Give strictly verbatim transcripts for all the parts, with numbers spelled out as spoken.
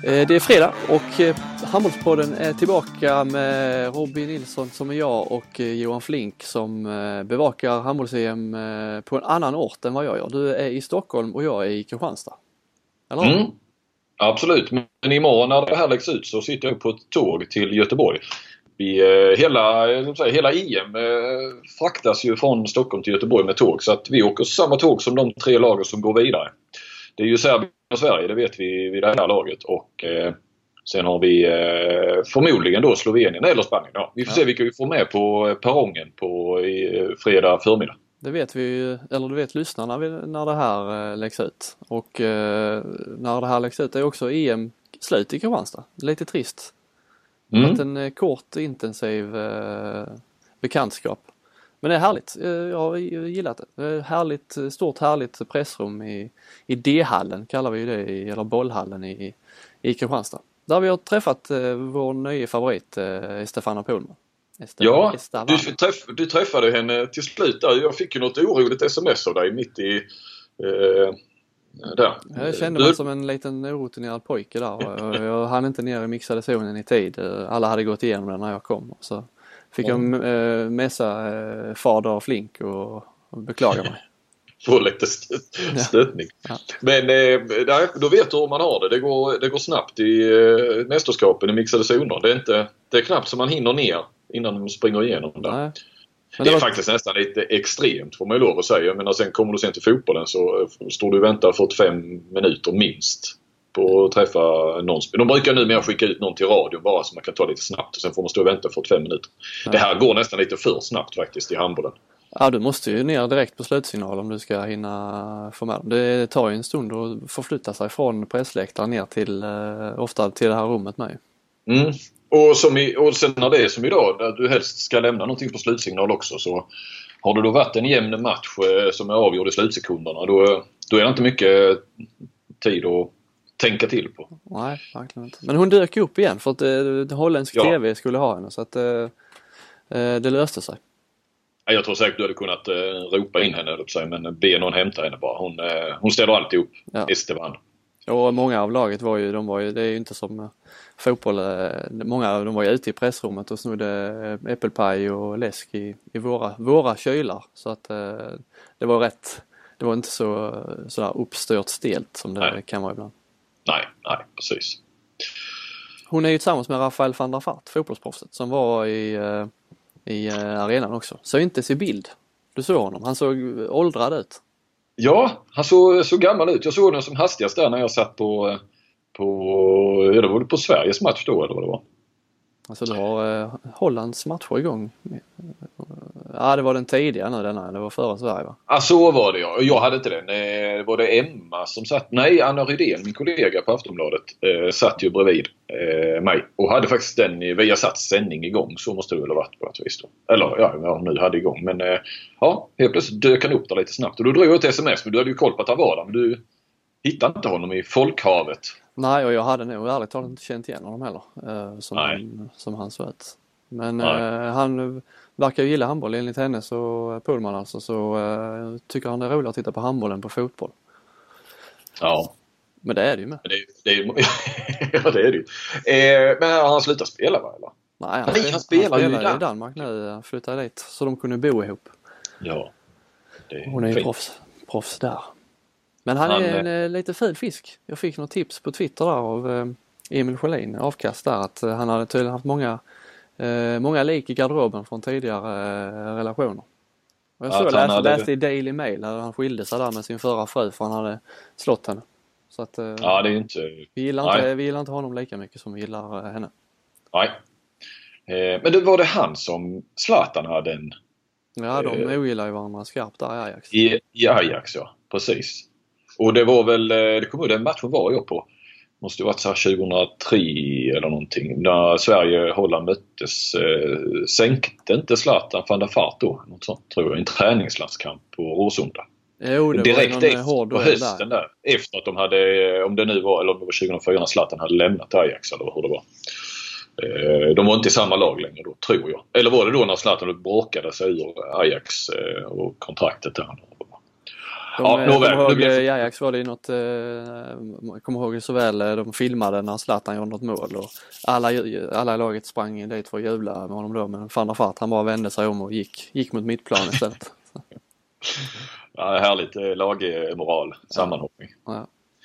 Det är fredag och Handbollspodden är tillbaka med Robin Nilsson som är jag och Johan Flink som bevakar handbolls-E M på en annan ort än vad jag gör. Du är i Stockholm och jag är i Kristianstad. Eller? Mm, absolut, men imorgon när det här läggs ut så sitter jag på ett tåg till Göteborg. Vi, hela, säga, hela E M fraktas ju från Stockholm till Göteborg med tåg, så att vi åker samma tåg som de tre lagen som går vidare. Det är ju Serbien och Sverige, det vet vi vid det här laget. Och eh, sen har vi eh, förmodligen då Slovenien eller Spanien. Ja, vi får ja. se vilka vi får med på perrongen på i, fredag förmiddag. Det vet vi, eller du vet lyssnarna när det här eh, läggs ut. Och eh, när det här läggs ut är också E M slut i Kristianstad. Lite trist. Mm. Att en eh, kort, intensiv eh, bekantskap. Men det är härligt. Jag har gillat det. Härligt, stort härligt pressrum i, i D-hallen kallar vi det, eller bollhallen i, i Kristianstad. Där vi har träffat eh, vår nya favorit eh, Stefana Pohlman. Ja, du, träff, du träffade henne till slut där. Jag fick ju något oroligt sms av dig mitt i eh, där. Jag kände mig du... som en liten orutinerad pojke där. Jag hann inte ner i mixade zonen i tid. Alla hade gått igenom den när jag kom. Så fick jag äh, messa äh, fader Flink och, och beklaga mig. Få lite stöt, stötning. Ja. Men äh, då vet du hur man har det. Det går, det går snabbt i äh, mästerskapen i mixade zoner. Det är, inte, det är knappt som man hinner ner innan de springer igenom där. Nej. Det, det är var... faktiskt nästan lite extremt får man ju lov att säga. Men sen kommer du sen till fotbollen så står du och väntar fyrtiofem minuter minst på att träffa någon. De brukar nu mer skicka ut någon till radion bara så man kan ta lite snabbt och sen får man stå och vänta fyrtiofem minuter. Ja. Det här går nästan lite för snabbt faktiskt i handbollen. Ja, du måste ju ner direkt på slutsignal om du ska hinna få med dem. Det tar ju en stund att förflytta sig från pressläktaren ner till, ofta till det här rummet med. Mm. Och, som i, och sen när det är som idag där du helst ska lämna någonting på slutsignal också, så har det då varit en jämn match som är avgjord i slutsekunderna, då, då är det inte mycket tid att tänka till på. Nej, verkligen inte. Men hon dök upp igen för att eh, holländsk ja. tv skulle ha henne, så att eh, det löste sig. Jag tror säkert du hade kunnat eh, ropa in henne, men be någon hämta henne bara. Hon, eh, hon ställer alltid upp. Ja. Esteban. Och många av laget var ju, de var ju, det är ju inte som uh, fotboll, uh, många av dem var ju ute i pressrummet och snodde uh, äppelpaj och läsk i, i våra, våra kylar. Så att uh, det var rätt, det var inte så, så där uppstört stelt som det nej. kan vara ibland. Nej, nej, precis. Hon är ju tillsammans med Rafael van der Vaart, fotbollsproffset, som var i, uh, i uh, arenan också. Så inte se bild. Du såg honom, han såg åldrad ut. Ja, han såg så gammal ut. Jag såg honom som hastigast där när jag satt på, på, ja, det var på Sveriges match då eller vad det var. Alltså du har eh, Hollands matcher igång. Ja, det var den tidiga nu denna, det var före Sverige va? Ja, så var det ja. Jag hade inte den. Det var det Emma som satt, nej Anna Rydén, min kollega på Aftonbladet, eh, satt ju bredvid eh, mig. Och hade faktiskt den, vi har satt sändning igång, så måste det väl ha varit på ett vis då. Eller ja, ja nu hade igång. Men eh, ja, helt plötsligt dök han upp där lite snabbt. Och då drog jag ett sms, men du hade ju koll på att han var där. Men du hittade inte honom i folkhavet. Nej, och jag hade nog ärligt talat inte känt igen honom heller. Eh, som, han, som han såg ut. Men eh, han verkar ju gilla handboll enligt henne, så Pohlman alltså, så eh, tycker han det är roligt att titta på handbollen på fotboll. Ja. Men det är det ju med. Det, det är, ja, det är det ju. Eh, men har han slutat spela va? Eller? Nej, han, Nej, han spelar, han spelar ju i Dan- Danmark nu. Han flyttade dit så de kunde bo ihop. Ja. Det är Hon är ju proffs, proffs där. Men han, han är en äh... lite fin fisk. Jag fick något tips på Twitter där av äh, Emil Sjölin, avkast där, att äh, han hade tydligen haft många äh, många lik i garderoben från tidigare äh, relationer. Och jag såg läste, hade... läste i Daily Mail där han skilde sig där med sin förra fru för han hade slått henne. Så att, äh, ja, det är inte... vi, gillar inte, vi gillar inte honom lika mycket som vi gillar äh, henne. Nej. Eh, men det var det han som Zlatan hade en... Ja, de eh, ogillar ju varandra skarpt där i Ajax. I, I Ajax, ja. Precis. Och det var väl, det kommer den matchen var jag på. Måste ju varit så här tjugohundratre eller någonting. När Sverige och Holland möttes. Eh, sänkte inte Zlatan van der Vaart då? Något sånt tror jag. En träningslandskamp på Råsunda. Jo, det direkt var efter, hård på hösten där. där. Efter att de hade, om det nu var, eller om det var tjugohundrafyra när Zlatan hade lämnat Ajax eller hur det var. Eh, de var inte i samma lag längre då, tror jag. Eller var det då när Zlatan bråkade sig ur Ajax eh, och kontraktet där. De, ja, jag kommer ihåg blev... i Ajax var det något, jag kommer ihåg så väl, de filmade när Zlatan gjorde något mål och alla, alla i laget sprang dit för att jubla med honom då, men Van der Vaart han bara vände sig om och gick, gick mot mittplan istället. Ja, härligt lagmoral, sammanhållning. Ja.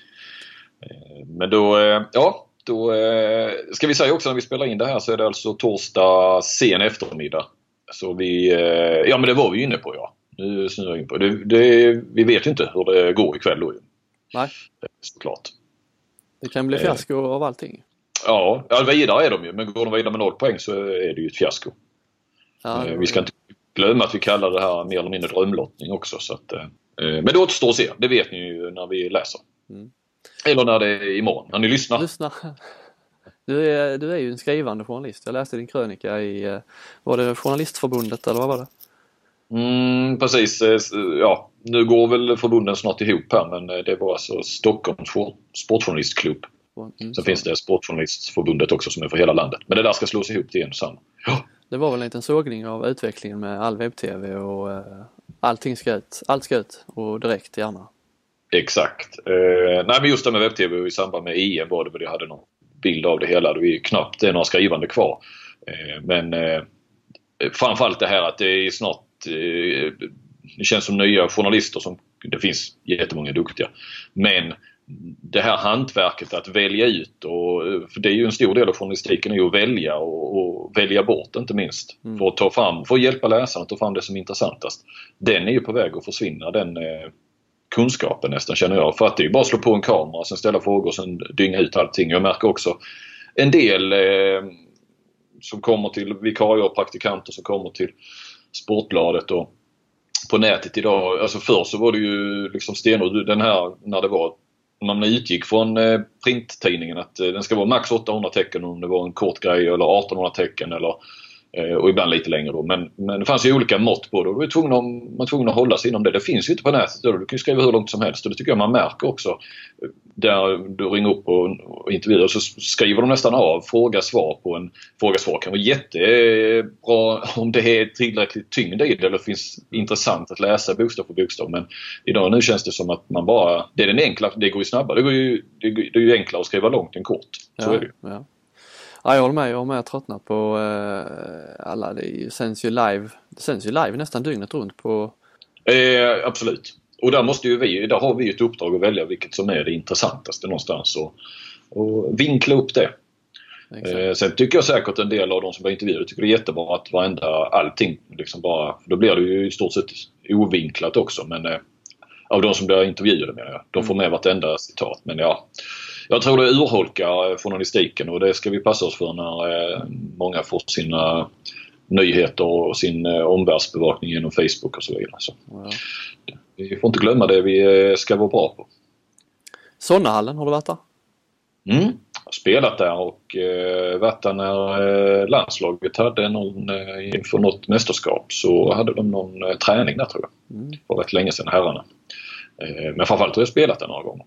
Men då, ja, då ska vi säga också när vi spelar in det här så är det alltså torsdag sen eftermiddag. Så vi, ja men det var vi inne på, ja. Nu snurrar jag in på det, det. Vi vet ju inte hur det går ikväll då. Nej. Såklart. Det kan bli fiasko eh. av allting. Ja, ja, vidare är de ju. Men går de vidare med noll poäng så är det ju ett fiasko. Ja, eh, vi ska inte glömma att vi kallar det här mer eller mindre drömlottning också. Så att, eh, men det återstår att se. Det vet ni ju när vi läser. Mm. Eller när det är imorgon. När ni lyssnar. Lyssna. Du är, du är ju en skrivande journalist. Jag läste din krönika i, var det Journalistförbundet eller vad var det? Mm, precis, ja, nu går väl förbunden snart ihop här, men det var alltså Stockholms sportjournalistklubb. Mm, Sen finns det Sportjournalistförbundet också som är för hela landet, men det där ska slås ihop till en samma. Ja. Det var väl en liten sågning av utvecklingen med all webb-tv och uh, allting ska ut, allt ska ut och direkt gärna. Exakt, uh, nej men just det med webb-tv i samband med E M var det väl, jag hade någon bild av det hela, det är knappt det är några skrivande kvar, uh, men uh, framförallt det här att det är snart, det känns som nya journalister som, det finns jättemånga duktiga, men det här hantverket att välja ut, och för det är ju en stor del av journalistiken är ju att välja och, och välja bort inte minst, mm. för att ta fram, för att hjälpa läsarna att ta fram det som är intressantast. Den är ju på väg att försvinna, den eh, kunskapen nästan, känner jag, för att det är ju bara att slå på en kamera, sen ställa frågor och sen dynga ut allting. Jag märker också en del eh, som kommer till vikarier och praktikanter som kommer till Sportbladet och på nätet idag. Alltså förr så var det ju liksom stenhårt, den här när det var, när man utgick från eh, printtidningen att eh, den ska vara max åttahundra tecken om det var en kort grej, eller artonhundra tecken eller eh, och ibland lite längre då. Men, men det fanns ju olika mått på det och då var tvungen att, man var tvungen att hålla sig inom det. Det finns ju inte på nätet då. Du kan ju skriva hur långt som helst och det tycker jag man märker också. Där du ringer upp och, och intervjuar och så skriver de nästan av fråga-svar på en fråga-svar. Kan vara jättebra om det är tillräckligt tyngd i det eller finns intressant att läsa bokstav på bokstav. Men idag nu känns det som att man bara, det är den enkla, det går ju snabbare. Det, går ju, det, det är ju enklare att skriva långt än kort. Så ja, är det ju. Ja. Ja, jag håller med. Jag har med tröttnat på eh, alla. Det sänds ju live. Det sänds ju live nästan dygnet runt på... Eh, absolut. Och där måste ju vi, där har vi ett uppdrag att välja vilket som är det intressantaste någonstans och, och vinkla upp det. Eh, sen tycker jag säkert en del av de som var intervjuade tycker det är jättebra att varenda allting liksom bara, då blir det ju i stort sett ovinklat också, men eh, av de som blir intervjuade menar jag, de får med vartenda citat, men ja, jag tror det urholkar journalistiken och det ska vi passa oss för när eh, många får sina nyheter och sin eh, omvärldsbevakning genom Facebook och så vidare. Så. Ja. Vi får inte glömma det vi ska vara bra på. Sonnahallen, har du varit där? Mm, jag har spelat där och eh, varit där när eh, landslaget hade någon, eh, inför något mästerskap så hade de någon eh, träning där tror jag. Mm. För rätt länge sedan, herrarna. Eh, men framförallt har jag spelat där några gånger.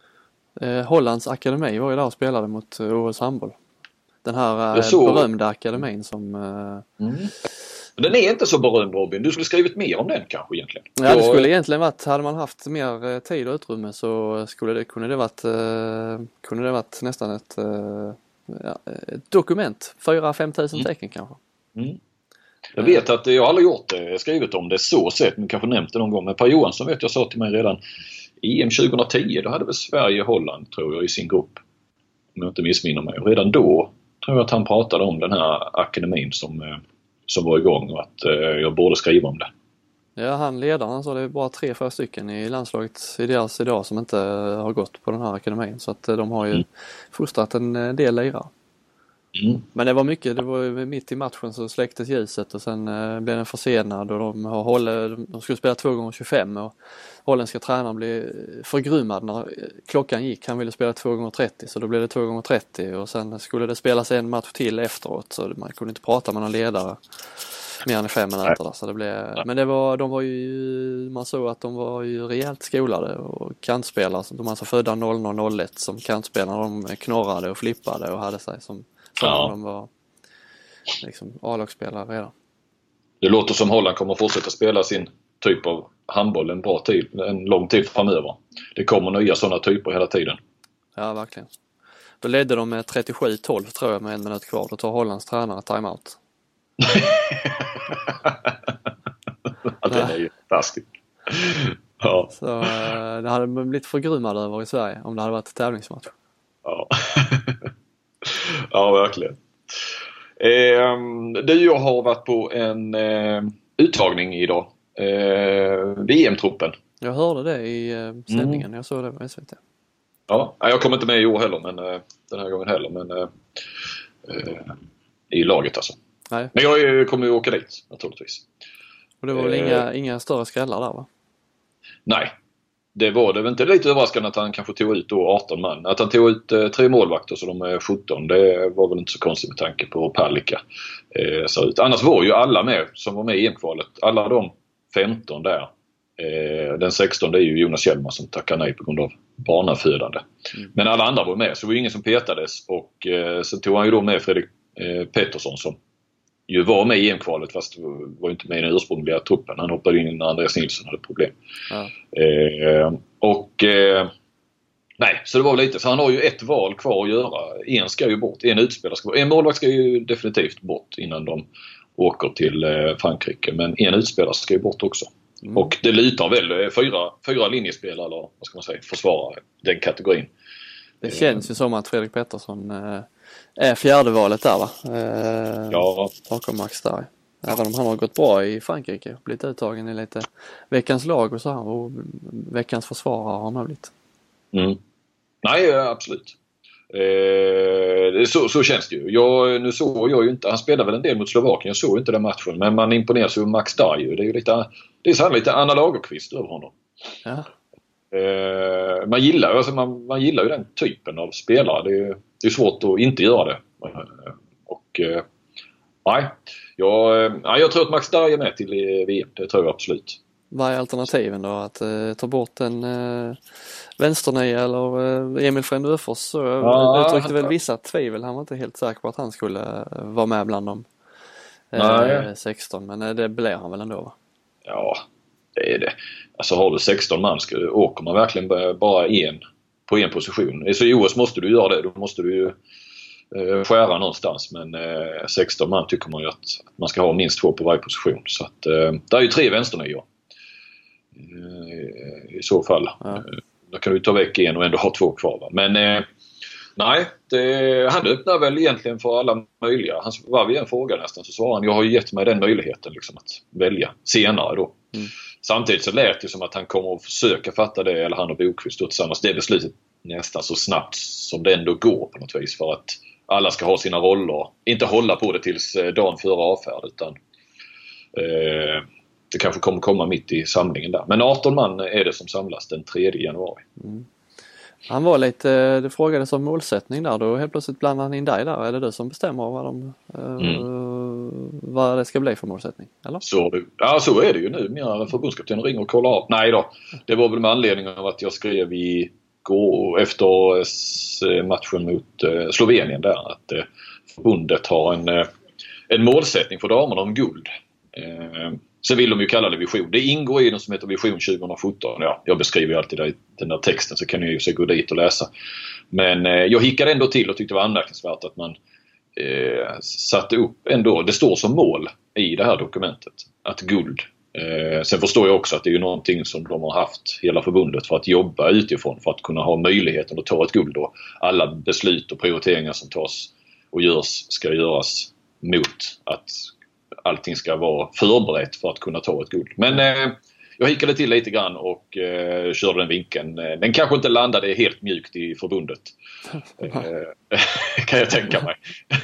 Eh, Hollands akademi var ju där och spelade mot O S handboll. Den här eh, så... berömda akademin som... Eh... Mm. Den är inte så berömd, Robin. Du skulle skrivit mer om den kanske egentligen. Ja, det skulle egentligen varit, hade man haft mer tid och utrymme så skulle det, kunde det varit, eh, kunde det varit nästan ett, eh, ja, ett dokument. fyra till fem tusen mm. tecken kanske. Mm. Jag vet att jag aldrig gjort det, skrivit om det så sett, men kanske nämnt det någon gång. Men Per Johansson vet jag sa till mig redan E M tjugohundratio, då hade väl Sverige och Holland tror jag i sin grupp. Om jag inte missminner mig. Och redan då tror jag att han pratade om den här akademin som, som var igång och att eh, jag borde skriva om det. Ja, han ledaren sa det är bara tre, fyra stycken i landslaget i deras idag som inte har gått på den här akademin. Så att de har ju mm. fostrat en del lirare. Mm. Men det var mycket, det var mitt i matchen så släcktes ljuset och sen eh, blev den försenad och de har hållit, de skulle spela två gånger tjugofem och holländska tränaren blev förgrymmad när klockan gick. Han ville spela två gånger trettio så då blev det två gånger trettio och sen skulle det spelas en match till efteråt så man kunde inte prata med någon ledare mer än fem minuter. Så det blev, men det var, de var ju, man såg att de var ju rejält skolade och kantspelare, de alltså födda noll noll noll ett som kantspelare, de knorrade och flippade och hade sig som Ja. De var liksom A-lagsspelare redan. Det låter som Holland kommer att fortsätta spela sin typ av handboll en bra tid, en lång tid framöver. Det kommer nya sådana typer hela tiden. Ja, verkligen. Då ledde de med trettiosju tolv tror jag med en minut kvar. Då tar Hollands tränare timeout. Ja, den är ju taskigt. Ja. Så det hade man blivit förgrymmad över i Sverige om det hade varit tävlingsmatch. Ja, ja verkligen. Eh, du jag har varit på en eh, uttagning idag. Eh, V M-truppen. Jag hörde det i eh, sändningen. Mm. Jag såg det på S V T. Ja, jag kommer inte med i år heller, men eh, den här gången heller. Men eh, eh, i laget alltså. Nej. Men jag kommer ju åka dit naturligtvis. Och det var väl eh, inga, inga större skrällar där, va? Nej. Det var det väl inte lite överraskande att han kanske tog ut då arton man. Att han tog ut eh, tre målvakter så de är sjutton, det var väl inte så konstigt med tanke på Palicka. Eh, så ut. Annars var ju alla med som var med i E M-kvalet. Alla de femton där. Eh, den sexton det är ju Jonas Kjellman som tackar nej på grund av barnafödande. Mm. Men alla andra var med så det var ingen som petades. Och eh, sen tog han ju då med Fredrik eh, Pettersson som ju var med i E M-kvalet fast var inte med i den ursprungliga truppen. Han hoppade in när Andreas Nilsson hade problem. Ja. Eh, och eh, nej, så det var lite. Så han har ju ett val kvar att göra. En ska ju bort, en utspelare ska bort. En målvakt ska ju definitivt bort innan de åker till eh, Frankrike. Men en utspelare ska ju bort också. Mm. Och det lutar väl fyra, fyra linjespelare eller vad ska man säga, försvara den kategorin. Det känns ju som att Fredrik Pettersson eh, är fjärde valet där, va? Eh, ja. Bakom Max Starr. Även om han har gått bra i Frankrike. Blivit uttagen i lite veckans lag och så här. Och veckans försvarare har han blivit. Mm. Nej, absolut. Eh, så, så känns det ju. Jag, nu såg jag ju inte, han spelade väl en del mot Slovakien. Jag såg inte den matchen. Men man imponeras ju Max Starr ju. Det är ju lite, det är så här lite Anna Lagerqvist över honom. Ja. Eh, man, gillar, alltså man, man gillar ju den typen av spelare. Det är, det är svårt att inte göra det. Eh, och eh, nej, jag, eh, jag tror att Max Starr är med till V M. Det tror jag absolut. Vad är alternativen då? Att eh, ta bort en eh, vänsternia eller eh, Emil Frendöfors så ja, uttryckte väl vissa tvivel. Han var inte helt säker på att han skulle eh, vara med bland dem eh, sexton. Men eh, det blev han väl ändå, va? Ja, det är det. Alltså har du sexton man ska, åker man verkligen bara en på en position. Så i O S måste du göra det. Då måste du ju eh, skära någonstans. Men eh, sexton man tycker man ju att, att man ska ha minst två på varje position. Så att eh, det är ju tre vänsternior. I så fall. Ja. Då kan du ta väck en och ändå ha två kvar. Va? Men eh, nej, det, han öppnar väl egentligen för alla möjliga. Han var vid en fråga nästan så svarade han, jag har ju gett mig den möjligheten liksom, att välja senare då. Mm. Samtidigt så lät det som att han kommer att försöka fatta det, eller han och Bokvist då tillsammans, det beslutet nästan så snabbt som det ändå går på något vis för att alla ska ha sina roller. Inte hålla på det tills dagen före avfärd utan eh, det kanske kommer komma mitt i samlingen där. Men arton man är det som samlas den tredje januari. Mm. Han var lite, det frågades om målsättning där. Då helt plötsligt blandade han in dig där. Är det du som bestämmer vad, de, mm. uh, vad det ska bli för målsättning? Eller? Så, ja, så är det ju nu. Mina förbundskapten ringer och kollar av. Nej då. Det var väl med anledning av att jag skrev i går efter matchen mot uh, Slovenien där. Att uh, förbundet har en, uh, en målsättning för damerna om guld. Uh, Sen vill de ju kalla det vision. Det ingår i något som heter Vision tjugo sjutton. Ja, jag beskriver ju alltid det, den där texten så kan ni ju så gå dit och läsa. Men eh, jag hickade ändå till och tyckte det var anmärkningsvärt att man eh, satte upp ändå, det står som mål i det här dokumentet, att guld. Eh, sen förstår jag också att det är ju någonting som de har haft hela förbundet för att jobba utifrån för att kunna ha möjligheten att ta ett guld då. Alla beslut och prioriteringar som tas och görs ska göras mot att allting ska vara förberett för att kunna ta ett guld. Men eh, jag hickade till lite grann och eh, körde den vinkeln. Den kanske inte landade helt mjukt i förbundet. Eh, kan jag tänka mig.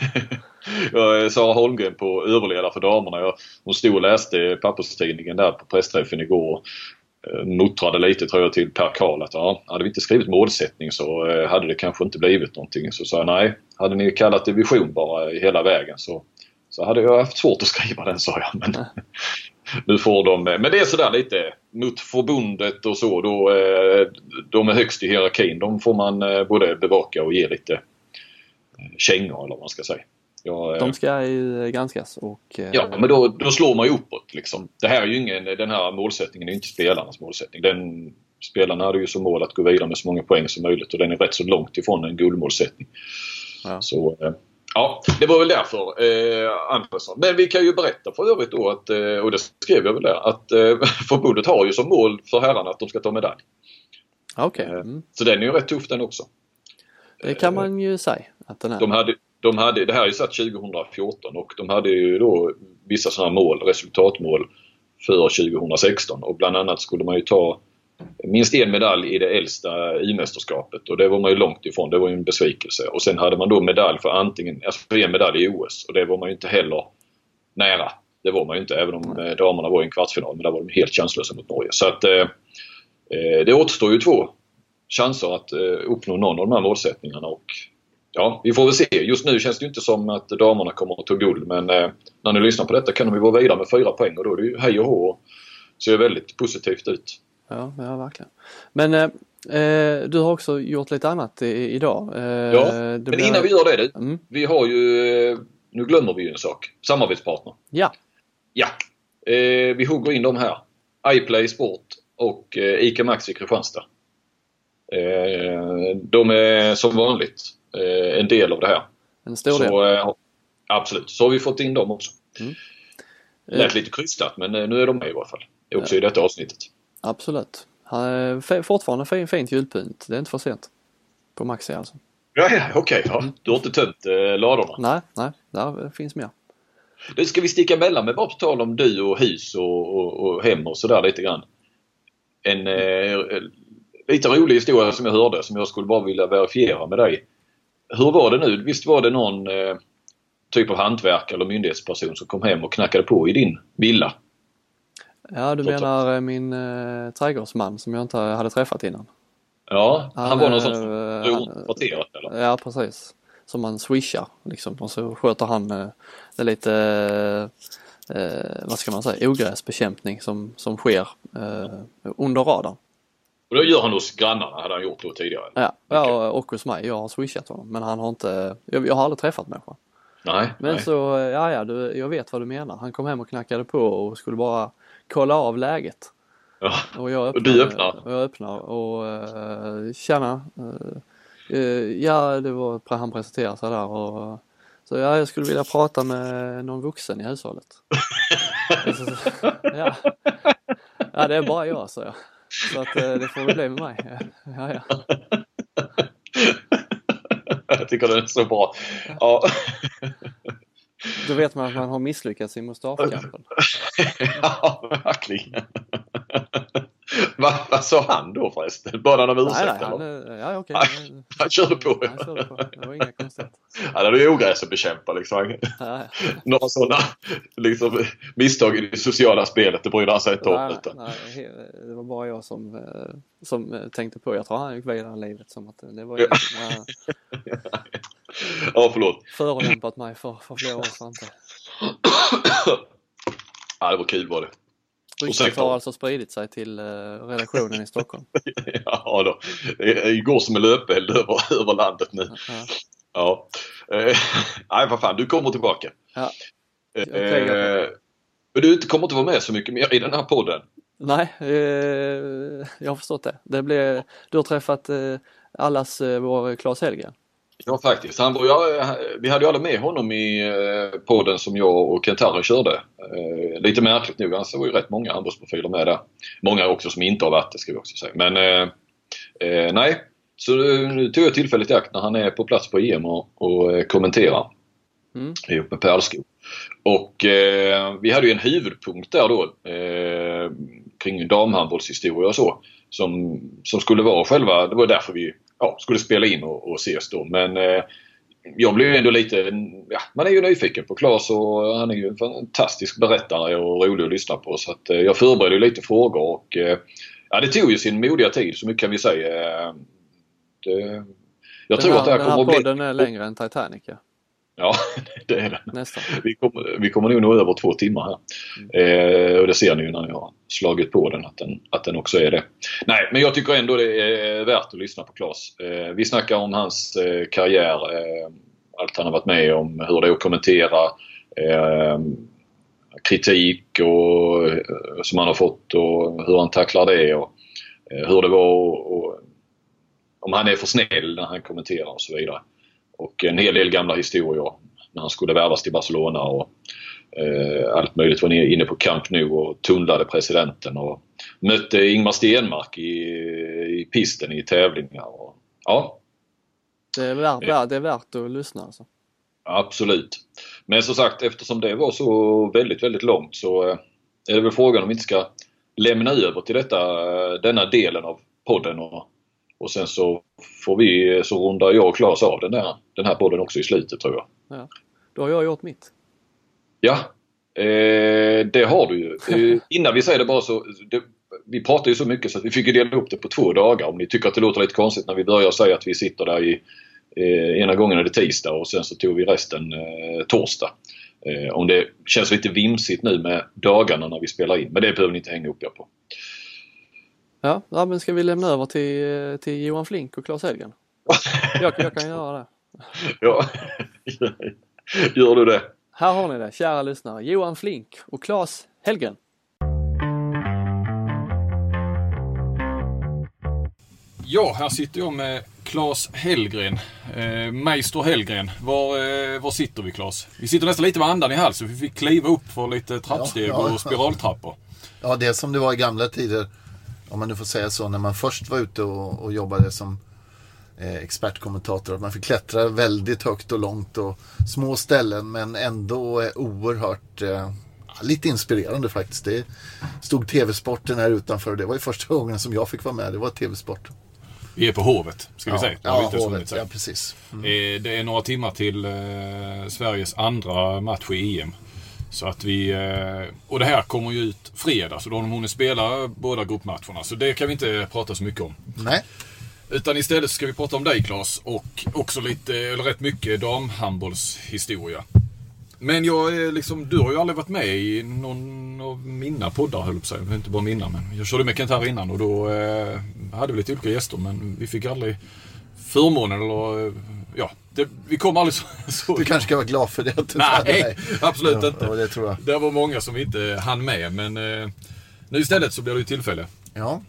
Jag Sara Holmgren på överledare för damerna. Jag, hon stod och läste papperstidningen där på pressträffen igår. Eh, muttrade lite tror jag till Per Karl att ja, hade vi inte skrivit målsättning så eh, hade det kanske inte blivit någonting. Så sa jag nej, hade ni kallat det vision bara hela vägen så Så hade jag haft svårt att skriva den, sa jag. Men nu får de... Men det är sådär lite mot förbundet och så. Då, de är högst i hierarkin. De får man både bevaka och ge lite kängor eller vad man ska säga. Jag, de ska ju granskas och... Ja, men då, då slår man ju uppåt liksom. Det här är ju ingen, den här målsättningen är inte spelarnas målsättning. Den, spelarna hade ju som mål att gå vidare med så många poäng som möjligt och den är rätt så långt ifrån en guldmålsättning. Ja. Så ja, det var väl därför eh, Andersson. Men vi kan ju berätta för övrigt då att, eh, och det skrev jag väl där, att eh, förbundet har ju som mål för herrarna att de ska ta medalj. Okej. Okay. Mm. Så den är ju rätt tuff den också. Det kan man ju säga att den är. De hade, de hade, det här är ju satt tjugohundrafjorton och de hade ju då vissa sådana mål, resultatmål för tjugohundrasexton och bland annat skulle man ju ta minst en medalj i det äldsta I-mästerskapet och det var man ju långt ifrån, det var ju en besvikelse. Och sen hade man då medalj för antingen, alltså för en medalj i O S och det var man ju inte heller nära. Det var man ju inte, även om mm. damerna var i en kvartsfinal, men där var de helt chanslösa mot Norge. Så att eh, det återstår ju två chanser att eh, uppnå någon av de här målsättningarna och ja, vi får väl se. Just nu känns det ju inte som att damerna kommer att ta guld, men eh, när ni lyssnar på detta kan de ju vara vidare med fyra poäng och då är det ju hej och hå och ser väldigt positivt ut. Ja, ja verkligen. Men eh, du har också gjort lite annat i, idag. Eh, ja, men blir... innan vi gör det, du, mm. vi har ju, nu glömmer vi ju en sak, samarbetspartner. Ja. Ja, eh, vi hugger in dem här. iPlay Sport och eh, ICA Maxi Kristianstad. Eh, de är som vanligt eh, en del av det här. En stor del. Så, eh, absolut, så har vi fått in dem också. Mm. Lät lite krystat, men eh, nu är de med i varje fall. Också ja. I detta avsnittet. Absolut. F- fortfarande fin, fint julpynt. Det är inte för sent. På Maxi alltså. Ja, ja okej. Okay, ja. Du har inte tömt eh, ladorna? Nej, nej. Där finns mer. Det ska vi sticka mellan med bara på tal om du och hus och, och, och hem och sådär lite grann. En eh, lite rolig historia som jag hörde som jag skulle bara vilja verifiera med dig. Hur var det nu? Visst var det någon eh, typ av hantverk eller myndighetsperson som kom hem och knackade på i din villa? Ja, du menar att... min eh, trädgårdsman som jag inte hade träffat innan. Ja, han, han var någon sån som drog kvarteret eller? Ja, precis. Som man swishar liksom. Och så sköter han eh, det lite, eh, vad ska man säga, ogräsbekämpning som, som sker eh, under radarn. Och då gör han hos grannarna, hade han gjort då tidigare? Ja, okay. Ja, och hos mig. Jag har swishat honom. Men han har inte, jag, jag har aldrig träffat människa. Nej. Men nej. så, ja ja, du, jag vet vad du menar. Han kom hem och knackade på och skulle bara kolla av läget. Ja, och, jag öppnar, och du öppnar? Och jag öppnar och uh, tjena. Uh, uh, ja, det var, han presenterade sig där och så ja, jag skulle vilja prata med någon vuxen i hushållet. så, ja. ja, det är bara jag, så jag. Så att uh, det får väl bli med mig. Ja, ja. Jag tycker det är så bra. Ja. Då vet man att man har misslyckats i Mustafa-kampen. Ja, verkligen. Vad va sa han då förresten? Bad han om ursäkt? Nej, nej, han, ja, okej. Han, han körde på. Han körde på. Det var inga konstigt. Ja, det är ju ogräs att bekämpa liksom. Ja, ja. Några sådana liksom, misstag i det sociala spelet, det bryr han sig inte om. Nej, nej, det var bara jag som, som tänkte på. Jag tror han gick vidare i livet som att det var... Ja, ja förlåt. Förolämpat mig för, för flera år sedan. Ja, det var kul var det. Ryktet har alltså spridit sig till uh, redaktionen i Stockholm. Ja då. Det går som en löpeld över, över landet nu. Ja. Ja. Eh, nej, vad fan. Du kommer tillbaka. Ja. Eh, men du kommer inte vara med så mycket mer i den här podden. Nej, eh, jag har förstått det. Det blev, du har träffat eh, allas eh, vår Claes Hellgren. Ja, faktiskt. Han var, ja, vi hade ju alla med honom i eh, podden som jag och Kent-Harry körde. Eh, lite märkligt nog. Alltså, det var ju rätt många handbollsprofiler med där. Många också som inte har varit det, ska vi också säga. Men eh, eh, nej. Så nu tog jag tillfället i akt när han är på plats på E M och, och kommenterar. Mm. Ihop med Pärlskog. Och eh, vi hade ju en huvudpunkt där då. Eh, kring damhandbollshistoria och så. Som, som skulle vara själva, det var därför vi ja, skulle spela in och, och ses då. Men eh, jag blev ändå lite, ja, man är ju nyfiken på Claes och han är ju en fantastisk berättare och rolig att lyssna på. Så att, eh, jag förberedde lite frågor och eh, ja, det tog ju sin modiga tid, så mycket kan vi säga. Eh, det, jag den tror här, att det här kommer att bli... Den här podden är längre än Titanic, ja. Ja, det är den. Nästan. Vi kommer, vi kommer nog nå över två timmar här. Mm. Eh, och det ser ni ju när ni har slagit på den att, den att den också är det. Nej, men jag tycker ändå det är värt att lyssna på Claes. Eh, vi snackar om hans eh, karriär. Eh, allt han har varit med om, hur det är att kommentera eh, kritik och, som han har fått och hur han tacklar det och eh, hur det var och, och om han är för snäll när han kommenterar och så vidare. Och en hel del gamla historier när han skulle värvas till Barcelona och eh, allt möjligt, var inne på Camp Nou och tunnlade presidenten och mötte Ingmar Stenmark i, i pisten i tävlingar. Och, ja. Det är, värt, det är värt att lyssna alltså. Absolut. Men som sagt, eftersom det var så väldigt, väldigt långt så är det väl frågan om vi inte ska lämna över till detta, denna delen av podden och, och sen så får vi, så rundar jag och Claes av den, där, den här podden också i slutet, tror jag. Ja, då har jag gjort mitt. Ja, eh, det har du ju. Eh, innan vi säger det bara så, det, vi pratar ju så mycket så att vi fick dela upp det på två dagar. Om ni tycker att det låter lite konstigt när vi börjar säga att vi sitter där i eh, ena gången är det tisdag och sen så tog vi resten eh, torsdag. Eh, om det känns lite vimsigt nu med dagarna när vi spelar in, men det behöver ni inte hänga upp er på. Ja, ja men ska vi lämna över till, till Johan Flink och Claes Hellgren? jag, jag kan göra det. Ja, gör du det? Här har ni det, kära lyssnare. Johan Flink och Claes Hellgren. Ja, här sitter jag med Claes Hellgren. Eh, Meister Hellgren. Var, eh, var sitter vi, Claes? Vi sitter nästan lite med andan i halsen. Vi fick kliva upp för lite trappsteg ja, ja, och spiraltrappor. Ja, det är som det var i gamla tider. Om man nu får säga så. När man först var ute och, och jobbade som eh, expertkommentator. Att man fick klättra väldigt högt och långt och små ställen. Men ändå eh, oerhört... Eh, lite inspirerande faktiskt. Det stod tv-sporten här utanför. Det var ju första gången som jag fick vara med. Det var tv-sport. Vi är på Hovet, ska vi ja, säga. Ja, Hovet, ja, precis. Mm. Det är några timmar till eh, Sveriges andra match i E M. Så att vi... Eh, och det här kommer ju ut fredag, så då har de hunnit spela båda gruppmatcherna. Så det kan vi inte prata så mycket om. Nej. Utan istället ska vi prata om dig, Claes. Och också lite, eller rätt mycket damhandbollshistoria. Men jag är liksom, du har ju aldrig varit med i någon av mina poddar, höll jag på sig. Inte bara mina, men jag körde med Kent här innan och då eh, hade vi lite olika gäster, men vi fick aldrig förmånen eller, ja, det, vi kom aldrig så, så... Du kanske ska vara glad för det. Nej, nej, absolut ja, inte. Ja, det tror jag. Det var många som inte hann med, men eh, nu istället så blir det ju tillfälle. Ja.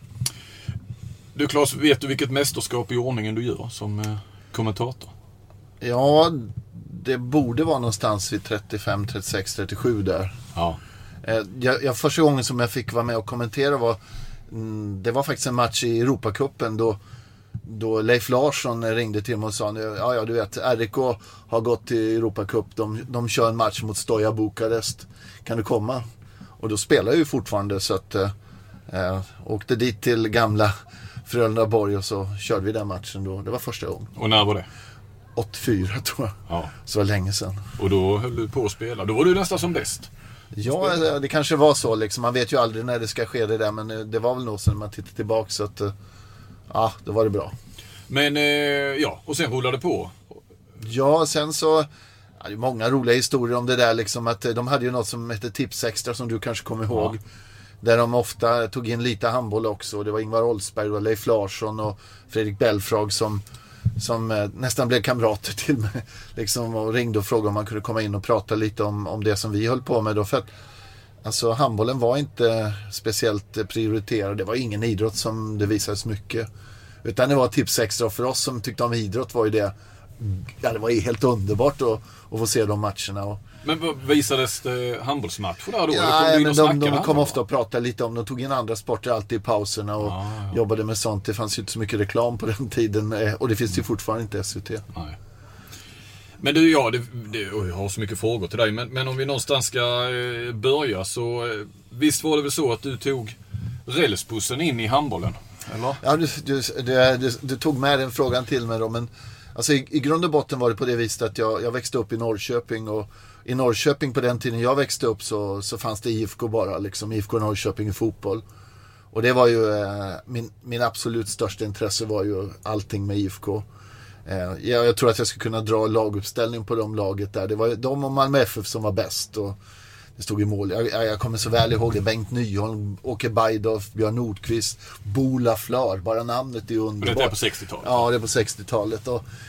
Du, Claes, vet du vilket mästerskap i ordningen du gör som eh, kommentator? Ja, det borde vara någonstans vid trettiofem, trettiosex, trettiosju där. Ja. Jag, jag, första gången som jag fick vara med och kommentera var mm, det var faktiskt en match i Europacupen då, då Leif Larsson ringde till mig och sa ja, ja du vet, R I K har gått till Europacup, de, de kör en match mot Stoja Bukarest, kan du komma? Och då spelar jag ju fortfarande så att äh, åkte dit till gamla Frölundaborg och så körde vi den matchen då, det var första gången. Och när var det? åttiofyra tror jag. Ja. Så var länge sedan. Och då höll du på att spela. Då var du nästan som bäst. Ja, det kanske var så liksom. Man vet ju aldrig när det ska ske det där. Men det var väl nog så när man tittar tillbaka. Så att, ja, då var det bra. Men, eh, ja. Och sen rullade det på. Ja, sen så... Ja, det är många roliga historier om det där liksom. Att de hade ju något som hette Tips Extra som du kanske kommer ihåg. Ja. Där de ofta tog in lite handboll också. Det var Ingvar Oldsberg och Leif Larsson och Fredrik Belfrag som... som eh, nästan blev kamrater till mig liksom, och ringde och frågade om man kunde komma in och prata lite om, om det som vi höll på med då, för att alltså, handbollen var inte speciellt prioriterad, det var ingen idrott som det visades mycket, utan det var Tips Extra för oss som tyckte om idrott var ju det, ja, det var ju helt underbart att, att få se de matcherna. Och men visades det handbollsmatcher där då? Ja, kom men de, de kom ofta och pratade lite om, de tog in andra sporter alltid i pauserna och ah, ja. jobbade med sånt. Det fanns ju inte så mycket reklam på den tiden och det finns ju fortfarande inte S V T. Nej. Men du, ja, det, det, jag har så mycket frågor till dig, men, men om vi någonstans ska eh, börja så eh, visst var det väl så att du tog rälsbussen in i handbollen, eller? Ja, du, du, du, du, du tog med den frågan till mig då, men alltså i, i grund och botten var det på det viset att jag, jag växte upp i Norrköping och i Norrköping på den tiden jag växte upp så, så fanns det I F K bara, liksom I F K Norrköping i fotboll. Och det var ju eh, min, min absolut största intresse var ju allting med I F K. Eh, jag, jag tror att jag skulle kunna dra laguppställning på de laget där. Det var de och Malmö F F som var bäst och det stod i mål. Jag, jag, jag kommer så väl ihåg det. Bengt Nyholm, Åke Bajdorf, Björn Nordqvist, Bola Flör. Bara namnet är underbart. Och det är på sextiotalet? Ja, det är på sextiotalet. Och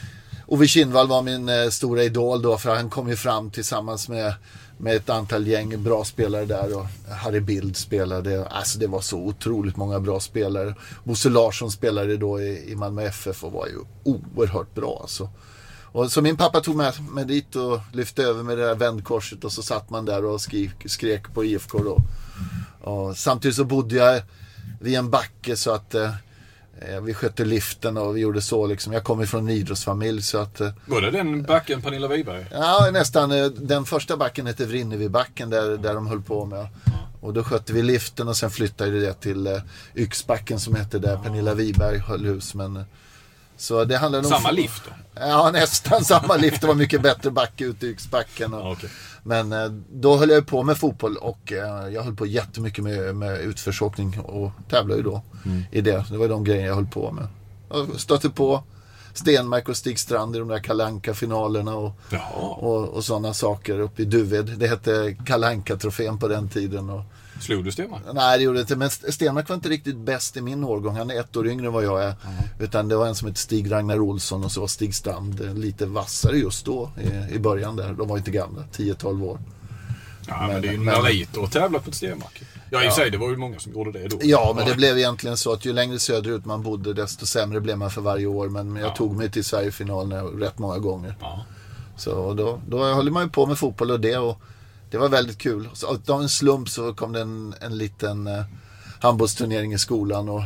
Ove Kinnvall var min eh, stora idol då, för han kom ju fram tillsammans med, med ett antal gäng bra spelare där, och Harry Bild spelade, alltså det var så otroligt många bra spelare. Bosse Larsson spelade då i, i Malmö F F och var ju oerhört bra alltså. Och så min pappa tog med mig dit och lyfte över med det där vändkorset, och så satt man där och skrek, skrek på I F K då. Och samtidigt så bodde jag vid en backe, så att eh, vi skötte liften och vi gjorde så liksom. Jag kom ifrån en idrottsfamilj, så att... Eh, var det den backen Pernilla Wiberg? Ja, nästan. Eh, den första backen hette Vrinnevibacken, där, där de höll på med. Och då skötte vi liften, och sen flyttade det till eh, Yxbacken som hette där Pernilla Wiberg höll hus, men... Så det handlar samma om... lift då? Ja, nästan samma lift. Det var mycket bättre backe ute i Yxbacken. Och... Okay. Men eh, då höll jag på med fotboll, och eh, jag höll på jättemycket med, med utförsåkning och tävlade ju då mm. i det. Det var de grejer jag höll på med. Jag stötte på Stenmark och Stig Strand i de där Kalle Anka-finalerna och, och, och sådana saker uppe i Duved. Det hette Kalle Anka-trofén på den tiden. Och... Slog du Stenmark? Nej, det gjorde det inte. Men Stenmark var inte riktigt bäst i min årgång. Han är ett år yngre än vad jag är. Mm. Utan det var en som hette Stig Ragnar Olsson, och så var Stig Strand lite vassare just då i, i början där. De var inte gamla, tio tolv år. Ja, men, men det är ju merit att tävla på ett Stenmark. Ja, i ja. sig, det var ju många som gjorde det då. Ja, men det blev egentligen så att ju längre söderut man bodde, desto sämre blev man för varje år. Men jag ja. tog mig till Sverigefinalen rätt många gånger. Ja. Så då, då höll man ju på med fotboll och det, och det var väldigt kul. Så av en slump så kom det en, en liten eh, handbollsturnering i skolan, och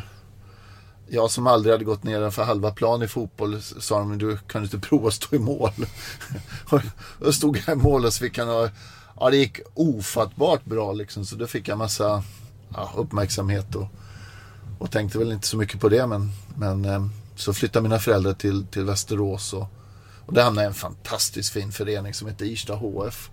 jag som aldrig hade gått ner för halva plan i fotboll sa de, du kan inte prova att stå i mål. Och då stod jag i mål, och så fick jag, ja, det gick ofattbart bra liksom, så då fick jag massa ja, uppmärksamhet och, och tänkte väl inte så mycket på det, men, men eh, så flyttade mina föräldrar till, till Västerås, och, och där hamnade en fantastiskt fin förening som heter Irsta H F.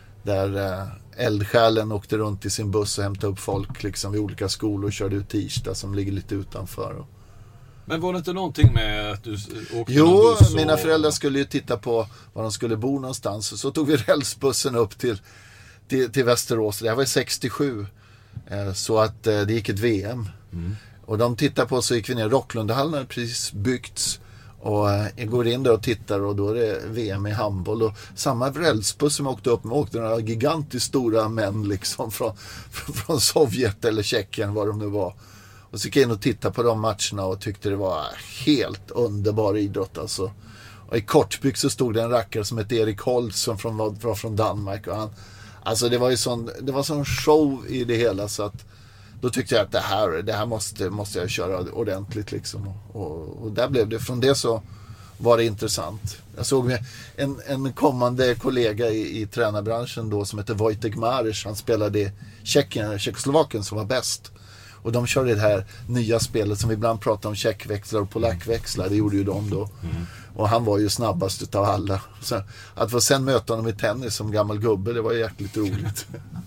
Där eh, eldsjälen åkte runt i sin buss och hämtade upp folk liksom vid olika skolor och körde ut till Irsta som ligger lite utanför. Och... Men var det inte någonting med att du åkte jo, någon buss? Jo, mina och... föräldrar skulle ju titta på var de skulle bo någonstans. Och så tog vi rälsbussen upp till, till, till Västerås. Det här var sextiosju. Eh, så att eh, det gick ett V M. Mm. Och de tittade på, så gick vi ner. Rocklundahallen hade precis byggts. Och jag går in där och tittar, och då är det V M i handboll, och samma rälsbuss som jag åkte upp med åkte några gigantiskt stora män liksom från, från Sovjet eller Tjeckien, vad de nu var. Och så gick jag in och tittade på de matcherna och tyckte det var helt underbar idrott alltså. Och i kortbyx så stod det en rackare som hette Erik Holtz som från, var från Danmark, och han, alltså det var ju sån, det var sån show i det hela, så att då tyckte jag att det här, det här måste, måste jag köra ordentligt liksom. Och, och, och där blev det, från det så var det intressant. Jag såg med en, en kommande kollega i, i tränarbranschen då som heter Wojtek Maric. Han spelade i Tjeckien, Tjeckoslovakien som var bäst. Och de körde det här nya spelet som vi ibland pratar om, tjeckväxlar och polackväxlar. Det gjorde ju de då. Mm. Och han var ju snabbast utav alla. Så att få sen möta honom i tennis som gammal gubbe, det var jäkligt roligt.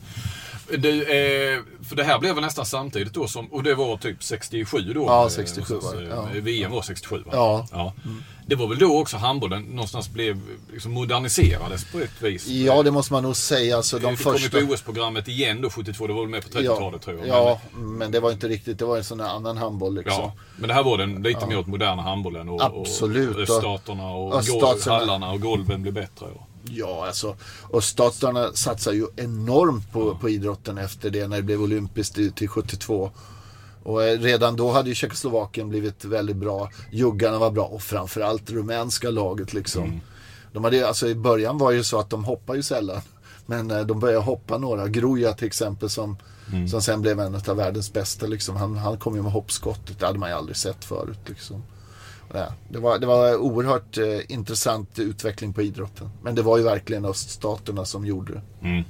Det, eh, för det här blev väl nästan samtidigt då som, och det var typ sextiosju då. Ja, sextiosju var det. Ja. V M var sextiosju va? Ja. ja. Mm. Det var väl då också handbollen någonstans blev liksom moderniserades på ett vis. Ja, det måste man nog säga. Alltså, de det första... kom ju på O S-programmet igen då, sjuttiotvå, det var väl med på trettiotalet ja, tror jag. Ja, men... men det var inte riktigt, det var en sån här annan handboll liksom. Ja, men det här var den lite ja. mer åt moderna handbollen och, absolut. och öststaterna och öststaterna. hallarna och golven blev bättre. Ja. Ja, alltså, och statsstaterna satsar ju enormt på, ja. på idrotten efter det när det blev olympiskt till, till sjuttiotvå. Och redan då hade ju Tjeckoslovakien blivit väldigt bra. Juggarna var bra, och framförallt rumänska laget liksom. Mm. De hade, alltså, i början var det ju så att de hoppade ju sällan. Men de började hoppa några. Gruja till exempel som, mm. som sen blev en av världens bästa liksom. Han, han kom ju med hoppskottet, det hade man ju aldrig sett förut liksom. Ja, det var, det var oerhört eh, intressant utveckling på idrotten. Men det var ju verkligen öststaterna som gjorde det. Mm.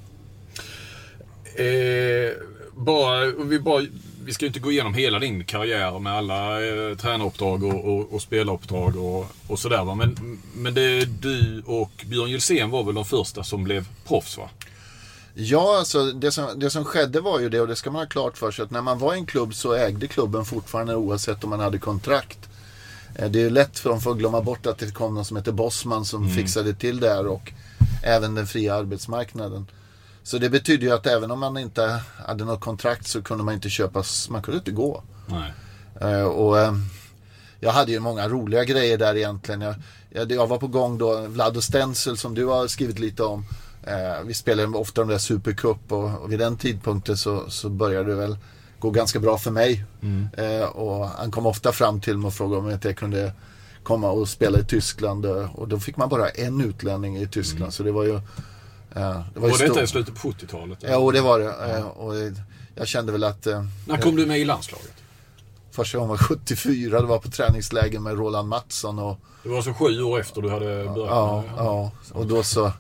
Eh, bara, vi, bara, vi ska ju inte gå igenom hela din karriär med alla eh, tränaruppdrag och, och, och spelaruppdrag och, och sådär va? Men, men det, du och Björn Gylsén var väl de första som blev proffs va? Ja, alltså det som, det som skedde var ju det, och det ska man ha klart för sig, att när man var i en klubb så ägde klubben fortfarande oavsett om man hade kontrakt. Det är lätt för dem att glömma bort att det kom någon som heter Bossman som mm. fixade till det här, och även den fria arbetsmarknaden. Så det betyder ju att även om man inte hade något kontrakt så kunde man inte köpa, man kunde inte gå. Nej. Uh, och uh, jag hade ju många roliga grejer där egentligen. Jag, jag, jag var på gång då, Vlad och Stencil som du har skrivit lite om. Eh, vi spelade ofta de där Supercup och, och vid den tidpunkten så, så började det väl gå ganska bra för mig. Mm. Eh, och han kom ofta fram till mig och frågade om jag inte kunde komma och spela i Tyskland. Och då fick man bara en utlänning i Tyskland. Mm. Så det var ju... Eh, det var, var det inte i slutet på sjuttiotalet? Ja, och det var det. Eh, och jag kände väl att... Eh, När kom du med i landslaget? Första gången var sjuttiofyra, det var på träningsläger med Roland Mattsson. Och, det var så sju år efter du hade börjat? Ja, ja. Och då så...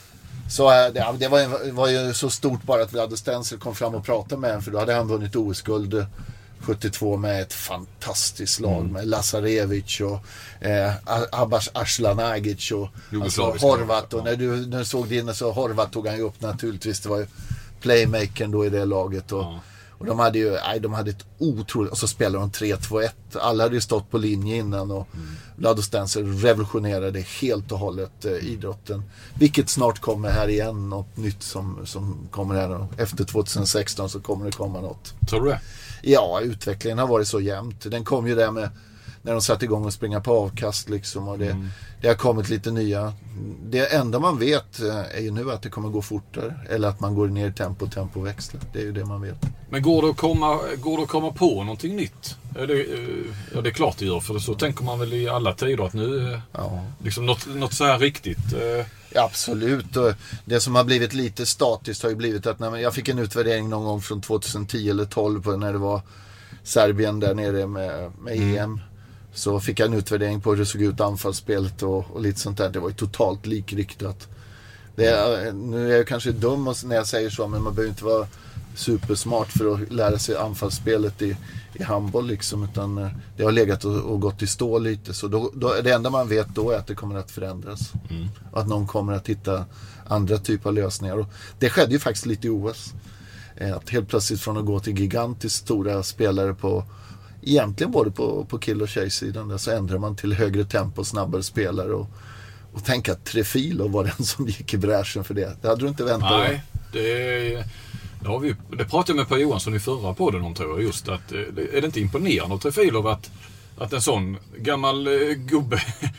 Så det, det var, var ju så stort bara att Vlad Stencil kom fram och pratade med en, för då hade han vunnit O S-guld sjuttiotvå med ett fantastiskt lag mm. med Lazarevic och eh, Abbas Aslanagic och alltså, Horvat. Och när du, när du såg det inne så Horvat tog han ju upp naturligtvis. Det var ju playmakern då i det laget. Och, ja. och de hade ju nej, de hade ett otroligt... Och så spelade de tre två ett. Alla hade ju stått på linje innan och mm. Vlad Stencil revolutionerade helt och hållet eh, idrotten. Vilket snart kommer här igen. Något nytt som, som kommer här. Efter tjugohundrasexton så kommer det komma något. Tror du det? Ja, utvecklingen har varit så jämnt. Den kom ju där med när de satte igång och springa på avkast liksom. Och det, mm. det har kommit lite nya. Det enda man vet är ju nu att det kommer gå fortare. Eller att man går ner i tempo och tempoväxlar. Det är ju det man vet. Men går det att komma, går det att komma på någonting nytt? Ja, det, ja, det är klart det gör. För så tänker man väl i alla tider att nu ja. liksom något, något så här riktigt... Eh... Ja, absolut. Och det som har blivit lite statiskt har ju blivit att när jag fick en utvärdering någon gång från tjugohundratio eller tolv när det var Serbien där nere med, med mm. E M. Så fick jag en utvärdering på hur det såg ut anfallsspelet och, och lite sånt där. Det var ju totalt likriktat. Det är, nu är jag kanske dum när jag säger så, men man behöver inte vara supersmart för att lära sig anfallsspelet i, i handboll liksom, utan det har legat och, och gått i stå lite. Så då, då, det enda man vet då är att det kommer att förändras. Mm. Och att någon kommer att hitta andra typer av lösningar. Och det skedde ju faktiskt lite i O S. Att helt plötsligt från att gå till gigantiskt stora spelare på egentligen både på, på kill- och tjejsidan där, så ändrar man till högre tempo och snabbare spelare och, och tänka att Trefilo var den som gick i bräschen för det. Det hade du inte väntat. Nej, det, det har vi det pratade jag med Per Johansson i förra podden om, tror jag, just att är det inte imponerande av Trefilo att att en sån gammal eh, gubbe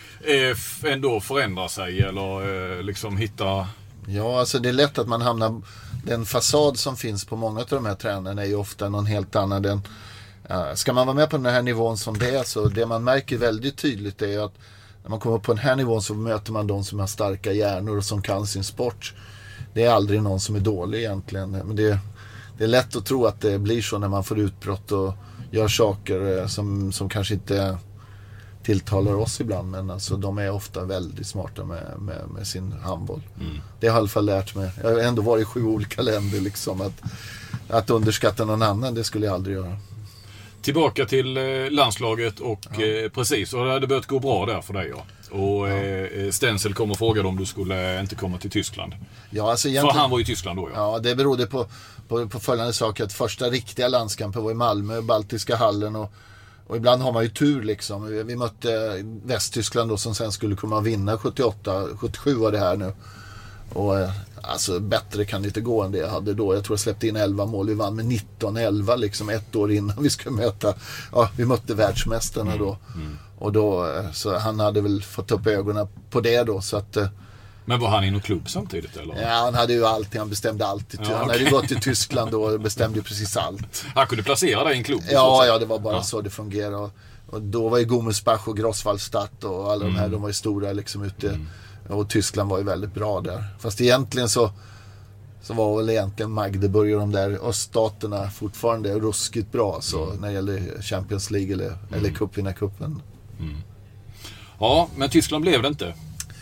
eh, ändå förändrar sig eller eh, liksom hittar... Ja, alltså det är lätt att man hamnar... Den fasad som finns på många av de här tränarna är ju ofta någon helt annan. Den, uh, ska man vara med på den här nivån som det är, så det man märker väldigt tydligt är att när man kommer på den här nivån så möter man de som har starka hjärnor och som kan sin sport. Det är aldrig någon som är dålig egentligen. Men det, det är lätt att tro att det blir så när man får utbrott och gör saker som, som kanske inte tilltalar oss ibland, men alltså, de är ofta väldigt smarta med, med, med sin handboll. Mm. Det har jag i alla fall lärt mig. Jag har ändå varit i sju olika länder liksom, att, att underskatta någon annan, det skulle jag aldrig göra. Tillbaka till eh, landslaget och ja. eh, precis, och det hade börjat gå bra där för dig, ja. Och ja. eh, Stencil kom och frågade om du skulle inte komma till Tyskland. Ja, alltså för han var i Tyskland då, ja. Ja, det berodde på, på, på följande saker, att första riktiga landskampen var i Malmö, Baltiska hallen, och Och ibland har man ju tur liksom. Vi mötte Västtyskland då, som sen skulle kunna vinna sjuttioåtta sjuttiosju var det här nu. Och alltså bättre kan det inte gå än det jag hade då. Jag tror jag släppte in elva mål. Vi vann med nitton elva liksom ett år innan vi skulle möta. Ja, vi mötte världsmästarna mm. då. Mm. Och då, så han hade väl fått upp ögonen på det då, så att... Men var han i någon klubb samtidigt eller? Ja, han hade ju alltid, han bestämde alltid. Ja, han okay. hade ju gått till Tyskland då och bestämde ju precis allt. Han kunde placera dig i en klubb? Ja, ja, det var bara ja. så det fungerade. Och, och då var ju Gummersbach och Grosswallstadt och alla mm. de här, de var ju stora liksom ute. Mm. Och Tyskland var ju väldigt bra där. Fast egentligen så, så var väl egentligen Magdeburg och de där öststaterna fortfarande ruskigt bra så, mm. när det gäller Champions League eller, mm. eller cupvinnarcupen. Mm. Ja, men Tyskland blev det inte.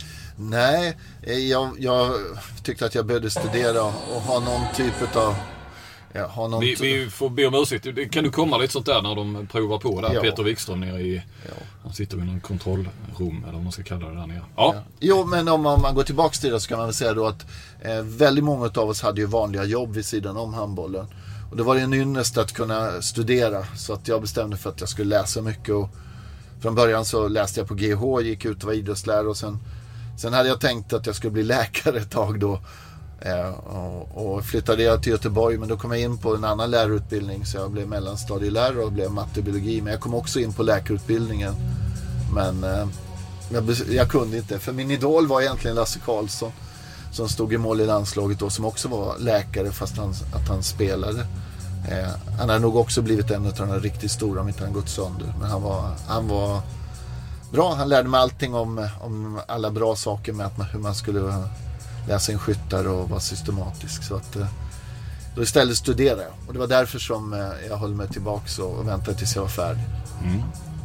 Nej, jag, jag tyckte att jag behövde studera och ha någon typ av... Ja, ha någon vi, vi får be om ursäkt. Kan du komma lite sånt där när de provar på där? Ja. Peter Wikström nere i... Ja. Han sitter i någon kontrollrum, eller vad man ska kalla det där nere. Ja. Ja. Jo, men om man, man går tillbaka till det så kan man väl säga då att eh, väldigt många av oss hade ju vanliga jobb vid sidan om handbollen. Och det var en ynnest att kunna studera, så att jag bestämde för att jag skulle läsa mycket. Och från början så läste jag på G H, gick ut och var idrottslärare och sen Sen hade jag tänkt att jag skulle bli läkare ett tag då. Eh, och, och flyttade jag till Göteborg, men då kom jag in på en annan lärarutbildning. Så jag blev mellanstadielärare och blev mattebiologi. Men jag kom också in på läkarutbildningen. Men eh, jag, jag kunde inte. För min idol var egentligen Lasse Karlsson. Som stod i mål i landslaget då. Som också var läkare fast han, att han spelade. Eh, han hade nog också blivit en av de här riktigt stora om inte han gått sönder. Men han var, han var bra. Han lärde mig allting om, om alla bra saker med att man, hur man skulle läsa in skyttar och vara systematisk. Så att eh, då istället studerade jag. Och det var därför som eh, jag höll mig tillbaka och väntade tills jag var färdig. Mm.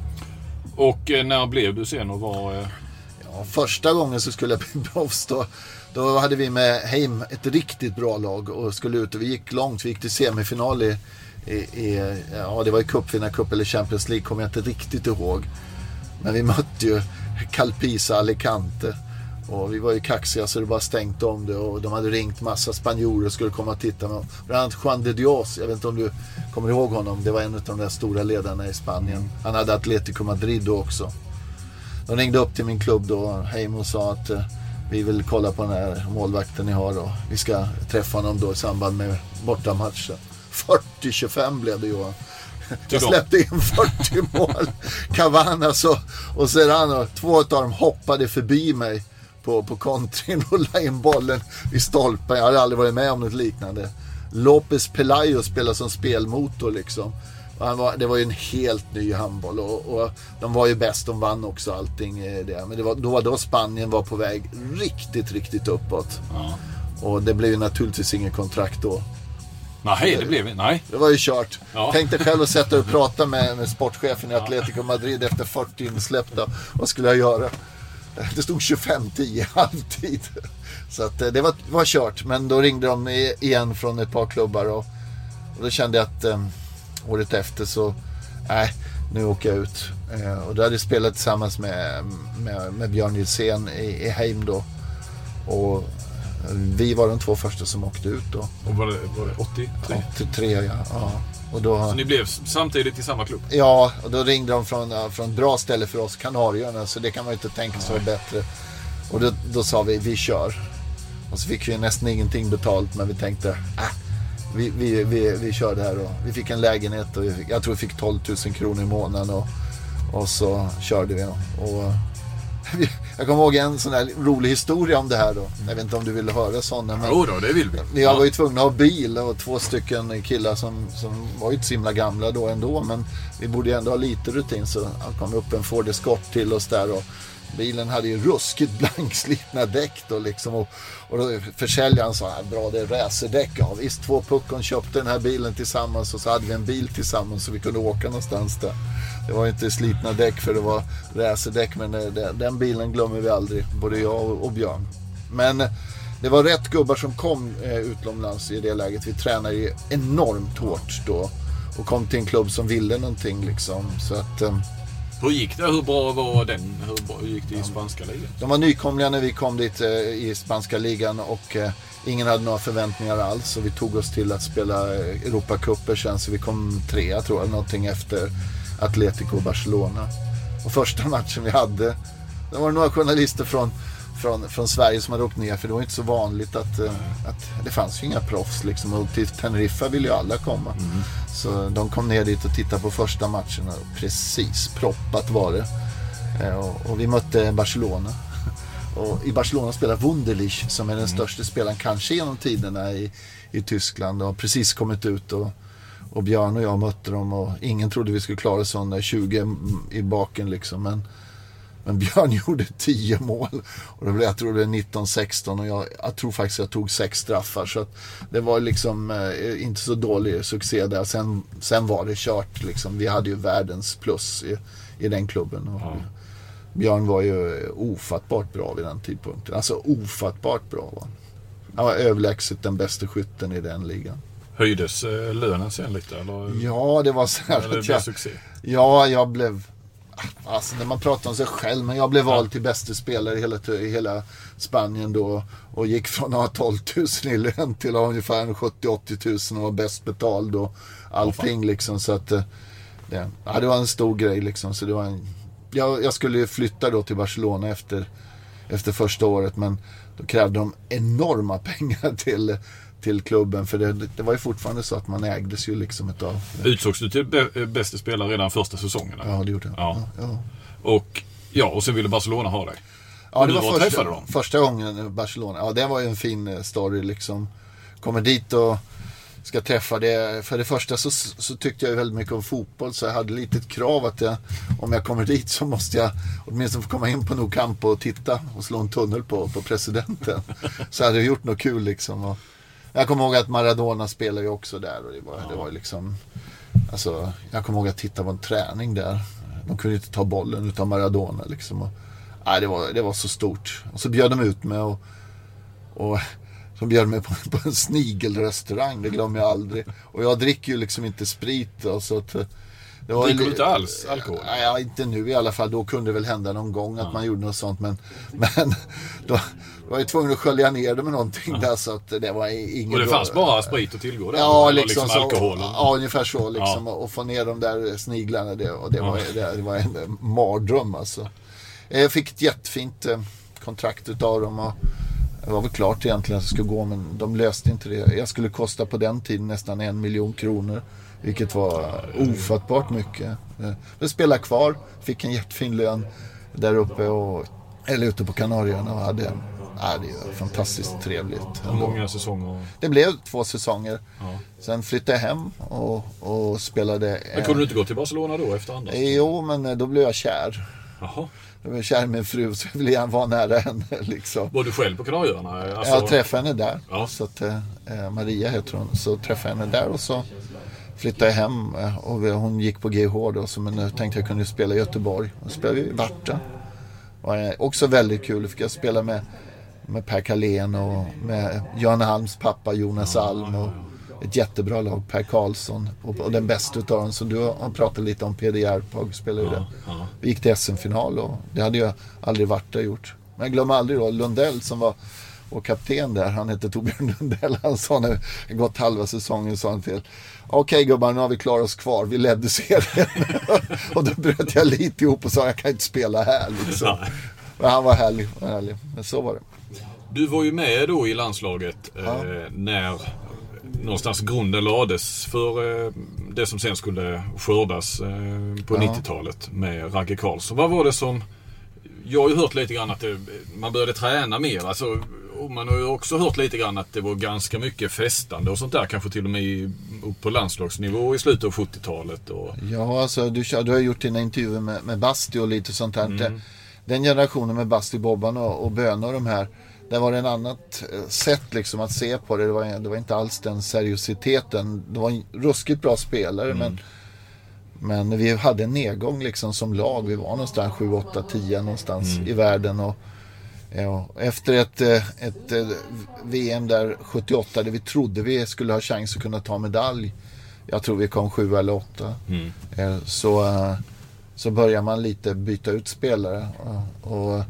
Och eh, när blev du sen och var... Eh... Ja, första gången så skulle jag bli proffs då. Då hade vi med Heim ett riktigt bra lag och skulle ut och vi gick långt. Vi gick till semifinal i, i, i ja det var i cupfinal cup eller Champions League kommer jag inte riktigt ihåg. Men vi mötte ju Calpisa Alicante och vi var ju kaxiga så det bara stängt om det och de hade ringt massa spanjorer och skulle komma och titta med. Bland annat Juan de Dios, jag vet inte om du kommer ihåg honom, det var en av de där stora ledarna i Spanien. Han hade Atletico Madrid då också. De ringde upp till min klubb då, Heim, och sa att vi vill kolla på den här målvakten ni har och vi ska träffa honom då i samband med bortamatchen. fyrtio tjugofem blev det ju. Jag släppte in fyrtio mål. Cavanas och, och Serrano. Två av dem hoppade förbi mig på, på kontring och la in bollen i stolpen. Jag hade aldrig varit med om något liknande. Lopez Pelayo spelade som spelmotor liksom. Han var, det var ju en helt ny handboll och, och de var ju bäst, de vann också allting det. Men det var då, då Spanien var på väg riktigt, riktigt uppåt. Ja. Och det blev ju naturligtvis ingen kontrakt då. Nej, det blev nej. Det var ju kört. Ja. Tänkte själv att sätta och prata med, med sportchefen i Atletico Madrid efter fyrtio insläppta. Vad skulle jag göra? Det stod tjugofem tio halvtid. Så att det var, var kört. Men då ringde de igen från ett par klubbar och, och då kände jag att um, året efter så nej, nu åker jag ut. Eh, och då hade jag spelat tillsammans med, med, med Björn Gilsén i, i Heim då. Och vi var de två första som åkte ut då. Och var det, var det åttiotre? åttiotre, ja. ja. Och då, så ni blev samtidigt i samma klubb? Ja, och då ringde de från, från ett bra ställe för oss, Kanarieöarna, så det kan man ju inte tänka sig bättre. Och då, då sa vi, vi kör. Och så fick vi nästan ingenting betalt, men vi tänkte, äh, vi, vi, vi, vi kör det här. Och vi fick en lägenhet och vi fick, jag tror vi fick tolv tusen kronor i månaden och, och så körde vi. Och, jag kommer ihåg en sån här rolig historia om det här då. Jag vet inte om du ville höra sådana. Men jo då, det vill vi. Vi var ju tvungna att ha bil och två stycken killar som, som var ju inte så himla gamla då ändå. Men vi borde ju ändå ha lite rutin, så han kom upp en Ford Escort till oss där och bilen hade ju ruskigt blankslitna däck då liksom. Och, och då försäljaren sa, bra det är racerdäck. Ja visst, två puckon köpte den här bilen tillsammans och så hade vi en bil tillsammans så vi kunde åka någonstans där. Det var inte slitna däck för det var racerdäck, men det, den bilen glömmer vi aldrig, både jag och, och Björn. Men det var rätt gubbar som kom eh, utomlands i det läget. Vi tränade ju enormt hårt då och kom till en klubb som ville någonting liksom. Så att... Eh, hur gick det? Hur bra var den? Hur, bra, hur gick det i spanska ligan? De var nykomliga när vi kom dit eh, i spanska ligan och eh, ingen hade några förväntningar alls. Och vi tog oss till att spela Europacuper sen, så vi kom trea tror jag, någonting efter Atletico och Barcelona. Och första matchen vi hade, det var några journalister från, från, från Sverige som hade åkt ner, för det var inte så vanligt att, mm. att det fanns ju inga proffs liksom, och till Teneriffa ville ju alla komma. Mm. Så de kom ner dit och tittade på första matchen och precis proppat var det. Och, och vi mötte Barcelona. Och i Barcelona spelar Wunderlich som är den mm. största spelaren kanske genom tiderna i, i Tyskland och har precis kommit ut och Och Björn och jag mötte dem och ingen trodde vi skulle klara sån där tjugo i baken liksom. Men, men Björn gjorde tio mål. Och det blev, jag tror det nitton sexton och jag, jag tror faktiskt jag tog sex straffar. Så att det var liksom eh, inte så dålig succé där. Sen, sen var det kört liksom. Vi hade ju världens plus i, i den klubben. Och ja. Björn var ju ofattbart bra vid den tidpunkten. Alltså ofattbart bra var han. Han var överlägset den bästa skytten i den ligan. Höjdes eh, lönen sen lite? Eller? Ja, det var så här. Eller det blev succé? Ja, jag blev... Alltså när man pratar om sig själv, men jag blev vald ja. till bästa spelare i hela, i hela Spanien då. Och gick från att ha tolv tusen i lön till att ha ungefär sjuttio åttio tusen och var bäst betald och allting liksom. Så att det, ja, det var en stor grej liksom. Så det var en, jag, jag skulle flytta då till Barcelona efter, efter första året, men då krävde de enorma pengar till... till klubben, för det, det var ju fortfarande så att man ägdes ju liksom ett av... Utsågs du till bästa spelare redan första säsongen? Ja, det gjorde jag. Ja. Ja, ja. Och Ja, och sen ville Barcelona ha dig. Ja, det var, var första, första gången i Barcelona. Ja, det var ju en fin story liksom. Kommer dit och ska träffa det. För det första så, så tyckte jag väldigt mycket om fotboll, så jag hade lite ett krav att jag, om jag kommer dit så måste jag åtminstone få komma in på Nou Camp och titta och slå en tunnel på, på presidenten. Så hade jag gjort något kul liksom. Och jag kommer ihåg att Maradona spelade ju också där och det var, det var liksom, alltså, jag kommer ihåg att titta på en träning där. De kunde inte ta bollen utan Maradona liksom. Och, nej, det var, det var så stort. Och så bjöd de ut mig och, och så bjöd de mig på, på en snigelrestaurang, det glömmer jag aldrig. Och jag dricker ju liksom inte sprit. Och så att, det var dricker du inte alls alkohol? Nej, inte nu i alla fall. Då kunde det väl hända någon gång att ja. man gjorde något sånt. Men, men då var jag tvungen att skölja ner det med någonting ja. där, så att det var inget. Och det fanns bra. bara sprit att tillgå där? Ja, liksom, liksom alkohol? Så, ja, ungefär så liksom. Ja. Och få ner de där sniglarna. Det, och det, ja. var, det, det var en mardröm alltså. Jag fick ett jättefint eh, kontrakt utav dem och det var väl klart egentligen att jag skulle gå, men de löste inte det. Jag skulle kosta på den tiden nästan en miljon kronor, vilket var ofattbart mycket. Jag spelade kvar, fick en jättefin lön där uppe och, eller ute på Kanarierna och hade, ja, det var fantastiskt trevligt. Hur många säsonger? Det blev två säsonger. Ja. Sen flyttade jag hem och, och spelade. Men kunde du inte gå till Barcelona då efter andra? Jo, men då blev jag kär. Jaha. Jag var kär med en fru, så jag ville gärna vara nära henne liksom. Var du själv på Kanarieöarna? Alltså... Jag träffade henne där. Ja. Så att, eh, Maria heter hon. Så träffade jag henne där och så flyttade jag hem. Och hon gick på G H då, så men nu tänkte jag kunde spela i Göteborg. Och spelade vi i Varta. Och också väldigt kul. Fick jag spela med, med Per Carlén och med Jan Halms pappa Jonas ja, Alm. Och ett jättebra lag, Per Karlsson. Och, och den bästa utav dem, så du har pratat lite om P D Järpag, spelade ju ja, den. Ja. Vi gick till S M-final och det hade jag aldrig varit där gjort. Men jag glömmer aldrig då, Lundell som var vår kapten där, han hette Torbjörn Lundell, han sa när det gått halva säsongen, sa han till okej okay, gubbar, nu har vi klarat oss kvar, vi ledde serien. Och då bröt jag lite ihop och sa jag kan inte spela här liksom. Men han var härlig, härlig, men så var det. Du var ju med då i landslaget ja. eh, när någonstans grunden lades för eh, det som sen skulle skördas eh, på ja. nittiotalet med Ragge Karlsson. Vad var det som, jag har ju hört lite grann att det, man började träna mer, alltså, och man har ju också hört lite grann att det var ganska mycket festande och sånt där, kanske till och med upp på landslagsnivå i slutet av sjuttiotalet. Och... Ja, alltså du, du har gjort dina intervjuer med, med Basti och lite sånt här. Mm. Den generationen med Basti, Bobban och, och Böna och de här, det var en annat sätt liksom att se på det. Det var, det var inte alls den seriositeten. Det var en ruskigt bra spelare, mm. men, men vi hade en nedgång liksom som lag. Vi var någonstans sju, åtta, tio någonstans mm. i världen. Och, ja, efter ett, ett, ett V M där sjuttioåtta där vi trodde vi skulle ha chans att kunna ta medalj. Jag tror vi kom sju eller åtta. Mm. Så, så börjar man lite byta ut spelare. Och, och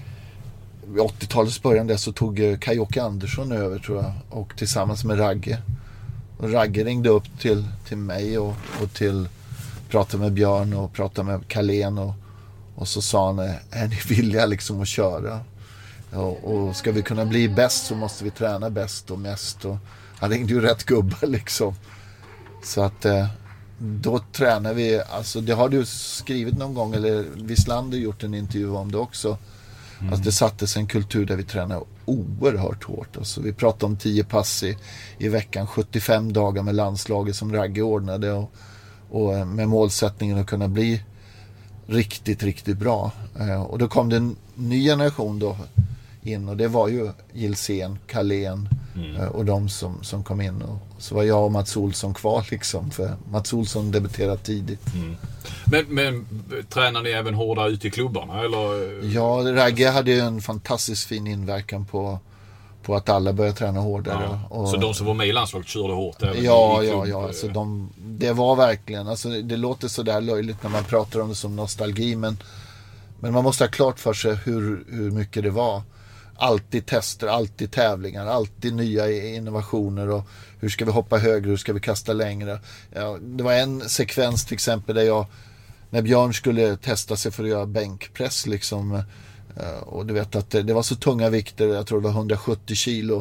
vid åttiotalets början där så tog Kaj-Åke Andersson över, tror jag, och tillsammans med Ragge. Och Ragge ringde upp till, till mig och, och till pratade med Björn och pratade med Carlén och, och så sa han, är ni villiga liksom att köra? Och, och ska vi kunna bli bäst så måste vi träna bäst och mest. Och han ringde ju rätt gubbar liksom. Så att då tränar vi, alltså det har du skrivit någon gång, eller Wislander gjort en intervju om det också. Mm. Alltså det sattes en kultur där vi tränar oerhört hårt. Alltså vi pratade om tio pass i, i veckan, sjuttiofem dagar med landslaget som Ragge ordnade och, och med målsättningen att kunna bli riktigt, riktigt bra. Eh, och då kom det en ny generation då in och det var ju Gilsén, Carlén mm. eh, och de som, som kom in. Och så var jag och Mats Olsson kvar liksom, för Mats Olsson debuterade tidigt. Mm. Men, men tränar ni även hårdare ute i klubbarna? Eller? Ja, Ragge hade ju en fantastiskt fin inverkan på, på att alla började träna hårdare. Ja. Och, så de som var med i landslaget körde hårt? Även ja, i ja, ja. Alltså de, det var verkligen, alltså det låter så där löjligt när man pratar om det som nostalgi, men, men man måste ha klart för sig hur, hur mycket det var. Alltid tester, alltid tävlingar, alltid nya innovationer och hur ska vi hoppa högre, hur ska vi kasta längre. Ja, det var en sekvens till exempel där jag, när Björn skulle testa sig för att göra bänkpress liksom, och du vet att det, det var så tunga vikter, jag tror det var hundrasjuttio kilo,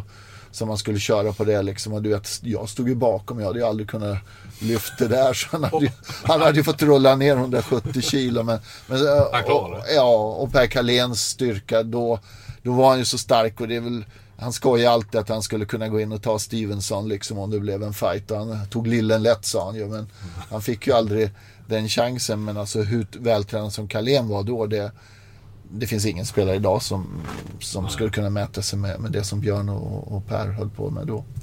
som man skulle köra på det liksom. Och du vet, jag stod ju bakom, jag hade ju aldrig kunnat lyfta det där, så han hade ju, han hade ju fått rulla ner hundrasjuttio kilo, men, men och, ja, och Per Carléns styrka, då, då var han ju så stark, och det är väl, han skojar alltid att han skulle kunna gå in och ta Stevenson liksom om det blev en fight, och han tog lillen lätt, sa han ju, men han fick ju aldrig den chansen. Men alltså hur vältränad som Carlén var då, det, det finns ingen spelare idag som, som skulle kunna mäta sig med, med det som Björn och, och Per höll på med då.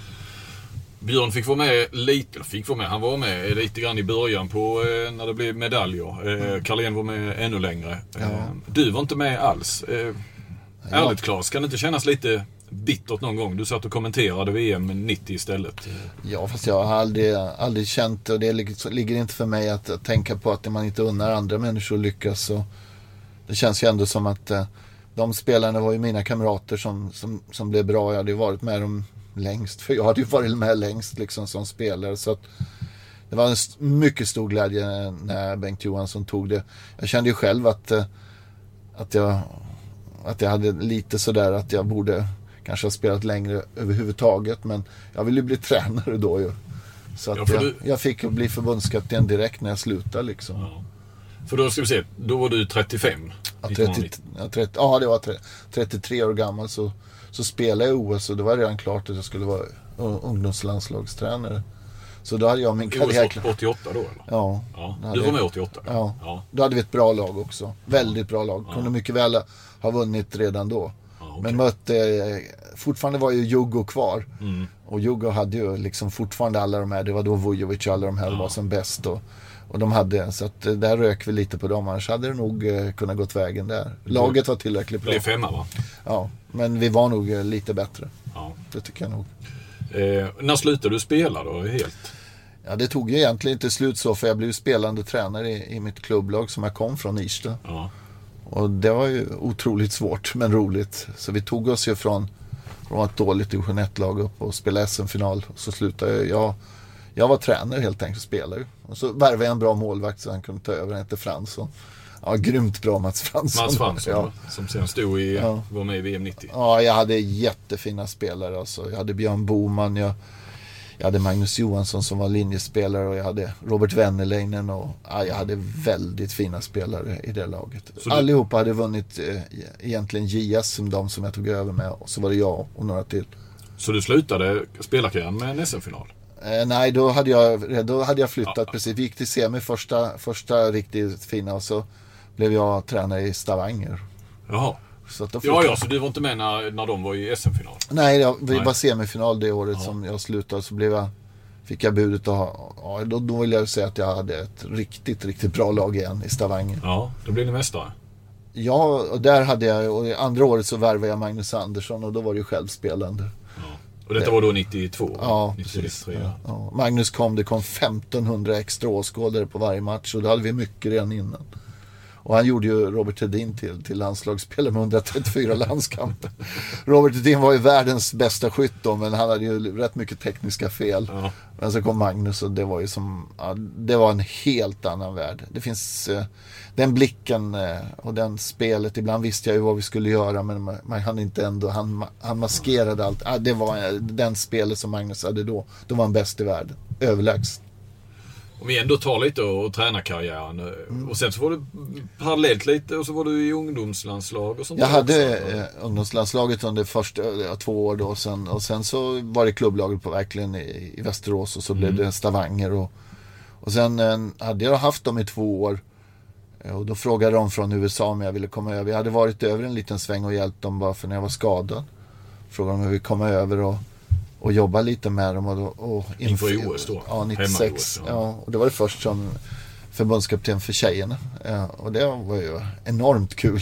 Björn fick vara med lite, fick vara med, han var med lite grann i början på eh, när det blev medaljer. Eh, Carlén var med ännu längre. Eh, ja. Du var inte med alls. Eh, ärligt Claes, kan det inte kännas lite bittert någon gång? Du satt och kommenterade V M nittio istället. Ja, fast jag har aldrig, aldrig känt, och det ligger inte för mig att, att tänka på att man inte unnar andra människor lyckas. Så det känns ju ändå som att eh, de spelarna var ju mina kamrater som, som, som blev bra. Jag hade ju varit med dem längst, för jag hade ju varit med längst liksom som spelare, så att det var en st- mycket stor glädje när Bengt Johansson tog det. Jag kände ju själv att eh, att jag att jag hade lite sådär att jag borde kanske ha spelat längre överhuvudtaget, men jag ville ju bli tränare då ju. Så att ja, jag, du... jag fick bli förbundskapten direkt när jag slutade liksom. Ja. För då ska vi se, då var du trettiofem. Ja, trettio, ja, trettio, ja det var trettiotre år gammal, så, så spelade jag i O S, och det var redan klart att jag skulle vara ungdomslandslagstränare. Så då hade jag min karriär. åttioåtta då eller? Ja. ja. Du var med åttioåtta? Ja. ja. Då hade vi ett bra lag också. Väldigt bra lag. Kunde ja. mycket väl ha vunnit redan då. Ja, okay. Men mötte, fortfarande var ju Jugo kvar. Mm. Och Jugo hade ju liksom fortfarande alla de här, det var då Vujovic och alla de här ja. var som bäst. Och, och de hade, så att där rök vi lite på dem. Annars hade det nog eh, kunnat gått vägen där. Laget var tillräckligt bra. Det blev femma va? Ja, men vi var nog eh, lite bättre. Ja. Det tycker jag nog. Eh, när slutade du spela då helt? Ja, det tog ju egentligen inte slut så, för jag blev spelande tränare i, i mitt klubblag som jag kom från Irsta. Ja. Och det var ju otroligt svårt, men roligt. Så vi tog oss ju från, från ett dåligt division ett-lag upp och spelade S M-final. Och så slutade jag, jag, jag var tränare helt enkelt och spelade ju. Och så värvade jag en bra målvakt så han kunde ta över, han hette Fransson. Ja, grymt bra Mats Fransson. Mats Fransson, ja. som sen stod i, ja. var med i V M nittio. Ja, jag hade jättefina spelare alltså. Jag hade Björn Boman, jag, jag hade Magnus Johansson som var linjespelare, och jag hade Robert Wennerleinen, och ja, jag hade väldigt fina spelare i det laget. Du... Allihopa hade vunnit eh, egentligen J S som de som jag tog över med, och så var det jag och några till. Så du slutade spelarkarriären med en S M-final? Eh, nej, då hade jag, då hade jag flyttat ja. precis. Vi gick till semi första, första riktigt fina, och så blev jag tränare i Stavanger. Jaha. Så att då ja, ja, så du var inte med när, när de var i S M-final? Nej, jag, vi Nej. var semifinal det året ja. som jag slutade, så blev jag, fick jag budet att ha, ja, då, då vill jag säga att jag hade ett riktigt, riktigt bra lag igen i Stavanger. Ja, då blev ni mästare. Ja, och där hade jag, och i andra året så värvade jag Magnus Andersson, och då var det ju självspelande. Ja. Och detta var då nittiotvå? Ja, precis. Ja. Ja. Magnus kom, det kom femtonhundra extra åskådare på varje match, och då hade vi mycket redan innan. Och han gjorde ju Robert Hedin till, till landslagsspelare med hundratrettiofyra landskamper. Robert Hedin var ju världens bästa skytt då, men han hade ju rätt mycket tekniska fel. Ja. Men så kom Magnus, och det var ju som, ja, det var en helt annan värld. Det finns eh, den blicken eh, och den spelet. Ibland visste jag ju vad vi skulle göra, men man, man hann inte ändå, han, han maskerade allt. Ja, det var eh, den spelet som Magnus hade då. Då var han bäst i världen, överlägset. Om vi ändå tar lite och, och tränar karriären. Mm. Och sen så var du parallellt lite, och så var du i ungdomslandslag och sånt. Jag hade eh, ungdomslandslaget under första ja, två år då, och sen, och sen så var det klubblaget på verkligen i, i Västerås, och så mm. blev det Stavanger, och, och sen eh, hade jag haft dem i två år, och då frågade de från U S A om jag ville komma över. Jag hade varit över en liten sväng och hjälpt dem bara för när jag var skadad. Frågade om jag ville komma över och och jobba lite med dem, och, och inför O S då? Ja, nittiosex. O S, ja. Ja, och det var det först som förbundskapten för tjejerna. Ja, och det var ju enormt kul.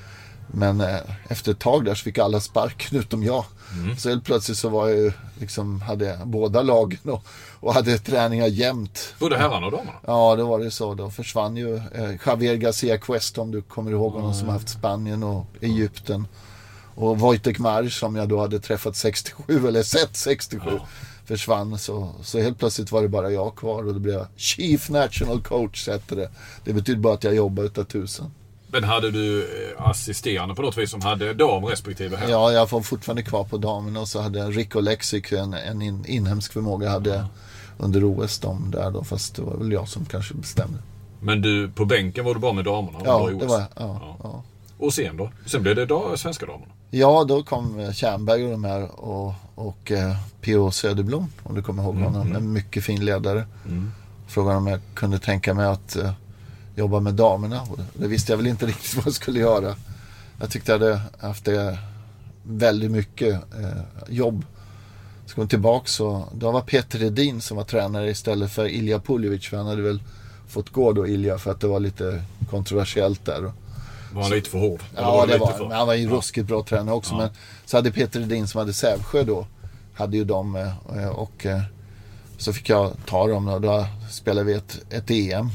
Men eh, efter ett tag där så fick alla sparken utom jag. Mm. Så helt plötsligt så var jag ju liksom, hade båda lagen och, och hade träningar jämt. Både herrarna och damerna? Ja, det var det så. Då försvann ju eh, Javier Garcia Cuesta, om du kommer ihåg honom, mm. som haft Spanien och Egypten. Och Wojtek Marz, som jag då hade träffat sextiosju eller sett sextiosju, ja. försvann. Så, så helt plötsligt var det bara jag kvar, och då blev jag Chief National Coach, hette det. Det betyder bara att jag jobbar utav tusen. Men hade du assisterande på något vis som hade dam respektive här? Ja, jag var fortfarande kvar på damen och så hade Rick Oleksik en, en in, inhemsk förmåga hade mm. under O S de där då, fast det var väl jag som kanske bestämde. Men du, på bänken var du bara med damerna? Ja, var det var ja, ja. ja. Och sen då? Sen blev det då svenska damerna? Ja, då kom Tjärnberg och de här och, och eh, P O Söderblom, om du kommer ihåg honom, mm. en mycket fin ledare. Mm. Frågade om jag kunde tänka mig att eh, jobba med damerna. Och det, det visste jag väl inte riktigt vad jag skulle göra. Jag tyckte jag hade haft det väldigt mycket eh, jobb. Så kom tillbaka så då var Peter Edin som var tränare istället för Ilja Puljevic, för han hade väl fått gå då Ilja för att det var lite kontroversiellt där. Var han så, lite för hård? Ja, var det var för... men han var ju ja. ruskigt bra tränare också. Ja. Men så hade Peter Edin som hade Sävsjö då, hade ju dem och, och så fick jag ta dem och då spelade vi ett, ett E M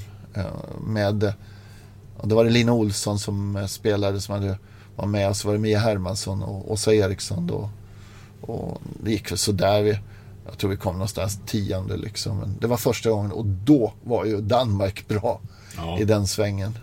med, och då var det Lina Olsson som spelade som hade var med, och så var det Mia Hermansson och Åsa Eriksson då, och det gick väl så där vi, jag tror vi kom någonstans tionde liksom, men det var första gången och då var ju Danmark bra ja. i den svängen.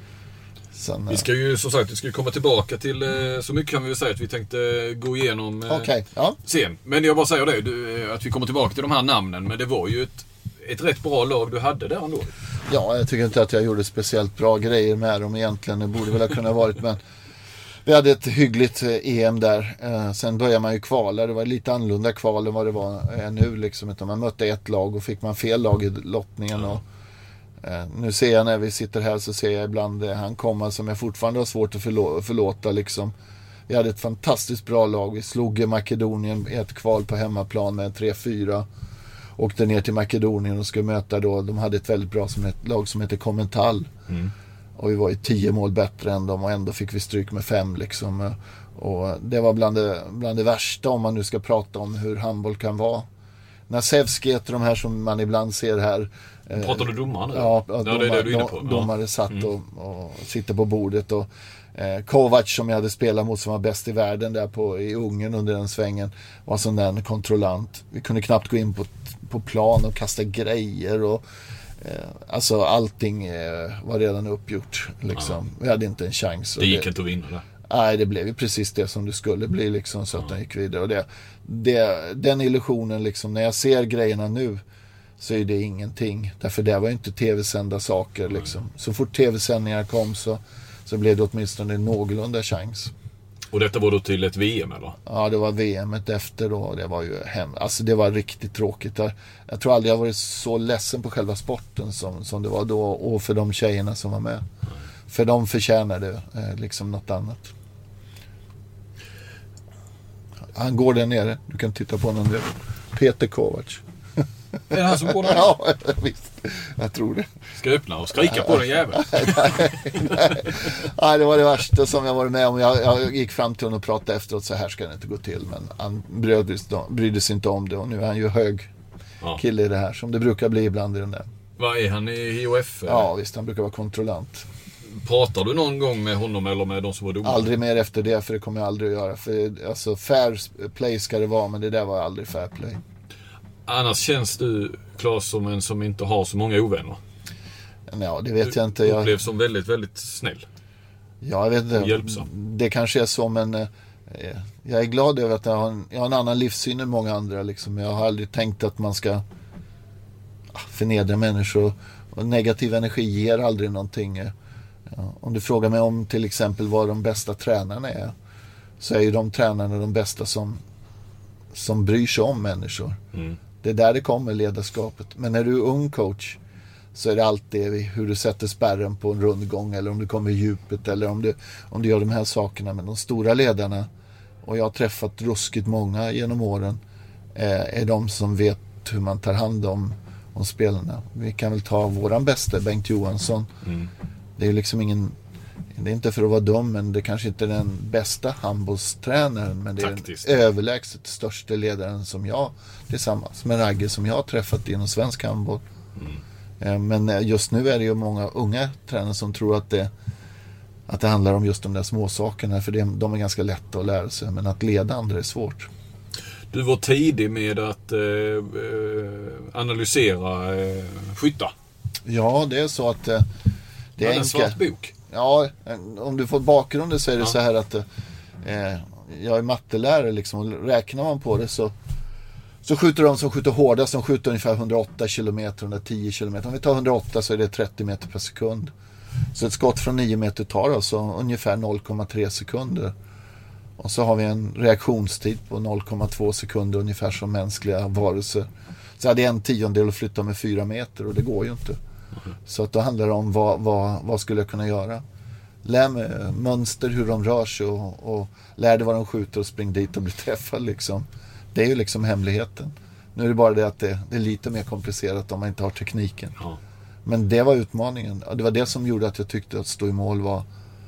Sen, vi ska ju som sagt vi ska komma tillbaka till så mycket kan vi väl säga att vi tänkte gå igenom okay, ja. sen. Men jag bara säger det du, att vi kommer tillbaka till de här namnen, men det var ju ett, ett rätt bra lag du hade där ändå. Ja, jag tycker inte att jag gjorde speciellt bra grejer med dem egentligen. Det borde väl ha kunnat varit, men vi hade ett hyggligt E M där. Eh, sen började man ju kvala. Det var lite annorlunda kval än vad det var eh, nu liksom. Utan man mötte ett lag och fick man fel lag i lottningen. Ja. Och, eh, nu ser jag när vi sitter här så ser jag ibland eh, han komma som jag fortfarande har svårt att förlå- förlåta liksom. Vi hade ett fantastiskt bra lag. Vi slog Makedonien i ett kval på hemmaplan med tre fyra. Åkte ner till Makedonien och skulle möta då. De hade ett väldigt bra som ett lag som heter Kommental. Mm. Och vi var ju tio mål bättre än dem och ändå fick vi stryk med fem liksom. Och det var bland det, bland det värsta om man nu ska prata om hur handboll kan vara. Nasevski heter de här som man ibland ser här. Pratar du domare nu? Ja, ja domar, det är det du är inne på. Domare satt mm. och, och sitter på bordet. Och eh, Kovac som jag hade spelat mot som var bäst i världen där på, i Ungern under den svängen var sån där kontrollant. Vi kunde knappt gå in på, på plan och kasta grejer och alltså allting var redan uppgjort liksom. Ja. Vi hade inte en chans. Det gick det, inte att vinna det. Nej, det blev ju precis det som det skulle bli liksom, så att ja. den gick vidare. Och det, det, den illusionen liksom, när jag ser grejerna nu så är det ingenting. Därför det var ju inte tv-sända saker liksom. Så fort tv-sändningar kom så, så blev det åtminstone en någorlunda chans. Och detta var då till ett V M eller? Ja, det var V M-et efter då. Det var ju hem. Alltså det var riktigt tråkigt. Jag, jag tror aldrig jag varit så ledsen på själva sporten som, som det var då. Och för de tjejerna som var med. Mm. För de förtjänade eh, liksom något annat. Han går där nere. Du kan titta på honom där. Peter Kovac. Är det han som går där? Ja, visst. Jag tror det. Ska öppna och skrika på den jäveln. nej, nej. nej, det var det värsta som jag varit med om. Jag, jag gick fram till honom och pratade efteråt. Så här ska det inte gå till. Men han brydde, brydde sig inte om det. Och nu är han ju hög ja. kille i det här. Som det brukar bli ibland i den där. Vad är han i H O F? Ja, visst. Han brukar vara kontrollant. Pratar du någon gång med honom eller med de som var domare? Aldrig mer efter det, för det kommer jag aldrig att göra. För alltså, fair play ska det vara, men det där var aldrig fair play. Annars känns du, Claes, som en som inte har så många ovänner? Ja, det vet du jag inte. Du upplevs som väldigt, väldigt snäll. Ja, jag vet inte. Hjälpsam. Det kanske är så, men eh, jag är glad över att jag har en, jag har en annan livssyn än många andra. Liksom. Jag har aldrig tänkt att man ska förnedra människor. Och negativ energi ger aldrig någonting. Ja, om du frågar mig om till exempel vad de bästa tränarna är, så är ju de tränarna de bästa som, som bryr sig om människor. Mm. Det är där det kommer, ledarskapet. Men när du är ung coach så är det alltid hur du sätter spärren på en rundgång, eller om du kommer i djupet, eller om du, om du gör de här sakerna. Men de stora ledarna, och jag har träffat ruskigt många genom åren, eh, är de som vet hur man tar hand om, om spelarna. Vi kan väl ta våran bästa, Bengt Johansson. Mm. Det är liksom ingen, det är inte för att vara dum, men det kanske inte är den bästa handbollstränaren, men det är Taktiskt. Den överlägset största ledaren som jag, tillsammans med Ragge, som jag har träffat inom svensk handboll. Mm. Men just nu är det ju många unga tränare som tror att det, att det handlar om just de där små sakerna, för det, de är ganska lätta att lära sig, men att leda andra är svårt. Du var tidig med att eh, analysera eh, skyttar. Ja, det är så att eh, det är en svart bok. Ja, om du får bakgrunden så är det ja. så här att eh, jag är mattelärare liksom, och räknar man på det så så skjuter de som skjuter hårdast, som skjuter ungefär hundraåtta kilometer, hundratio kilometer. Om vi tar hundraåtta så är det trettio meter per sekund. Så ett skott från nio meter tar alltså ungefär noll komma tre sekunder. Och så har vi en reaktionstid på noll komma två sekunder ungefär som mänskliga varelser. Så hade jag en tiondel att flytta med fyra meter och det går ju inte. Mm. Så att då handlar det om vad, vad, vad skulle jag kunna göra. Lär mig mönster, hur de rör sig och, och lär dig vad de skjuter och spring dit och bli träffad liksom. Det är ju liksom hemligheten. Nu är det bara det att det, det är lite mer komplicerat om man inte har tekniken. Ja. Men det var utmaningen. Det var det som gjorde att jag tyckte att stå i mål var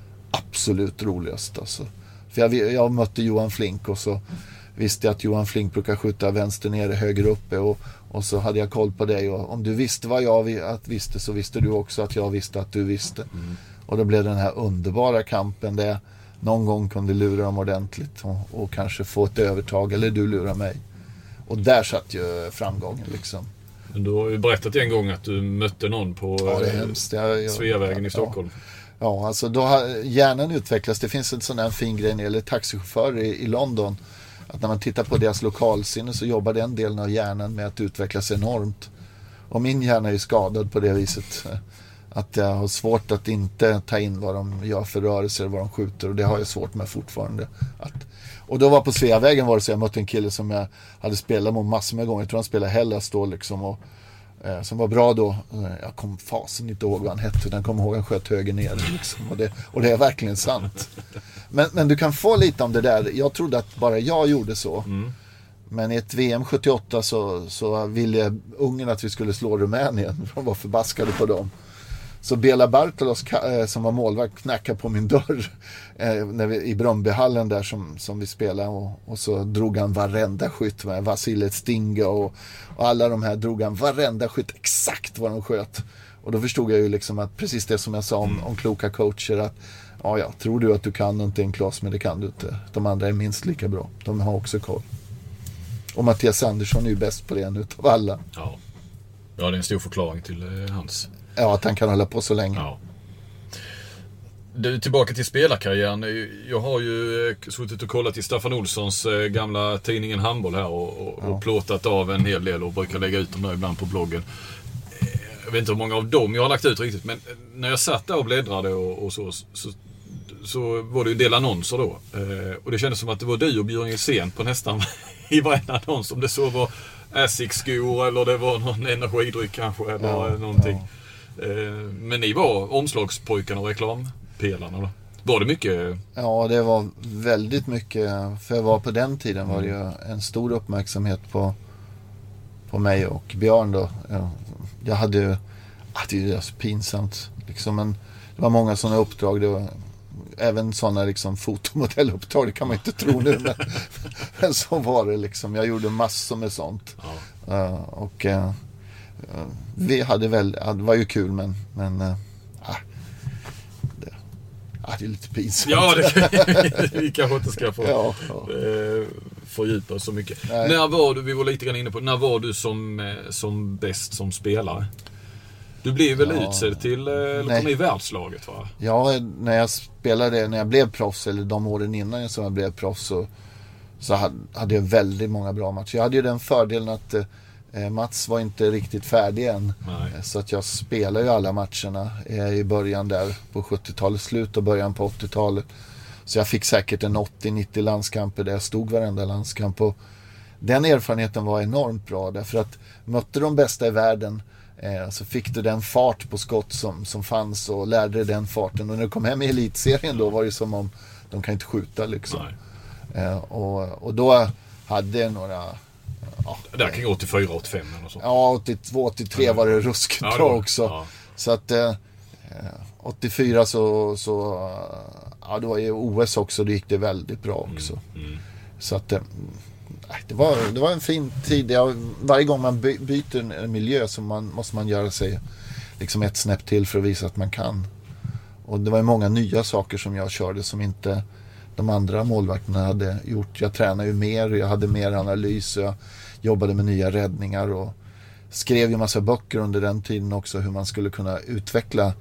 absolut roligast. Alltså. För jag, jag mötte Johan Flink och så visste jag att Johan Flink brukar skjuta vänster nere, höger uppe. Och, och så hade jag koll på dig. Och om du visste vad jag att visste så visste du också att jag visste att du visste. Mm. Och då blev den här underbara kampen där jag någon gång kunde lura dem ordentligt och, och kanske få ett övertag, eller du lurar mig. Och där satt ju framgången liksom. Men du har ju berättat en gång att du mötte någon på ja, det är hemskt. Jag, jag, Sveavägen ja, i Stockholm. Ja, ja, alltså då har hjärnan utvecklats. Det finns en sån här fin grej när det gäller taxichaufförer i, i London. Att när man tittar på deras lokalsinne så jobbar den delen av hjärnan med att utvecklas enormt. Och min hjärna är ju skadad på det viset. Att jag har svårt att inte ta in vad de gör för rörelser, vad de skjuter. Och det har jag svårt med fortfarande. Att, och då var på Sveavägen var det så jag mötte en kille som jag hade spelat med massor med gånger. Jag tror han spelade Hellas då liksom. Och, eh, som var bra då. Jag kom fasen inte ihåg vad han hette. Den kom ihåg han sköt höger ner liksom. Och det, och det är verkligen sant. Men, men du kan få lite om det där. Jag trodde att bara jag gjorde så. Mm. Men i ett V M sjuttioåtta så, så ville Ungern att vi skulle slå Rumänien. De var förbaskade på dem. Så Bela Bartolos som var målvakt knackade på min dörr eh, när vi, i Bröndbyhallen där som, som vi spelade och, och så drog han varenda skytt med Vasilij Stinga och, och alla de här drog han varenda skytt exakt vad de sköt. Och då förstod jag ju liksom att precis det som jag sa om, om kloka coacher att ja, ja, tror du att du kan någonting Claes, men det kan du inte. De andra är minst lika bra. De har också koll. Och Mattias Andersson är ju bäst på det än utav alla. Ja, ja det är en stor förklaring till eh, hans... Ja, att han kan hålla på så länge. Ja. Du, tillbaka till spelarkarriären. Jag har ju suttit och kollat i Staffan Olssons gamla tidningen Handboll här och, och, ja. och plåtat av en hel del och brukar lägga ut dem där ibland på bloggen. Jag vet inte hur många av dem jag har lagt ut riktigt, men när jag satt där och bläddrade och, och så, så, så var det ju en del annonser då. Och det kändes som att det var du och Björn Hysén på nästan i varje annons. Om det så var Asics-skor eller det var någon energidryck kanske eller ja, någonting. Ja. Men ni var omslagspojkarna och reklampelarna då? Var det mycket? Ja, det var väldigt mycket. För jag var på den tiden var det ju en stor uppmärksamhet på, på mig och Björn då. Jag hade ju, det är ju så pinsamt liksom, men det var många sådana uppdrag. Det var även sådana liksom fotomodelluppdrag, det kan man inte tro nu, men, men så var det liksom. Jag gjorde massor med sånt. Ja. Och vi hade väl, det var ju kul, men, men äh, det, äh, det är lite pinsamt. Ja, det, vi kanske inte ska få ja, ja. Eh, fördjupa oss så mycket. Nej. När var du, vi var lite grann inne på, när var du som, som bäst som spelare? Du blev väl ja, utsedd till, eller kom i världslaget, va? Ja, när jag spelade, när jag blev proffs, eller de åren innan som jag blev proffs, så, så hade, hade jag väldigt många bra matcher. Jag hade ju den fördelen att Mats var inte riktigt färdig än. Nej. Så att jag spelade ju alla matcherna i början där på sjuttiotalets slut och början på åttiotalet. Så jag fick säkert en åttio nittio landskamper där jag stod varenda landskamp. Och den erfarenheten var enormt bra, därför att mötte de bästa i världen eh, så fick du den fart på skott som, som fanns och lärde dig den farten. Och när du kom hem i elitserien då var det som om de kan inte skjuta liksom. Eh, och, och då hade jag några... Ja, där kan gå åttiofyra åttiofem eller så. Ja, åttiotvå åttiotre var det ruskigt ja, bra också. Ja. Så att eh, åttiofyra så, så ja, det var ju O S också, det gick det väldigt bra också. Mm, mm. Så att eh, det, var, det var en fin tid. Jag, varje gång man by, byter en miljö så man, måste man göra sig liksom ett snäpp till för att visa att man kan. Och det var ju många nya saker som jag körde som inte de andra målvakterna hade gjort. Jag tränade ju mer, jag hade mer analys, jag jobbade med nya räddningar och skrev ju massa böcker under den tiden också hur man skulle kunna utveckla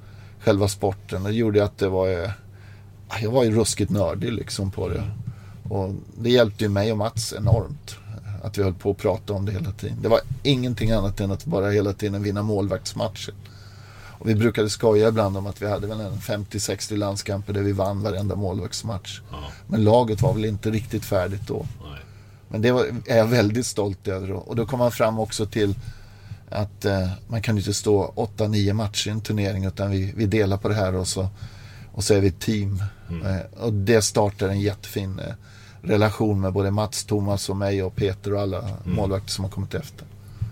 själva sporten. Det gjorde att det var eh, jag var ju ruskigt nördig liksom på det. Och det hjälpte ju mig och Mats enormt att vi höll på att prata om det hela tiden. Det var ingenting annat än att bara hela tiden vinna målvaktsmatcher. Och vi brukade skoja ibland om att vi hade väl en femtio sextio landskamper där vi vann varenda målvaktsmatch. Ja. Men laget var väl inte riktigt färdigt då. Nej. Men det var, är jag väldigt stolt över. Och då kom man fram också till att eh, man kan ju inte stå åtta nio matcher i en turnering, utan vi, vi delar på det här och så, och så är vi ett team. Mm. Eh, och det startar en jättefin eh, relation med både Mats, Thomas och mig och Peter och alla mm. målvakter som har kommit efter.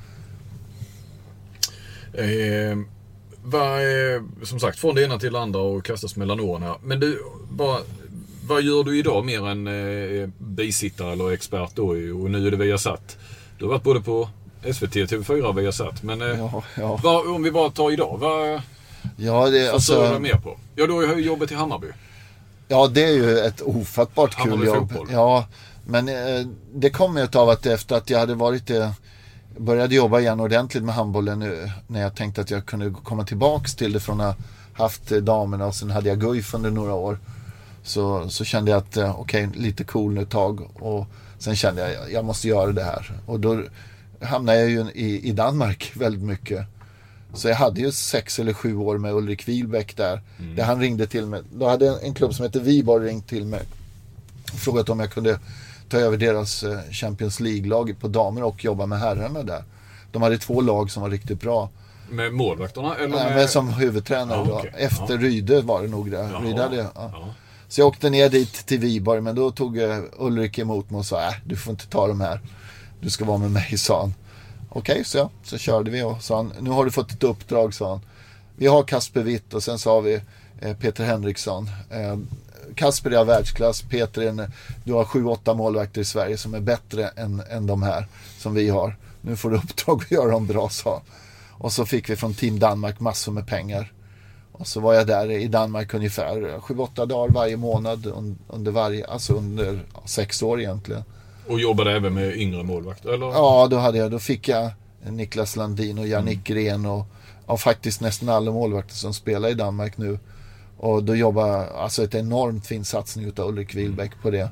Eh, vad är, som sagt, från det ena till det andra och kastas mellan åren här. Men du, bara, vad gör du idag mer än eh, bisittare eller expert då? Och nu är det Viasat. Du har varit både på S V T, T V fyra och Viasat. Men eh, ja, ja. Vad, om vi bara tar idag, vad ja, det, alltså, vad mer på? Ja, då har ju jobbet i Hammarby. Ja, det är ju ett ofattbart Hammarby kul jobb. Fotboll. Ja, men eh, det kom ju av att efter att jag hade varit eh, började jobba igen ordentligt med handbollen nu, när jag tänkte att jag kunde komma tillbaks till det från att ha haft eh, damerna och sen hade jag Guif under några år. Så, så kände jag att eh, okej, okay, lite cool nu ett tag, och sen kände jag jag måste göra det här. Och då hamnade jag ju i, i Danmark väldigt mycket. Så jag hade ju sex eller sju år med Ulrik Wilbäck där. Mm. Där han ringde till mig. Då hade en, en klubb som heter Viborg ringt till mig och frågat om jag kunde ta över deras eh, Champions League-lag på damer och jobba med herrarna där. De hade två lag som var riktigt bra. Med målvakterna? Eller Nej, med... men som huvudtränare. Ja, okay. Efter ja. Ryde var det nog där. Ja, Ryde hade, ja. Ja. Så jag åkte ner dit till Viborg, men då tog uh, Ulrik emot mig och sa äh, du får inte ta dem här. Du ska vara med mig, sa han. Okej, okay, så ja, så körde vi och sa han, nu har du fått ett uppdrag, sa han. Vi har Kasper Witt och sen så har vi eh, Peter Henriksson. Eh, Kasper är världsklass, Peter är en, du har sju åtta målvakter i Sverige som är bättre än, än de här som vi har. Nu får du uppdrag att göra dem bra, sa. Och så fick vi från Team Danmark massor med pengar. Och så var jag där i Danmark ungefär sju åtta dagar varje månad under varje, alltså under sex år egentligen. Och jobbade även med yngre målvakter, eller? Ja, då hade jag, då fick jag Niklas Landin och Jannik mm. Gren och, och faktiskt nästan alla målvakter som spelar i Danmark nu. Och då jobbar alltså ett enormt fin satsning utav Ulrik Wilbäck på det.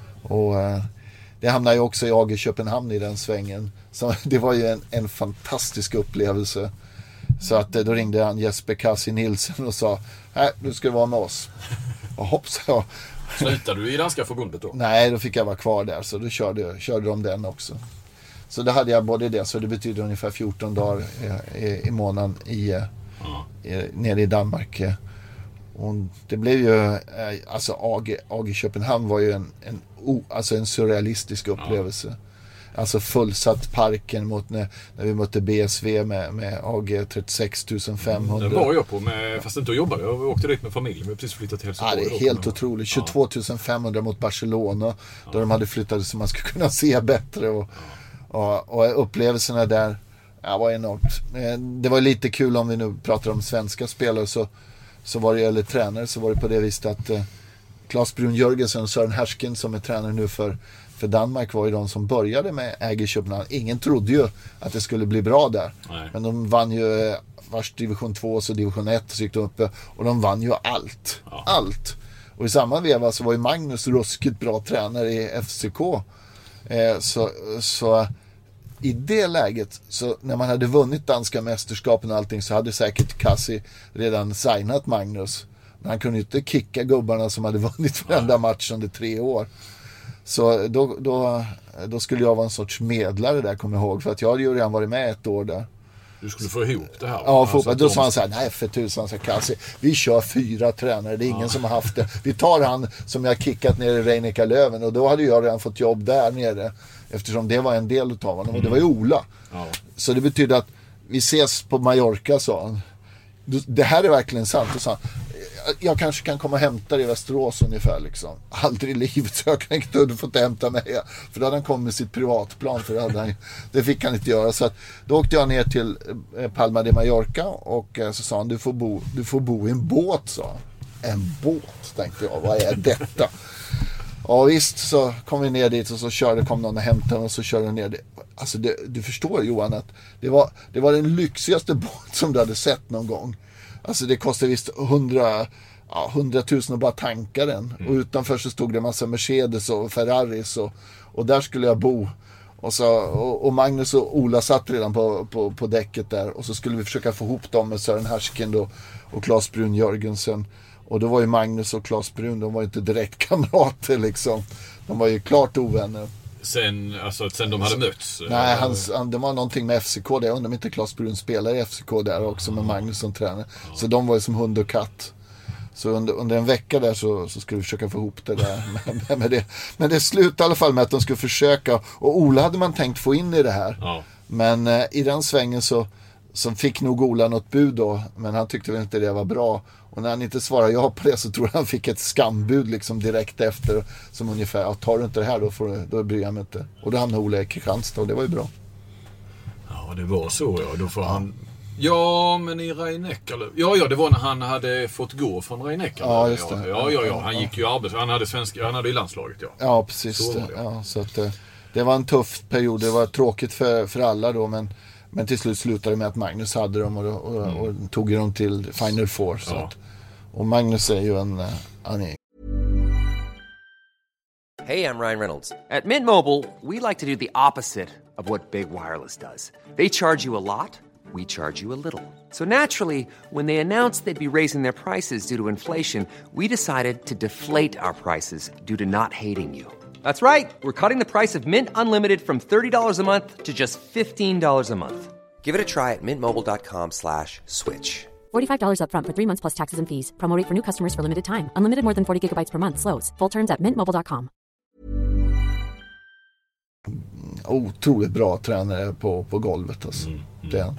Och eh, det hamnade ju också i A G Köpenhamn i den svängen. Så det var ju en, en fantastisk upplevelse. Så att då ringde han Jesper Kassi Nilsen och sa, nej, du ska vara med oss. Och hoppsa jag. Slutade du i danska förbundet då? Nej, då fick jag vara kvar där, så då körde, körde de den också. Så då hade jag både det, så det betyder ungefär fjorton dagar i, i, i månaden i, mm. i, nere i Danmark. Och det blev ju, alltså A G, A G Köpenhamn var ju en, en, alltså en surrealistisk upplevelse. Mm. Alltså fullsatt parken mot när, när vi mötte B S V med, med A G trettiosex tusen femhundra. Det var jag på, med, fast inte att jobba. Jag åkte dit med familjen. Vi har precis flyttat till Helsingborg. Ja, det är helt otroligt. tjugotvå tusen femhundra mot Barcelona. Ja. Då de hade flyttat så man skulle kunna se bättre. Och, ja. och, och upplevelserna där ja, var enormt. Det var lite kul om vi nu pratar om svenska spelare. Så, så var det, eller tränare, så var det på det viset att eh, Claes Brun Jörgensen och Søren Hersken som är tränare nu för För Danmark var ju de som började med A G Köpenhamn. Ingen trodde ju att det skulle bli bra där. Nej. Men de vann ju vars division två och så division ett så gick de uppe. Och de vann ju allt. Ja. Allt. Och i samma veva så var ju Magnus ruskigt bra tränare i F C K. Eh, så, så i det läget, så när man hade vunnit danska mästerskapen och allting, så hade säkert Kassi redan signat Magnus. Men han kunde ju inte kicka gubbarna som hade vunnit varenda match under tre år. Så då, då, då skulle jag vara en sorts medlare där, kommer jag ihåg. För att jag hade ju redan varit med ett år där. Du skulle få ihop det här. Ja, alltså, då sa han så här, nej för tusan, så Kassi, vi kör fyra tränare, det är ingen ja. som har haft det. Vi tar han som jag kickat ner i Reinika Löven, och då hade jag redan fått jobb där nere. Eftersom det var en del utav honom, och det var ju Ola. Ja. Så det betyder att vi ses på Mallorca, sa han. Det här är verkligen sant, och sa han, jag kanske kan komma och hämta dig i Västerås ungefär liksom. Aldrig i livet så jag kan inte ha fått hämta mig. För då hade han kommit med sitt privatplan. För det, hade han, det fick han inte göra. Så att, då åkte jag ner till Palma de Mallorca. Och så sa han, du får bo, du får bo i en båt, sa han. En båt, tänkte jag. Vad är detta? Ja visst, så kom vi ner dit och så körde, kom någon och hämtade och så körde ner det. Alltså det, du förstår Johan att det var, det var den lyxigaste båt som du hade sett någon gång. Alltså det kostar visst hundra, ja, hundratusen att bara tanka den. Mm. Och utanför så stod det en massa Mercedes och Ferraris och, och där skulle jag bo. Och, så, och, och Magnus och Ola satt redan på, på, på däcket där. Och så skulle vi försöka få ihop dem med Sören Herskind och, och Claes Brun Jörgensen. Och då var ju Magnus och Claes Brun, de var ju inte direkt kamrater liksom. De var ju klart ovänner. Sen, alltså, sen de hade så, mötts? Nej, hans, han, det var någonting med F C K där. Jag undrar om inte Claes Brun spelar i F C K där också med Magnus som tränare. Så de var ju som hund och katt. Så under, under en vecka där så, så skulle vi försöka få ihop det där med, med det. Men det slutade i alla fall med att de skulle försöka. Och Ola hade man tänkt få in i det här. Ja. Men eh, i den svängen så, så fick nog Ola något bud då. Men han tyckte väl inte det var bra. Och när han inte svarade ja på det så tror jag han fick ett skambud liksom direkt efter. Som ungefär, ja, tar du inte det här då, får du, då bryr jag mig inte. Och då hamnade Ola i Kristianstad och det var ju bra. Ja, det var så ja. Då får ja. han... Ja, men i Rhein-Neckar. Ja, ja, det var när han hade fått gå från Rhein-Neckar. Ja, just det. Ja, ja, ja. Han gick ju arbets... Han hade svenska... Han hade i landslaget, ja. Ja, precis. Så det. Ja, så att, det var en tuff period. Det var tråkigt för, för alla då, men, men till slut slutade det med att Magnus hade dem och, och, mm. och tog dem till Final Four. Så ja. att, och Magnus är ju en... Han är... Hey, I'm Ryan Reynolds. At Mint Mobile, we like to do the opposite of what Big Wireless does. They charge you a lot. We charge you a little. So naturally, when they announced they'd be raising their prices due to inflation, we decided to deflate our prices due to not hating you. That's right. We're cutting the price of Mint Unlimited from thirty dollars a month to just fifteen dollars a month. Give it a try at mintmobile.com slash switch. forty-five dollars up front for three months plus taxes and fees. Promo rate for new customers for limited time. Unlimited more than forty gigabytes per month. Slows full terms at mint mobile dot com. Otroligt bra tränare på, på golvet alltså. Mm, mm. Det.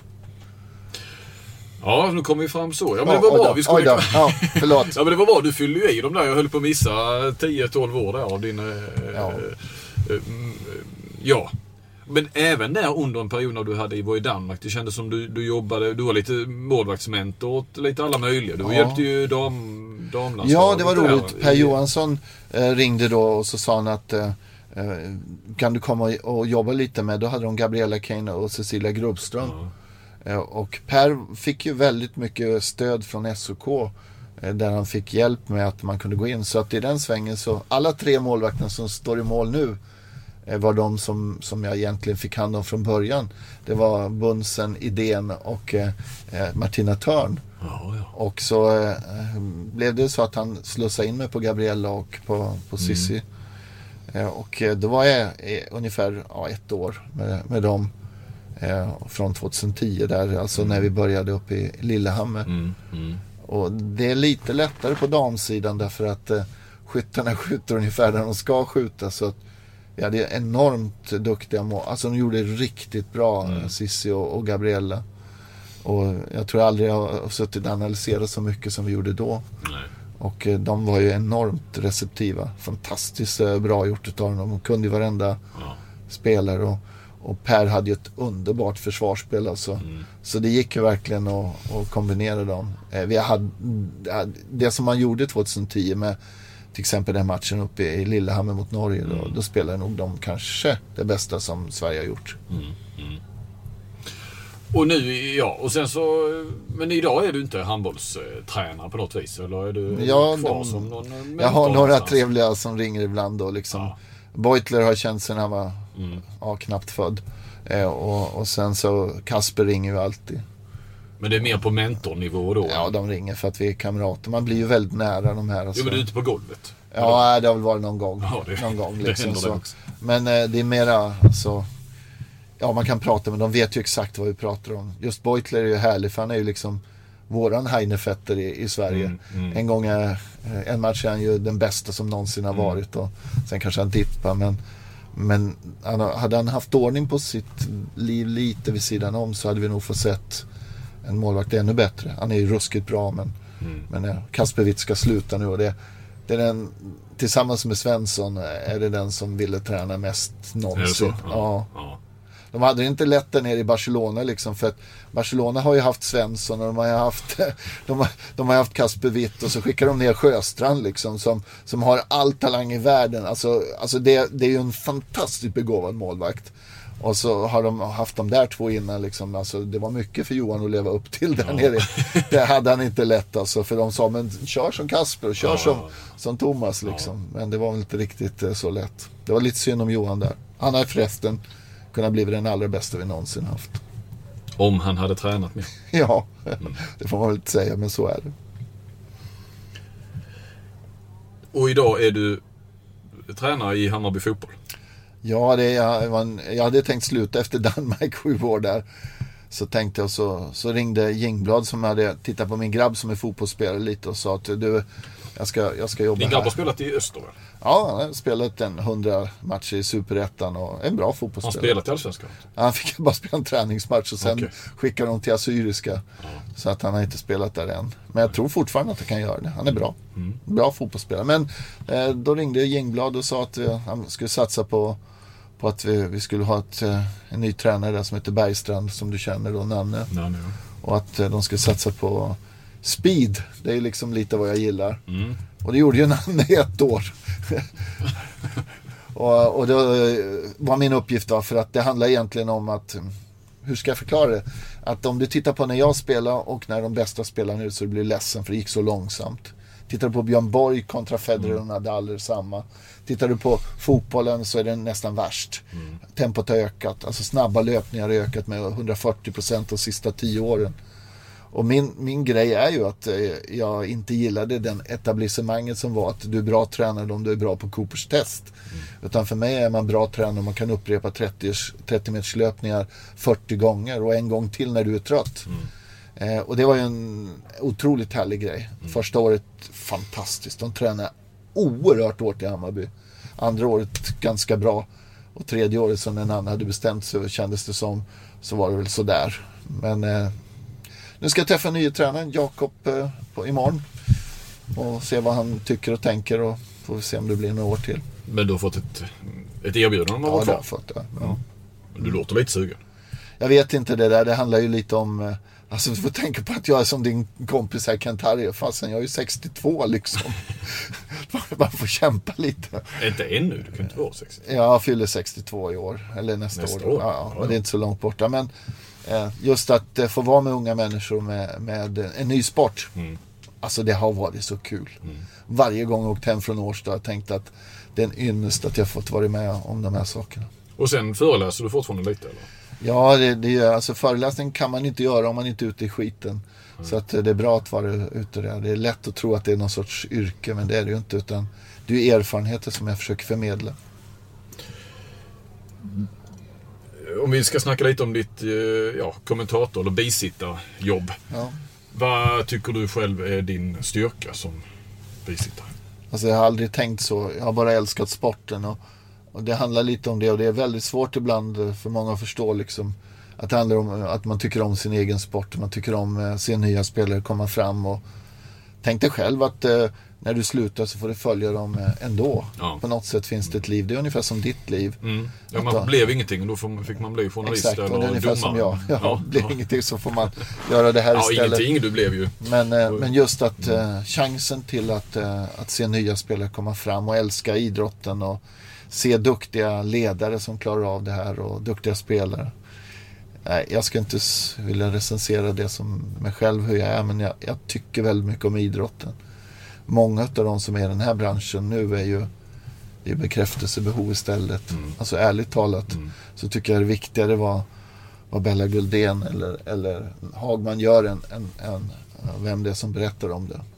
Ja, nu kommer vi fram så. Ja, men det var bra. Vi skulle... ja, förlåt. Ja, men det var bra. Du fyllde ju i dem där. Jag höll på att missa tio tolv år där av din... Ja. Äh, äh, ja. Men även där under en period när du hade i var i Danmark, det kändes som du, du jobbade, du var lite målvaktsmentor åt lite alla möjliga. Du ja. hjälpte ju dam, damlandslaget. Ja, det var roligt. Per Johansson eh, ringde då och så sa han att eh, kan du komma och jobba lite med, då hade de Gabriella Kane och Cecilia Grubbström. Ja. Eh, och Per fick ju väldigt mycket stöd från S O K eh, där han fick hjälp med att man kunde gå in. Så att i den svängen så, alla tre målvakterna som står i mål nu var de som, som jag egentligen fick hand om från början. Det var Bunsen, Idén och eh, Martina Törn. Ja, ja. Och så eh, blev det så att han slussade in mig på Gabriella och på, på Sissi. Mm. Eh, och eh, då var jag eh, ungefär ja, ett år med, med dem eh, från tjugohundratio där, alltså mm. när vi började upp i Lillehammer. Mm. Mm. Och det är lite lättare på damsidan därför att eh, skyttarna skjuter ungefär där de ska skjuta, så att vi hade enormt duktiga mål. Alltså de gjorde riktigt bra, mm. Sissi och, och Gabriella. Och jag tror aldrig jag har suttit och analyserat så mycket som vi gjorde då. Nej. Och eh, de var ju enormt receptiva. Fantastiskt eh, bra gjort utav dem. De kunde ju varenda ja. spelare. Och, och Per hade ju ett underbart försvarsspel. Alltså. Mm. Så det gick ju verkligen att, att kombinera dem. Eh, vi hade, det som man gjorde tjugohundratio med till exempel den matchen uppe i Lillehammer mot Norge, mm. då, då spelar nog de kanske det bästa som Sverige har gjort. Mm. Mm. Och nu, ja, och sen så, men idag är du inte handbollstränare på något vis, eller är du ja, kvar de, som någon mentor? Jag har några någonstans? Trevliga som ringer ibland och liksom, ja. Beutler har känt sen han var mm. ja, knappt född. Eh, och, och sen så Kasper ringer ju alltid. Men det är mer på mentornivå då? Ja, de ringer för att vi är kamrater. Man blir ju väldigt nära de här. Alltså. Jo, men du är ute på golvet? Ja, eller? Det har väl varit någon gång. Ja, det, någon gång det liksom, så. Också. Men eh, det är mera, alltså, ja, man kan prata, men de vet ju exakt vad vi pratar om. Just Beutler är ju härlig, för han är ju liksom våran Heinefetter i, i Sverige. Mm, mm. En gång, är, en match är han ju den bästa som någonsin har varit. Och sen kanske han dippar, men men han, hade han haft ordning på sitt liv lite vid sidan om, så hade vi nog fått sett en målvakt ännu bättre. Han är ju ruskigt bra, men, mm. men ja, Kasper Witt ska sluta nu, och det, det är den, tillsammans med Svensson är det den som ville träna mest någonsin. Ja. Ja. Ja. De hade det inte lätt där nere i Barcelona liksom, för att Barcelona har ju haft Svensson och de har ju haft de har, de har haft Kasper Witt, och så skickar de ner Sjöstrand liksom, som, som har all talang i världen. Alltså, alltså det, det är ju en fantastiskt begåvad målvakt. Och så har de haft de där två innan liksom, alltså, det var mycket för Johan att leva upp till där ja. nere. Det hade han inte lätt alltså, för de sa, men kör som Kasper och kör ja. som, som Thomas liksom. Ja. Men det var väl inte riktigt eh, så lätt. Det var lite synd om Johan där. Han har förresten kunnat bli den allra bästa vi någonsin haft. Om han hade tränat mer. Ja, mm. det får man väl inte säga, men så är det. Och idag är du tränare i Hammarby fotboll? Ja, det, jag, jag hade tänkt sluta efter Danmark sju år där. Så tänkte jag, så, så ringde Jingblad som hade tittat på min grabb som är fotbollsspelare lite och sa att du, jag ska, jag ska jobba Din här. Din grabb har spelat i Öster, väl? Ja, han har spelat en hundra matcher i Superettan och en bra fotbollsspelare. Han spelat i Allsvenskan? Ja, han fick bara spela en träningsmatch och sen okay. skickade de till Assyriska. Ja. Så att han har inte spelat där än. Men jag tror fortfarande att han kan göra det. Han är bra. Mm. Bra fotbollsspelare. Men eh, då ringde Jingblad och sa att eh, han skulle satsa på på att vi, vi skulle ha ett, en ny tränare där som heter Bergstrand, som du känner då, Nanne. Nanne ja. Och att de skulle satsa på speed. Det är liksom lite vad jag gillar. Mm. Och det gjorde ju Nanne i ett år. och, och då var min uppgift då, för att det handlar egentligen om att, hur ska jag förklara det? Att om du tittar på när jag spelar och när de bästa spelar nu, så blir du ledsen för det gick så långsamt. Tittar du på Björn Borg kontra Federer och Nadal är det samma. Tittar du på fotbollen så är den nästan värst. Mm. Tempot har ökat. Alltså snabba löpningar har ökat med hundrafyrtio procent de sista tio åren. Och min, min grej är ju att eh, jag inte gillade den etablissemanget som var att du är bra tränare om du är bra på Coopers test. Mm. Utan för mig är man bra tränare om man kan upprepa trettio meters löpningar fyrtio gånger och en gång till när du är trött. Mm. Eh, och det var ju en otroligt härlig grej. Mm. Första året fantastiskt. De tränade oerhört hårt i Hammarby. Andra året ganska bra. Och tredje året som en annan hade bestämt så kändes det som, så var det väl sådär. Men eh, nu ska jag träffa nya tränaren Jakob eh, på imorgon. Och se vad han tycker och tänker, och får vi se om det blir några år till. Men du har fått ett, ett erbjudande om att vara kvar? Ja, det har jag fått, ja. ja. Men du låter lite sugen. Jag vet inte det där. Det handlar ju lite om... Eh, Alltså du får tänka på att jag är som din kompis här Kantari. Fastän jag är ju sextiotvå liksom. Man får kämpa lite. Inte ännu, du kan inte vara sextiotvå. Jag fyller sextiotvå i år. Eller nästa, nästa år. år. Ja, och det är inte så långt borta. Men eh, just att eh, få vara med unga människor med, med en ny sport. Mm. Alltså det har varit så kul. Mm. Varje gång jag åkt hem från Årstad har jag tänkt att det är en ynnest att jag fått vara med om de här sakerna. Och sen föreläser du fortfarande lite, eller? Ja, det, det, alltså föreläsning kan man inte göra om man inte är ute i skiten. Mm. Så att det är bra att vara ute där. Det är lätt att tro att det är någon sorts yrke, men det är det ju inte. Utan det är erfarenheter som jag försöker förmedla. Om vi ska snacka lite om ditt ja, kommentator- eller bisittarjobb. Ja. Vad tycker du själv är din styrka som bisittare? Alltså jag har aldrig tänkt så. Jag har bara älskat sporten och Och det handlar lite om det, och det är väldigt svårt ibland för många att förstå liksom, att det handlar om att man tycker om sin egen sport, man tycker om att se nya spelare komma fram. Och tänk dig själv att eh, när du slutar så får du följa dem ändå. Ja. På något sätt finns det ett liv, det är ungefär som ditt liv. Mm. Ja, man då, blev ingenting och då fick man bli journalist. Exakt, eller och det är ungefär som jag. Ja, ja, blev ja. ingenting så får man göra det här ja, istället. Ingenting, du blev ju. Men, eh, men just att eh, chansen till att, eh, att se nya spelare komma fram och älska idrotten och se duktiga ledare som klarar av det här och duktiga spelare. Nej, jag ska inte vilja recensera det som mig själv hur jag är, men jag, jag tycker väldigt mycket om idrotten. Många av de som är i den här branschen nu är ju det är bekräftelsebehov istället. Mm. Alltså ärligt talat mm. så tycker jag det viktigare var vad Bella Guldén eller, eller Hagman gör än, än, än vem det är som berättar om det.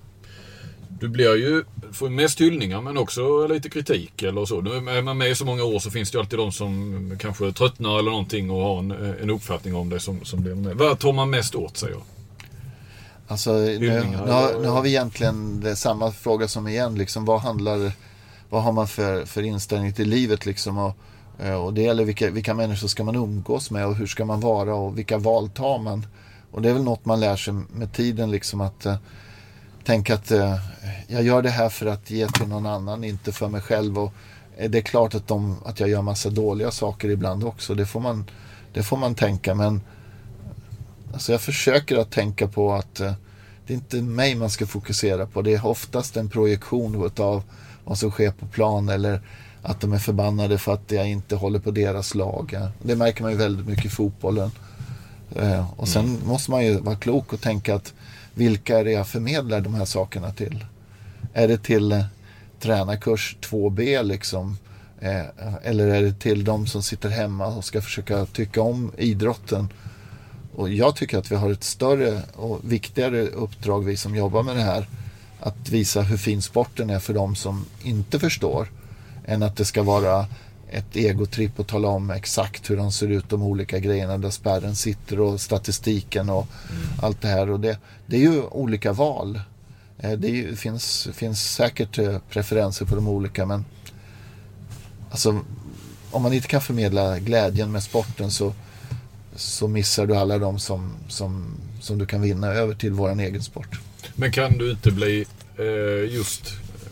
Du blir ju får mest hyllningar men också lite kritik eller så. Nu är man med i så många år så finns det ju alltid de som kanske tröttnar eller någonting och har en, en uppfattning om det som, som blir med. Vad tar man mest åt sig? Alltså nu, nu, har, nu har vi egentligen det samma fråga som igen liksom, vad handlar vad har man för, för inställning till livet liksom, och, och det gäller vilka, vilka människor ska man umgås med och hur ska man vara och vilka val tar man, och det är väl något man lär sig med tiden liksom, att uh, tänka att uh, jag gör det här för att ge till någon annan, inte för mig själv, och uh, det är klart att, de, att jag gör massa dåliga saker ibland också, det får man, det får man tänka, men alltså jag försöker att tänka på att uh, det är inte mig man ska fokusera på, det är oftast en projektion av vad som sker på plan, eller att de är förbannade för att jag inte håller på deras lag. Ja. Det märker man ju väldigt mycket i fotbollen. Eh, och sen mm. måste man ju vara klok och tänka att vilka är det jag förmedlar de här sakerna till? Är det till eh, tränarkurs två B liksom? Eh, eller är det till de som sitter hemma och ska försöka tycka om idrotten? Och jag tycker att vi har ett större och viktigare uppdrag, vi som jobbar med det här, att visa hur fin sporten är för de som inte förstår, än att det ska vara ett egotripp och tala om exakt hur de ser ut, de olika grejerna där spärren sitter och statistiken och mm. allt det här. Och det, det är ju olika val. Det är ju, finns, finns säkert preferenser på de olika, men alltså, om man inte kan förmedla glädjen med sporten så, så missar du alla de som, som, som du kan vinna över till våran egen sport. Men kan du inte bli eh, just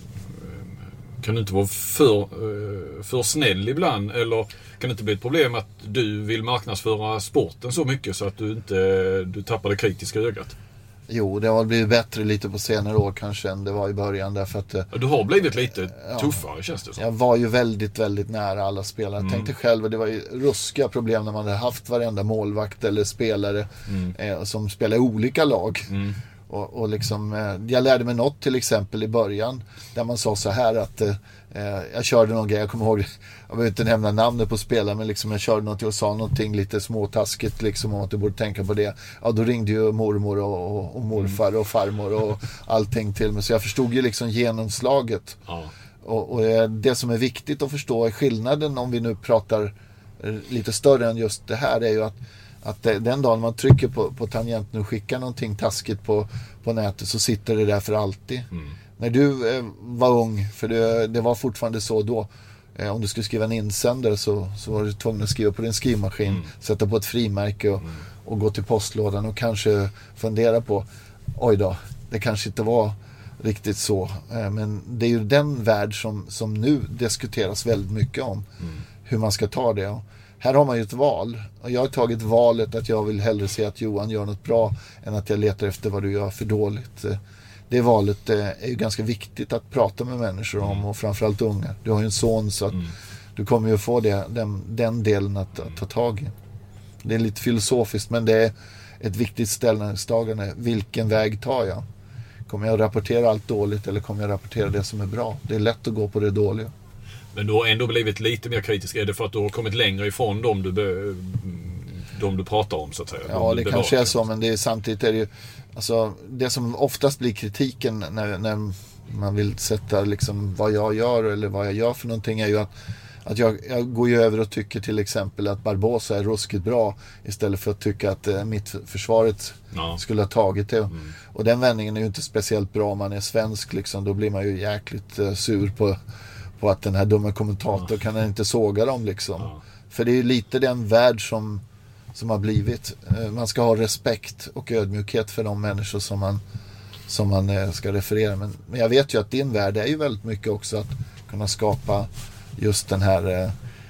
kan du inte vara för, eh, för snäll ibland, eller kan det inte bli ett problem att du vill marknadsföra sporten så mycket så att du inte du tappar det kritiska ögat? Jo, det har blivit bättre lite på senare år kanske än det var i början, därför att du har blivit lite ja, tuffare, känns det så. Jag var ju väldigt, väldigt nära alla spelare. Mm. Jag tänkte själv, det var ju ruskiga problem när man hade haft varenda målvakt eller spelare mm. eh, som spelar i olika lag. Mm. Och, och liksom, eh, jag lärde mig något till exempel i början där man sa så här att eh, jag körde någon grej, jag kommer ihåg, jag vill inte nämna namnet på spelaren, men liksom jag körde något och sa någonting lite småtaskigt liksom om att du borde tänka på det. Ja, då ringde ju mormor och, och, och morfar och farmor och allting till mig, så jag förstod ju liksom genomslaget. Ja. Och, och det som är viktigt att förstå är skillnaden, om vi nu pratar lite större än just det här, är ju att att den dagen man trycker på, på tangenten och skickar någonting taskigt på, på nätet, så sitter det där för alltid. Mm. När du eh, var ung, för det, det var fortfarande så då, eh, om du skulle skriva en insändare så, så var du tvungen att skriva på din skrivmaskin, mm. sätta på ett frimärke och, mm. och gå till postlådan och kanske fundera på, oj då, det kanske inte var riktigt så. Eh, men det är ju den värld som, som nu diskuteras väldigt mycket om, mm. hur man ska ta det. Här har man ju ett val, och jag har tagit valet att jag vill hellre se att Johan gör något bra än att jag letar efter vad du gör för dåligt. Det valet är ju ganska viktigt att prata med människor om, och framförallt unga. Du har ju en son, så att mm. du kommer ju få det, den, den delen att, att ta tag i. Det är lite filosofiskt, men det är ett viktigt ställningstagande. Vilken väg tar jag? Kommer jag rapportera allt dåligt, eller kommer jag rapportera det som är bra? Det är lätt att gå på det dåliga. Men du har ändå blivit lite mer kritisk. Är det för att du har kommit längre ifrån dem du, be, dem du pratar om, så att säga? Ja, det kanske är så, men det är, samtidigt är det ju, alltså, det som oftast blir kritiken när, när man vill sätta liksom vad jag gör eller vad jag gör för någonting, är ju att, att jag, jag går ju över och tycker till exempel att Barbosa är ruskigt bra, istället för att tycka att eh, mitt försvaret ja. skulle ha tagit det. Mm. Och den vändningen är ju inte speciellt bra om man är svensk liksom. Då blir man ju jäkligt eh, sur på på att den här dumma kommentatorn ja. kan inte såga dem liksom. Ja. För det är ju lite den värld som, som har blivit. Man ska ha respekt och ödmjukhet för de människor som man, som man ska referera. Men, men jag vet ju att din värld är ju väldigt mycket också att kunna skapa just den här,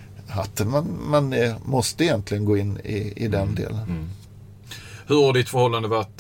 att man, man måste egentligen gå in i, i den mm. delen. Mm. Hur har ditt förhållande varit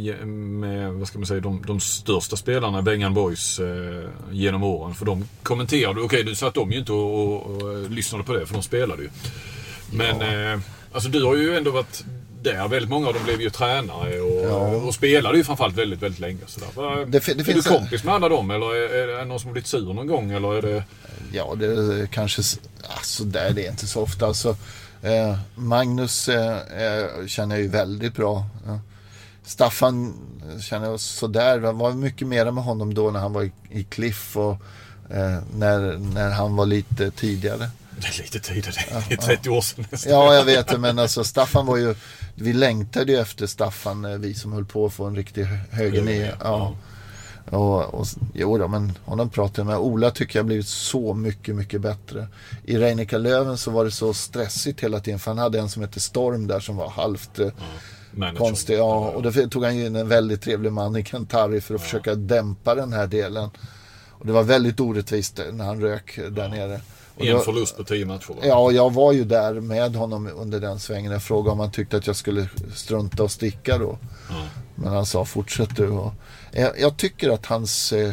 med, vad ska man säga, de, de största spelarna, Bengan Boys, eh, genom åren? För de kommenterade, okej okay, du satt dem ju inte och, och, och lyssnade på det, för de spelade ju. Men ja. eh, alltså du har ju ändå varit där, väldigt många av dem blev ju tränare och, ja. och spelade ju framförallt väldigt, väldigt länge. Så där. Det, det är du kompis med alla dem, eller är, är det någon som har blivit sur någon gång? Eller är det... Ja, det är kanske, alltså där det är inte så ofta, alltså. Eh, Magnus eh, eh, känner jag ju väldigt bra. Ja. Staffan känner jag sådär. Det var mycket mer med honom då när han var i, i Cliff och eh, när, när han var lite tidigare. Det är lite tidigare, det är trettio år sedan nästan. Ja, jag vet det, men alltså Staffan var ju, vi längtade ju efter Staffan, vi som höll på att få en riktig höger ner. Ja. Ja. Och, och, jo då, men honom pratade med. Ola tycker jag blivit så mycket, mycket bättre. I Reinika Löven så var det så stressigt hela tiden, för han hade en som hette Storm där som var halvt ja, konstig. Ja, och då tog han ju in en väldigt trevlig man i Kantari för att ja. försöka dämpa den här delen. Och det var väldigt orättvist när han rök där ja. nere. Och en då, förlust på tio matcher. Ja, jag var ju där med honom under den svängen. Jag frågade om han tyckte att jag skulle strunta och sticka då. Ja. Men han sa, fortsätt du. Och jag, jag tycker att hans eh,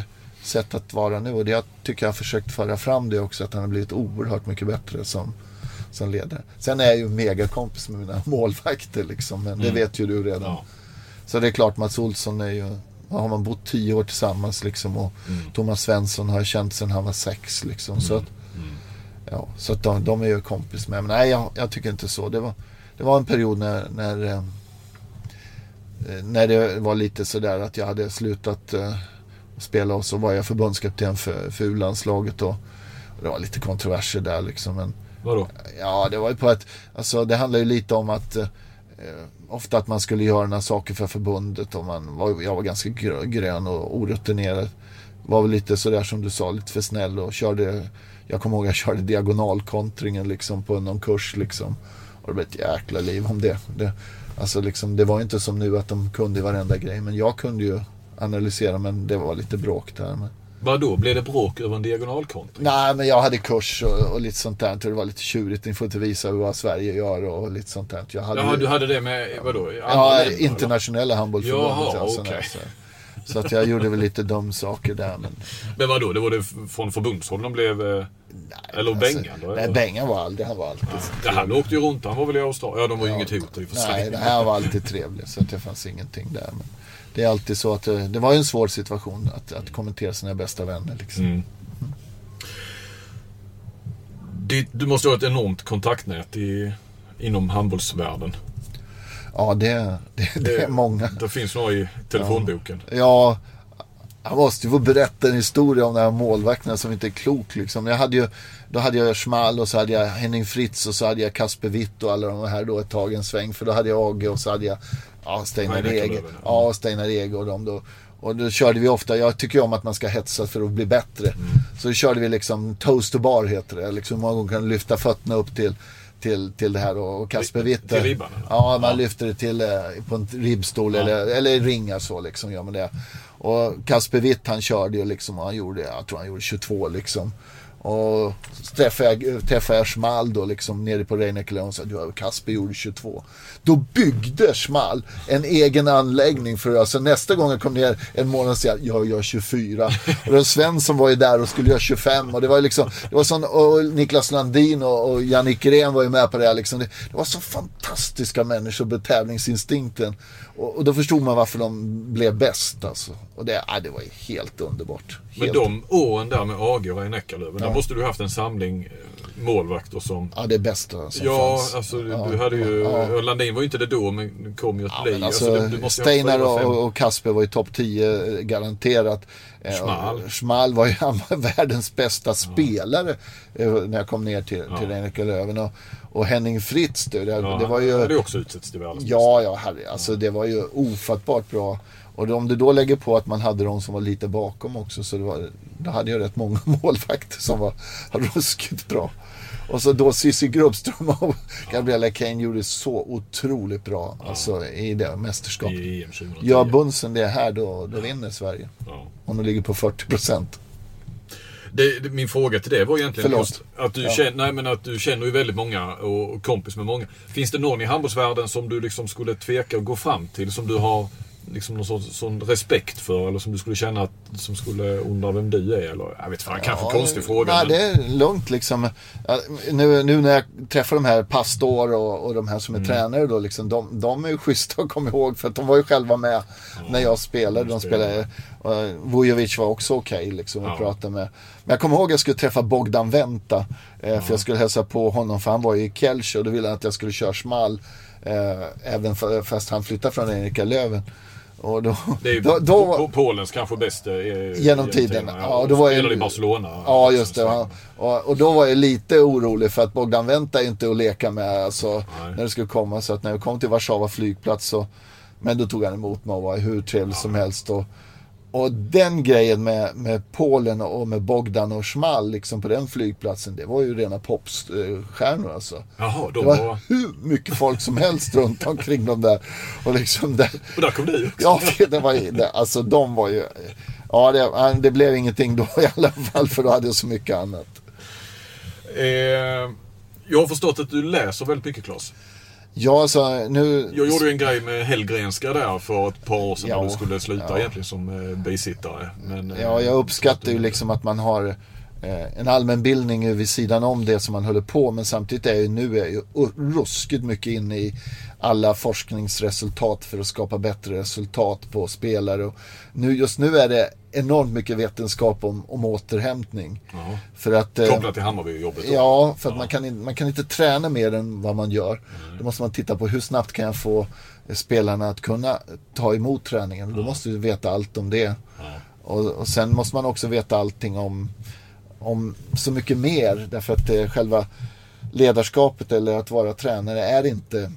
sätt att vara nu. Och det jag tycker jag har försökt föra fram det också, att han har blivit oerhört mycket bättre som, som ledare. Sen är jag ju megakompis med mina målvakter liksom, men mm. det vet ju du redan. Ja. Så det är klart, Mats Olsson är ju, har man bott tio år tillsammans liksom, och mm. Thomas Svensson har jag känt sedan han var sex liksom, mm. så att, mm. ja, så att de, de är ju kompis med. Men nej, jag, jag tycker inte så. Det var, det var en period när, när, eh, när det var lite sådär att jag hade slutat eh, spela, och så var jag förbundskapten för, för U-landslaget, och, och det var lite kontroverser där liksom. Men, vadå? Ja, det var ju på att, alltså det handlar ju lite om att eh, ofta att man skulle göra några saker för förbundet, och man var, jag var ganska grön och orutinerad, var väl lite sådär som du sa, lite för snäll, och körde, jag kommer ihåg jag körde diagonalkontringen liksom på någon kurs liksom, och det blev ett jäkla liv om det, det alltså liksom, det var inte som nu att de kunde varenda grej, men jag kunde ju analysera, men det var lite bråk där. Men... Vad då? Blev det bråk över en diagonalkontring? Nej, men jag hade kurs och, och lite sånt där. Det var lite tjurigt. Ni får inte visa vad Sverige gör och lite sånt där. Jag hade ja, ju... du hade det med, vadå? Ja, länder, internationella handbollförbundet. Jaha, okej. Okay. Så, så att jag gjorde väl lite dum saker där. Men, men vadå? Det var det från förbundshåll de blev... Nej, eller alltså, Bengan då? Nej, Bengan var aldrig. Han var alltid ja, det här åkte ju runt. Han var väl i Australien. Ja, de var ju ja, inget hot i och för sig. Nej, det här var alltid trevligt. Så att det fanns ingenting där. Men det är alltid så att det, det var en svår situation att, att kommentera sina bästa vänner liksom. Mm. Mm. Det, du måste ha ett enormt kontaktnät i, inom handbollsvärlden. Ja, det, det, det, det är många. Det finns några i telefonboken. Ja, ja, jag måste ju få berätta en historia om de här målvakterna som inte är klok liksom. Jag hade ju, då hade jag Schmal, och så hade jag Henning Fritz, och så hade jag Kasper Witt och alla de här då ett tag en sväng, för då hade jag Age, och så hade jag ja, Steinar Ege. Ja, Steinar Ege och de då. Och då körde vi ofta, jag tycker om att man ska hetsa för att bli bättre. Mm. Så då körde vi liksom toast to bar heter det. Liksom man kan lyfta fötterna upp till till, till det här, och Kasper Witt. Till ribban? Ja, man ja. lyfter det till på en ribbstol ja. eller, eller ringar så liksom gör man det. Och Kasper Witt han körde ju liksom, och han gjorde, jag tror han gjorde tjugotvå liksom. Och så träffade jag, träffade jag Schmal då liksom nere på Reinecke och sa du, Kasper gjorde tjugotvå. Då byggde Schmal en egen anläggning för oss. Så nästa gång jag kom ner en månad och sa jag gör tjugofyra. Och då Svensson var ju där och skulle göra tjugofem. Och det var liksom, det var sån, och Niklas Landin och, och Jannik Gren var ju med på det här liksom. Det, det var så fantastiska människor med tävlingsinstinkten. Och, och då förstod man varför de blev bäst alltså. Och det, ja, det var ju helt underbart. Helt. Men de åren där med Age och Reineckelöven, ja. Där måste du haft en samling målvakter som... Ja, det bästa som ja, fanns. Alltså, ja, du hade ju... Ja. Landin var ju inte det då, men kom ju att bli. Ja, alltså, alltså, du, du Steinar och, och Kasper var ju topp tio garanterat. Schmal. Schmal var ju han var världens bästa ja. spelare när jag kom ner till, ja. till Reineckelöven. Och, och Henning Fritz, det, det, ja, det var ju... Det också utsätts till världens Ja, ja, herre, alltså det var ju ofattbart bra. Och om du då lägger på att man hade de som var lite bakom också, så det var, då hade jag rätt många målvakter som var ruskigt bra. Och så då Cissi Grubbström och Gabriella Kane gjorde så otroligt bra ja. alltså, i det mästerskapet. I E M tjugohundratio. Gör Bunsen det här, då, då vinner Sverige. Ja. Om de ligger på fyrtio procent. Det, det, min fråga till det var egentligen just att du, ja. känner, nej, men att du känner ju väldigt många och, och kompis med många. Finns det någon i handbollsvärlden som du liksom skulle tveka att gå fram till, som du har liksom någon sån, sån respekt för, eller som du skulle känna att, som skulle undra vem du är, eller jag vet fan, ja, kanske en konstig fråga. Nej, men... det är lugnt liksom. Nu, nu när jag träffar de här Pastor och, och de här som är mm. tränare då liksom, de, de är ju schyssta att komma ihåg, för att de var ju själva med ja, när jag spelade. De spelade, och Vujovic var också okej okay, liksom att ja. prata med. Men jag kommer ihåg att jag skulle träffa Bogdan Venta, eh, ja. för jag skulle hälsa på honom, för han var ju i Kielce och då ville han att jag skulle köra Schmal, eh, även för, fast han flyttade från Reineckelöven. Och då, det är ju då, då var, Polens kanske bästa genom, genom tiden. tiden. Ja, och då var jag, i Barcelona. Ja, just det. Ja. Och, och då var jag lite orolig för att Bogdan Venta inte att leka med alltså, när det skulle komma. Så att när jag kom till Warszawa flygplats så, men då tog han emot mig och var hur trevlig ja. som helst. Och, och den grejen med, med Polen och med Bogdan och Schmal liksom på den flygplatsen, det var ju rena popstjärnor alltså. Jaha, de det var, var hur mycket folk som helst runt omkring dem där. Och liksom där. Och där kom du också. Ja, det var det, alltså de var ju, ja det, det blev ingenting då i alla fall, för då hade jag så mycket annat. Eh, jag har förstått att du läser väldigt mycket, Claes. Ja, alltså nu... Jag gjorde ju en grej med Hellgrenska där för ett par år sedan, ja, när du skulle sluta ja. egentligen som eh, bisittare. Men, ja, jag uppskattar ju liksom att man har eh, en allmänbildning vid sidan om det som man håller på, men samtidigt är ju nu är ju ruskigt mycket inne i alla forskningsresultat för att skapa bättre resultat på spelare. Och nu, just nu är det enormt mycket vetenskap om, om återhämtning. Ja. För att, eh, kopplat till Hammarby-jobbet. Ja, för att ja. Man, kan, man kan inte träna mer än vad man gör. Mm. Då måste man titta på hur snabbt kan jag få spelarna att kunna ta emot träningen. Ja. Då måste du veta allt om det. Ja. Och, och sen måste man också veta allting om, om så mycket mer. Därför att eh, själva ledarskapet eller att vara tränare är inte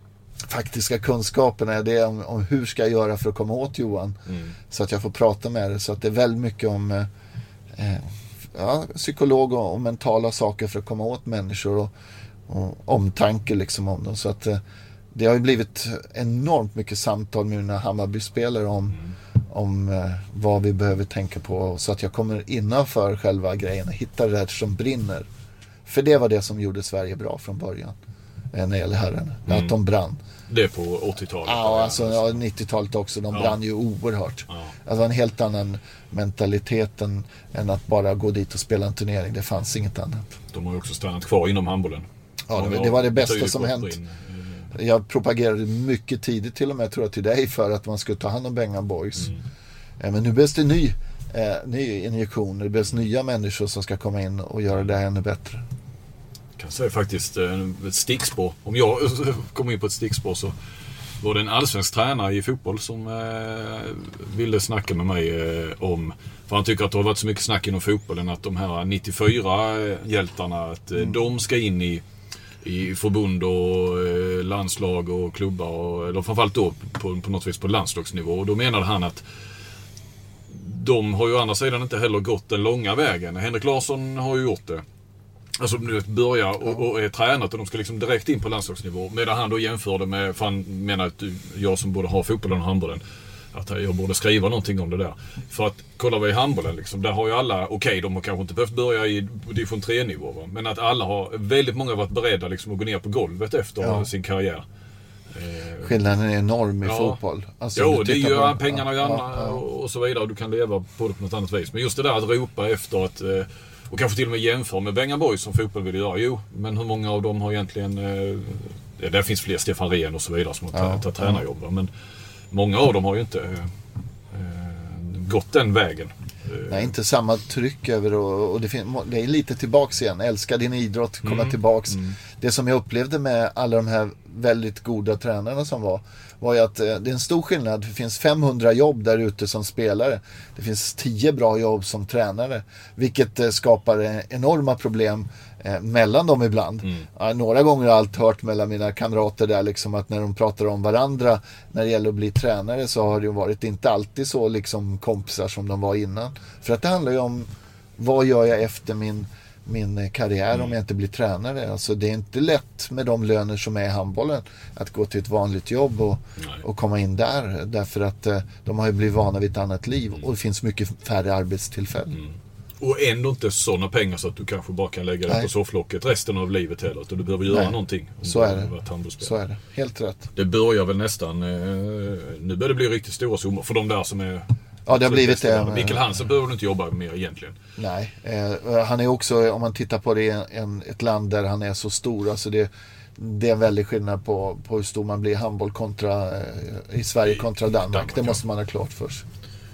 faktiska kunskaperna, är det om, om hur ska jag göra för att komma åt Johan. Mm. Så att jag får prata med det. Så att det är väldigt mycket om eh, ja, psykolog och, och mentala saker för att komma åt människor och, och omtanke liksom om dem. Så att eh, det har ju blivit enormt mycket samtal med mina Hammarby-spelare om, mm. om eh, vad vi behöver tänka på. Så att jag kommer innanför själva grejen och hittar det där som brinner. För det var det som gjorde Sverige bra från början. När det gäller herrarna. Mm. Att de brann. Det är på åttiotalet? Ja, alltså ja, nittiotalet också. De ja. brann ju oerhört. Ja. Alltså en helt annan mentalitet än, än att bara gå dit och spela en turnering. Det fanns inget annat. De har ju också stannat kvar inom handbollen. Ja, det, det var det bästa som hänt. In. Jag propagerade mycket tidigt till och med, tror jag, till dig för att man skulle ta hand om Bengan Boys. Mm. Men nu behövs det ny, eh, ny injektion. Det behövs nya människor som ska komma in och göra det ännu bättre. Jag kan säga faktiskt ett stickspår. Om jag kom in på ett stickspår så var det en allsvensk tränare i fotboll som eh, ville snacka med mig eh, om, för han tycker att det har varit så mycket snack inom fotbollen att de här nittiofyra hjältarna, att eh, mm. de ska in i, i förbund och eh, landslag och klubbar, och, eller framförallt då på, på något vis på landslagsnivå. Och då menade han att de har ju å andra sidan inte heller gått den långa vägen. Henrik Larsson har ju gjort det. Alltså nu börjar och, och är tränat och de ska liksom direkt in på landslagsnivå. Medan han då jämförde med, för han menar att jag som borde ha fotbollen och handbollen, att jag borde skriva någonting om det där. För att kolla vi i handbollen liksom, där har ju alla, okej okay, de har kanske inte behövt börja i division tre nivå, va? Men att alla har, väldigt många har varit beredda liksom att gå ner på golvet efter ja. sin karriär. Skillnaden är enorm i ja. fotboll. Alltså, jo, det är ju på, pengarna ja, gärna ja, ja. och så vidare. Du kan leva på det på något annat vis. Men just det där att ropa efter att, och kanske till och med jämföra med Bengan Boys som fotboll vill göra. Jo, men hur många av dem har egentligen, ja, där finns fler, Stefan Rehn och så vidare som har ja, tagit tränarjobb. Ja. Men många av dem har ju inte äh, gått den vägen. Nej, inte samma tryck över och, och det, fin- det är lite tillbaks igen. Älska din idrott, komma mm, tillbaks. Mm. Det som jag upplevde med alla de här väldigt goda tränarna som var, var ju att eh, det är en stor skillnad. Det finns femhundra jobb där ute som spelare. Det finns tio bra jobb som tränare. Vilket eh, skapar eh, enorma problem eh, mellan dem ibland. Mm. Ja, några gånger har jag allt hört mellan mina kamrater där liksom, att när de pratar om varandra när det gäller att bli tränare, så har det ju varit inte alltid så liksom kompisar som de var innan. För att det handlar ju om, vad gör jag efter min, min karriär mm. om jag inte blir tränare? Alltså det är inte lätt med de löner som är i handbollen att gå till ett vanligt jobb och, och komma in där. Därför att eh, de har ju blivit vana vid ett annat liv och det finns mycket färre arbetstillfällen. Mm. Och ändå inte sådana pengar så att du kanske bara kan lägga det på sofflocket resten av livet heller. Utan du behöver göra Nej. någonting. Så är det. Så är det. Helt rätt. Det börjar väl nästan, eh, nu börjar det bli riktigt stora summor för de där som är... Ja, det har blivit det. Mikael Hansen behöver du inte jobba mer egentligen. Nej, eh, han är också, om man tittar på det, en, ett land där han är så stor. Alltså det, det är en väldig skillnad på, på hur stor man blir i handboll kontra, eh, i Sverige kontra Danmark. Danmark det måste man ha klart för sig.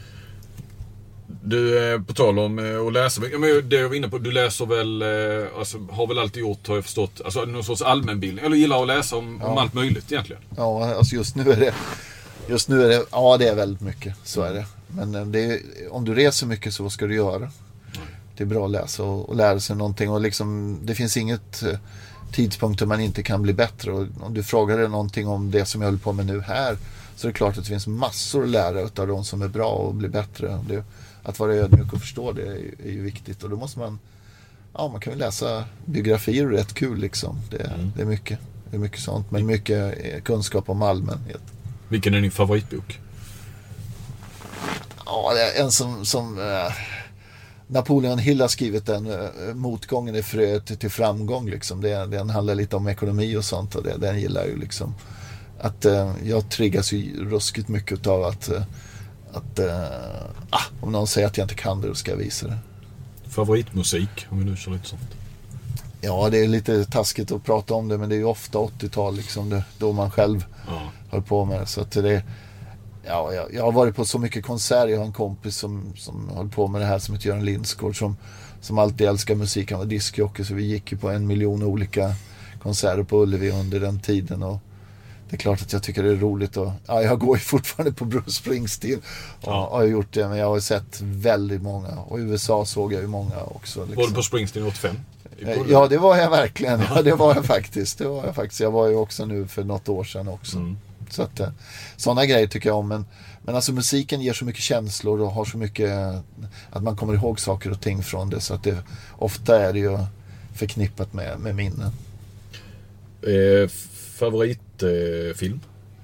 Du, på tal om att läsa, men det jag var inne på, du läser väl, alltså, har väl alltid gjort, har jag förstått, alltså någon sorts allmänbildning, eller gillar att läsa om, ja. om allt möjligt egentligen. Ja, alltså just nu är det, just nu är det, ja det är väldigt mycket, så är det. Men det är, om du reser mycket så vad ska du göra? Mm. Det är bra att läsa och, och lära sig någonting och liksom, det finns inget tidpunkt där man inte kan bli bättre. Och om du frågar dig någonting om det som jag håller på med nu här, så är det klart att det finns massor att lära av de som är bra och bli bättre. Det, att vara ödmjuk och förstå det är ju, är ju viktigt. Och då måste man, ja man kan ju läsa biografier och rätt kul liksom. Det, mm. det är mycket, det är mycket sånt. Men mycket kunskap om allmänhet. Vilken är din favoritbok? Ja, det är en som, som äh, Napoleon Hill har skrivit den, motgången är fröet till framgång liksom. Det, den handlar lite om ekonomi och sånt, och det, den gillar jag ju liksom. Att uh, jag triggas ju ruskigt mycket av att, uh, att uh, ah, om någon säger att jag inte kan det, då ska jag visa det. Favoritmusik, om vi nu kör lite sånt. Ja, det är lite taskigt att prata om det, men det är ju ofta åttiotal liksom, det, då man själv ja. Håller på med det. Så att det, ja, jag, jag har varit på så mycket konserter. Jag har en kompis som, som håller på med det här som heter Göran Lindsgård, som, som alltid älskar musik. Han var diskjockey, så vi gick ju på en miljon olika konserter på Ullevi under den tiden, och det är klart att jag tycker det är roligt. Och, ja, jag går ju fortfarande på Bruce Springsteen och ja. Har gjort det, men jag har sett väldigt många, och i U S A såg jag ju många också liksom. Var du på Springsteen åttiofem? Ja, det var jag verkligen. Ja, det var jag faktiskt. Det var jag faktiskt. Jag var ju också nu för något år sedan också. Mm. Så att sådana grejer tycker jag om, men men alltså musiken ger så mycket känslor och har så mycket att man kommer ihåg saker och ting från det, så att det ofta är det ju förknippat med med minnen. Eh, favoritfilm?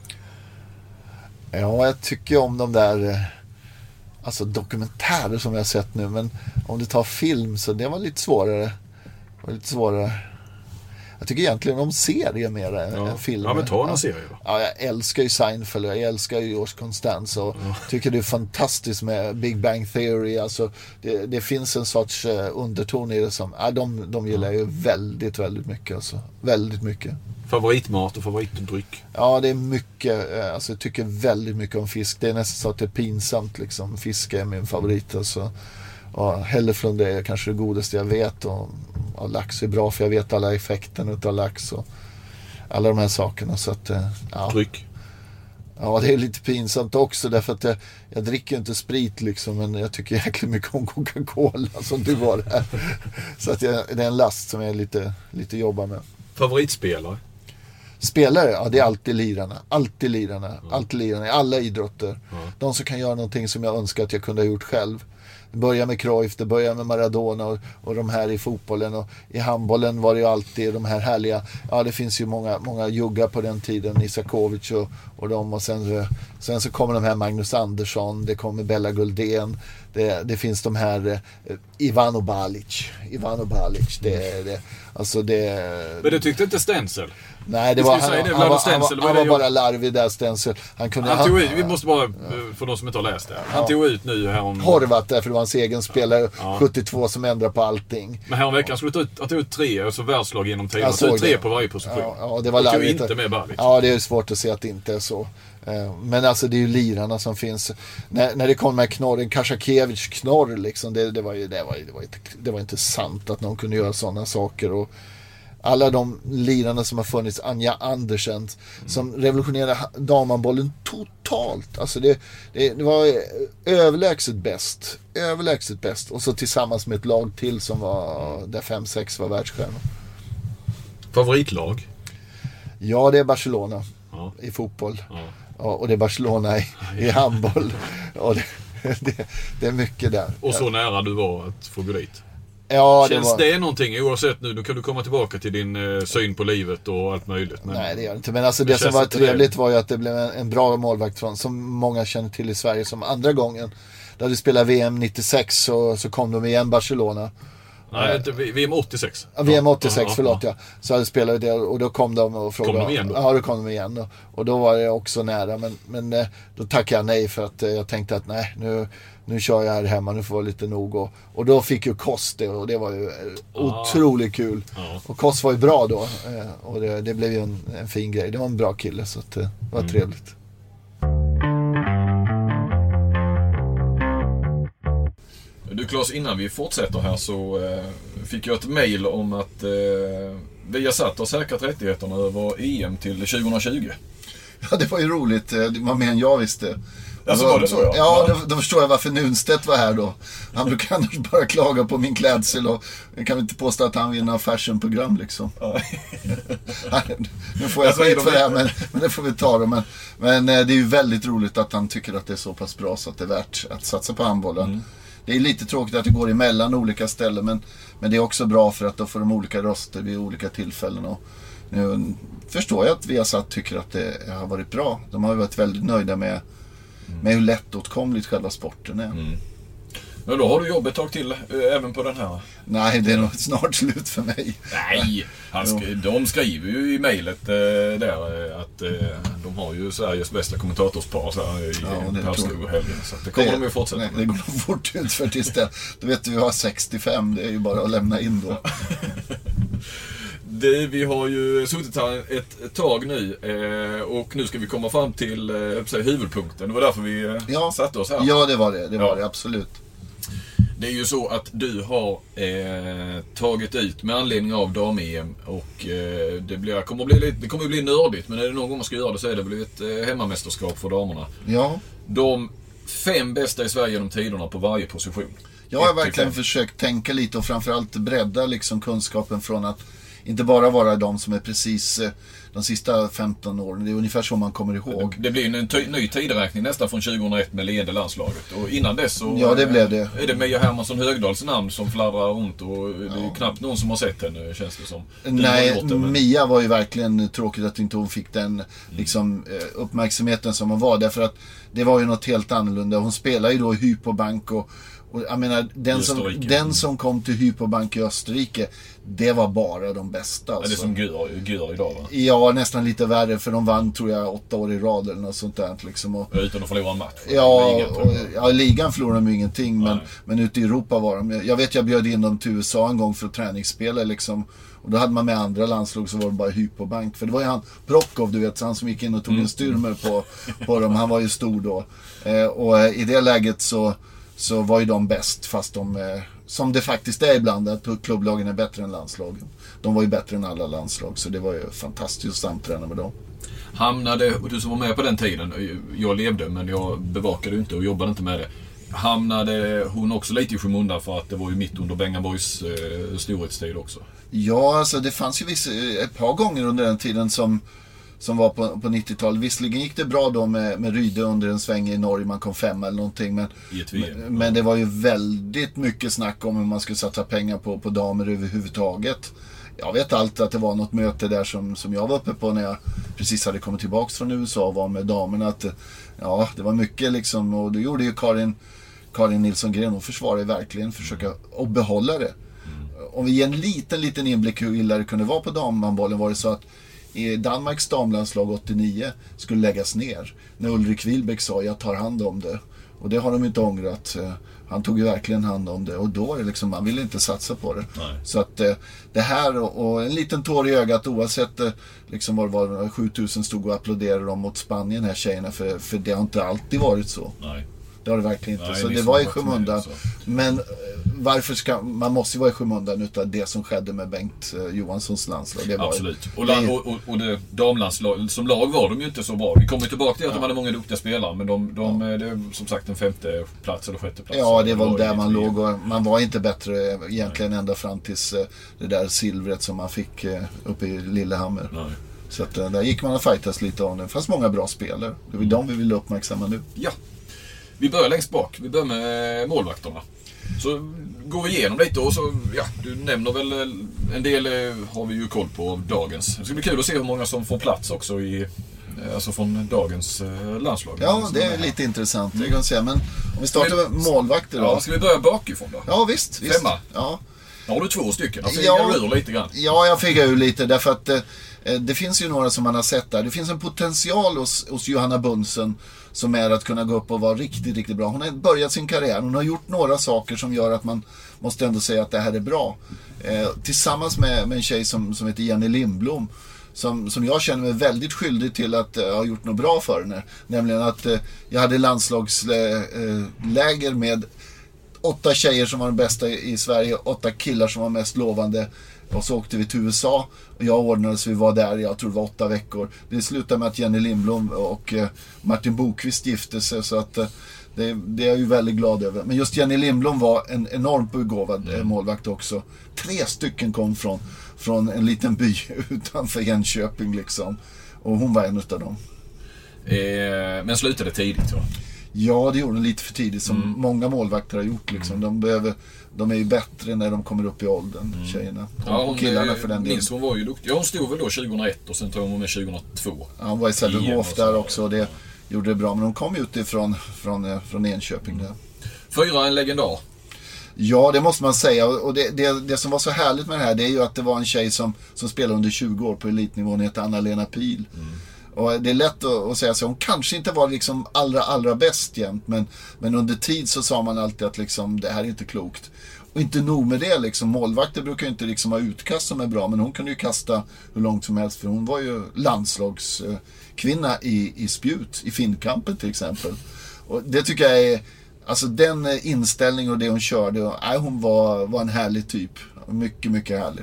Eh, ja, jag tycker om de där eh, alltså dokumentärer som jag har sett nu, men om du tar film så det var lite svårare. Det var lite svårare. Jag tycker egentligen om serier mer än ja. filmer. Ja, men ta en serie då. Ja, jag älskar ju Seinfeld, jag älskar ju George Costanza och ja. Tycker det är fantastiskt med Big Bang Theory. Alltså, det, det finns en sorts uh, underton i det som, ja, de, de gillar ju väldigt, väldigt mycket. Alltså. Väldigt mycket. Favoritmat och favoritdryck? Ja, det är mycket. Alltså, jag tycker väldigt mycket om fisk. Det är nästan så att det är pinsamt liksom. Fisk är min favorit. Alltså. Och hälleflund är kanske det godaste jag vet, och, och lax är bra för jag vet alla effekterna utav lax och alla de här sakerna, så att ja. Dryck? Ja, det är lite pinsamt också, därför att jag, jag dricker inte sprit liksom, men jag tycker jäkligt mycket om Coca-Cola som du var här. Så att jag, det är en last som jag lite, lite jobbar med. Favoritspelare? Spelare, ja, det är alltid lirarna. Alltid lirarna. Mm. Alltid lirarna i alla idrotter. Mm. De som kan göra någonting som jag önskar att jag kunde ha gjort själv. Det börjar med Cruyff, det börjar med Maradona och, och de här i fotbollen, och i handbollen var det ju alltid de här härliga, ja det finns ju många, många juggar på den tiden, Isakovic och, och de, och sen, sen så kommer de här Magnus Andersson, det kommer Bella Guldén, det, det finns de här eh, Ivano Balic, Ivano Balic, det, det, alltså det... Men du tyckte inte Stenzel? Nej, det var, han, det, han, var, han, var, han var bara larvig där, Stenzel. Han kunde, han tog han, ut, vi måste bara, för de som inte har läst det. Han ja. tog ut nu här om... Horvat, därför det var hans egen spelare, ja. sjuttiotvå, som ändrar på allting. Men här om veckan skulle ta ut, att ta ut tre, alltså världslag genom tiden. Han tog ut tre på varje position. Ja, ja, det var larvigt. Inte med Balic. Ja, det är svårt att se att det inte är så. Men alltså det är ju lirarna som finns. När, när det kom med knorren, Kashakiewicz knorr liksom, det, det, var ju, det, var ju, det, var ju, det var inte sant att någon kunde göra sådana saker. Och alla de lirarna som har funnits, Anja Andersen mm. som revolutionerade damhandbollen totalt. Alltså det, det, det var överlägset bäst. Överlägset bäst. Och så tillsammans med ett lag till som var, där fem sex var världsstjärnor. Favoritlag? Ja, det är Barcelona ja. i fotboll. Ja. Ja, och det är Barcelona i, i handboll. Och det, det, det är mycket där. Och så nära du var att få gå dit. Ja, känns det, var... det någonting, oavsett nu, då kan du komma tillbaka till din eh, syn på livet och allt möjligt. Men... Nej, det gör det inte. Men alltså det, det som var trevligt det... var ju att det blev en, en bra målvakt från, som många känner till i Sverige, som andra gången. Där du spelade V M nittiosex så, så kom de igen Barcelona. Nej, inte, V M åttiosex. Ja, V M åttiosex, ja, förlåt ja. Så hade spelade det och då kom de och frågade. Kom de igen då? Ja, då kom de igen. Och, och då var det också nära. Men, men då tackade jag nej för att jag tänkte att nej, nu, nu kör jag här hemma, nu får vara lite nog. Och, och då fick ju Koss det och det var ju ja. otroligt kul. Ja. Och Koss var ju bra då. Och det, det blev ju en, en fin grej. Det var en bra kille, så att det var mm. trevligt. Du Claes, innan vi fortsätter här så eh, fick jag ett mejl om att eh, Viasat har säkrat rättigheterna över E M till tjugohundratjugo. Ja, det var ju roligt. Det var mer än jag visste. Alltså, var det så, ja? Ja, då, då förstår jag varför Nunstedt var här då. Han brukar annars bara klaga på min klädsel och jag kan inte påstå att han vinner fashionprogram liksom. Ja. Nu får jag skit för det här, men, men det får vi ta då. Men, men det är ju väldigt roligt att han tycker att det är så pass bra så att det är värt att satsa på handbollen. Mm. Det är lite tråkigt att det går emellan olika ställen, men, men det är också bra för att då får de olika röster vid olika tillfällen. Och nu förstår jag att Viasat tycker att det har varit bra. De har ju varit väldigt nöjda med, mm. med hur lättåtkomligt själva sporten är. Mm. Men då har du jobb ett tag till äh, även på den här. Nej, det är nog snart slut för mig. Nej, han sk- de skriver ju i mejlet äh, där äh, att äh, de har ju Sveriges bästa kommentatorspar så här, i ja, Perskog och helgen. Så det kommer det, de ju fortsätta nej, med. Det går nog fort ut för tills det. Du vet, vi har sextiofem, det är ju bara att lämna in då. Det, vi har ju suttit här ett, ett tag nu eh, och nu ska vi komma fram till eh, säga, huvudpunkten. Det var därför vi eh, ja. satte oss här. Ja, det var det. Det var ja. det, absolut. Det är ju så att du har eh, tagit ut med anledning av dam-E M och eh, det, blir, kommer bli lite, det kommer bli nördigt, men är det någon gång man ska göra det så är det väl ett eh, hemmamästerskap för damerna. Ja. De fem bästa i Sverige genom tiderna på varje position. Jag har verkligen försökt tänka lite och framförallt bredda liksom kunskapen från att inte bara vara de som är precis de sista femton åren. Det är ungefär så man kommer ihåg. Det blir en ty- ny tideräkning nästan från tjugohundraett med ledande landslaget. Och innan dess så ja, det blev det. är det Meja Hermansson Högdahls namn som fladdrar runt. Och det är ju ja. knappt någon som har sett henne, känns det som. Du Nej, det, men... Mia var ju verkligen tråkigt att inte hon fick den mm. liksom, uppmärksamheten som hon var. Därför att det var ju något helt annorlunda. Hon spelar ju då i Hypobank och Och jag menar, den som, den som kom till Hypobank i Österrike, det var bara de bästa. Alltså. Ja, det är som Gudar, Gudar idag, va? Ja, nästan lite värre, för de vann, tror jag, åtta år i rad eller något sånt där. Liksom. Och, utan att förlora en match. Ja, ligan, och, ja, ligan förlorade de ingenting, men, men ute i Europa var de. Jag vet, jag bjöd in dem till U S A en gång för att träningsspela, liksom. Och då hade man med andra landslag, så var det bara Hypobank. För det var ju han, Brockov, du vet, han som gick in och tog mm. en styrmer på, på dem. Han var ju stor då. Eh, och eh, i det läget så så var ju de bäst, fast de, eh, som det faktiskt är ibland, att klubblagen är bättre än landslagen. De var ju bättre än alla landslag, så det var ju fantastiskt att samträna med dem. Hamnade, och du som var med på den tiden, jag levde men jag bevakade inte och jobbade inte med det. Hamnade hon också lite i skymundan för att det var ju mitt under Bengaborgs eh, storhetstid också? Ja, alltså det fanns ju vissa, ett par gånger under den tiden som som var på, på nittiotalet. Visserligen gick det bra då med, med Ryde under en sväng i Norge, man kom femma eller någonting, men, men, men det var ju väldigt mycket snack om hur man skulle satsa pengar på, på damer överhuvudtaget. Jag vet allt att det var något möte där som, som jag var uppe på när jag precis hade kommit tillbaka från U S A och var med damerna, att ja, det var mycket liksom, och det gjorde ju Karin, Karin Nilsson Gren, och försvarade verkligen försöka och behålla det. Mm. Om vi ger en liten, liten inblick hur illa det kunde vara på damhandbollen, var det så att i Danmarks damlandslag åttionio skulle läggas ner när Ulrik Wilbäck sa jag tar hand om det, och det har de inte ångrat. Han tog ju verkligen hand om det, och då är det liksom, man ville inte satsa på det. Nej. Så att det här, och, och en liten tår i ögat, oavsett liksom vad det var, sjutusen stod och applåderade dem mot Spanien här tjejerna, för, för det har inte alltid varit så. Nej. Det har det verkligen inte. Nej, så det var i skymundan. Men varför ska, man måste ju vara i skymundan utav det som skedde med Bengt eh, Johanssons landslag. Det var, absolut. Och, det, och, och, och det damlandslag, som lag var de ju inte så bra. Vi kommer tillbaka till att ja. de hade många duktiga spelare, men de, de ja. det är som sagt en femte plats eller sjätte plats. Ja, det var, det var där man låg, och man var inte bättre egentligen Nej. ända fram tills eh, det där silvret som man fick eh, uppe i Lillehammer. Nej. Så att, eh, där gick man och fightas lite av det. Det fanns många bra spelare. Det var de vi ville uppmärksamma nu. Ja. Vi börjar längst bak. Vi börjar med målvakterna. Så går vi igenom lite och så, ja, du nämner väl en del har vi ju koll på av dagens. Det ska bli kul att se hur många som får plats också i, alltså från dagens landslag. Ja, det är lite intressant, det kan jag säga. Men om vi startar med målvakter då. Ja, ska vi börja bakifrån då? Ja, visst. visst. Femma? Ja. Då har du två stycken. Jag fick ja, ur lite grann. Ja, jag fick ur lite därför att eh, det finns ju några som man har sett där. Det finns en potential hos, hos Johanna Bunsen som är att kunna gå upp och vara riktigt, riktigt bra. Hon har börjat sin karriär. Hon har gjort några saker som gör att man måste ändå säga att det här är bra. Eh, tillsammans med, med en tjej som, som heter Jenny Lindblom. Som, som jag känner mig väldigt skyldig till att uh, ha gjort något bra för henne. Nämligen att uh, jag hade landslagsläger uh, med åtta tjejer som var de bästa i, i Sverige. Åtta killar som var mest lovande. Och så åkte vi till U S A och jag ordnade så vi var där, jag tror det var åtta veckor. Det slutade med att Jenny Lindblom och eh, Martin Bokvist gifte sig, så att eh, det, det är jag ju väldigt glad över. Men just Jenny Lindblom var en enormt begåvad mm. eh, målvakt också. Tre stycken kom från, från en liten by utanför Jönköping liksom. Och hon var en utav dem. Eh, men slutade tidigt va? Ja, det gjorde den lite för tidigt som mm. många målvakter har gjort liksom. Mm. De behöver, de är ju bättre när de kommer upp i åldern, mm. tjejerna. Ja, hon, och killarna för den delen. Nils, hon var ju duktig. Ja, hon stod väl då tjugohundraett och sen tror hon var med tjugohundratvå. Ja, hon var i Sävehof där också och det gjorde det bra. Men hon kom ju utifrån från, från Enköping där. Fyra, en legendar. Ja, det måste man säga. Och det, det, det som var så härligt med det här, det är ju att det var en tjej som, som spelade under tjugo år på elitnivån, heter Anna-Lena Pihl. Mm. Och det är lätt att, att säga så. Hon kanske inte var liksom allra, allra bäst jämt, men, men under tid så sa man alltid att liksom, det här är inte klokt. Och inte nog med det, liksom, målvakter brukar ju inte liksom ha utkast som är bra, men hon kunde ju kasta hur långt som helst, för hon var ju landslagskvinna i, i spjut, i Finnkampen till exempel. Och det tycker jag är, alltså den inställning och det hon körde, och, nej, hon var, var en härlig typ. Mycket, mycket härlig.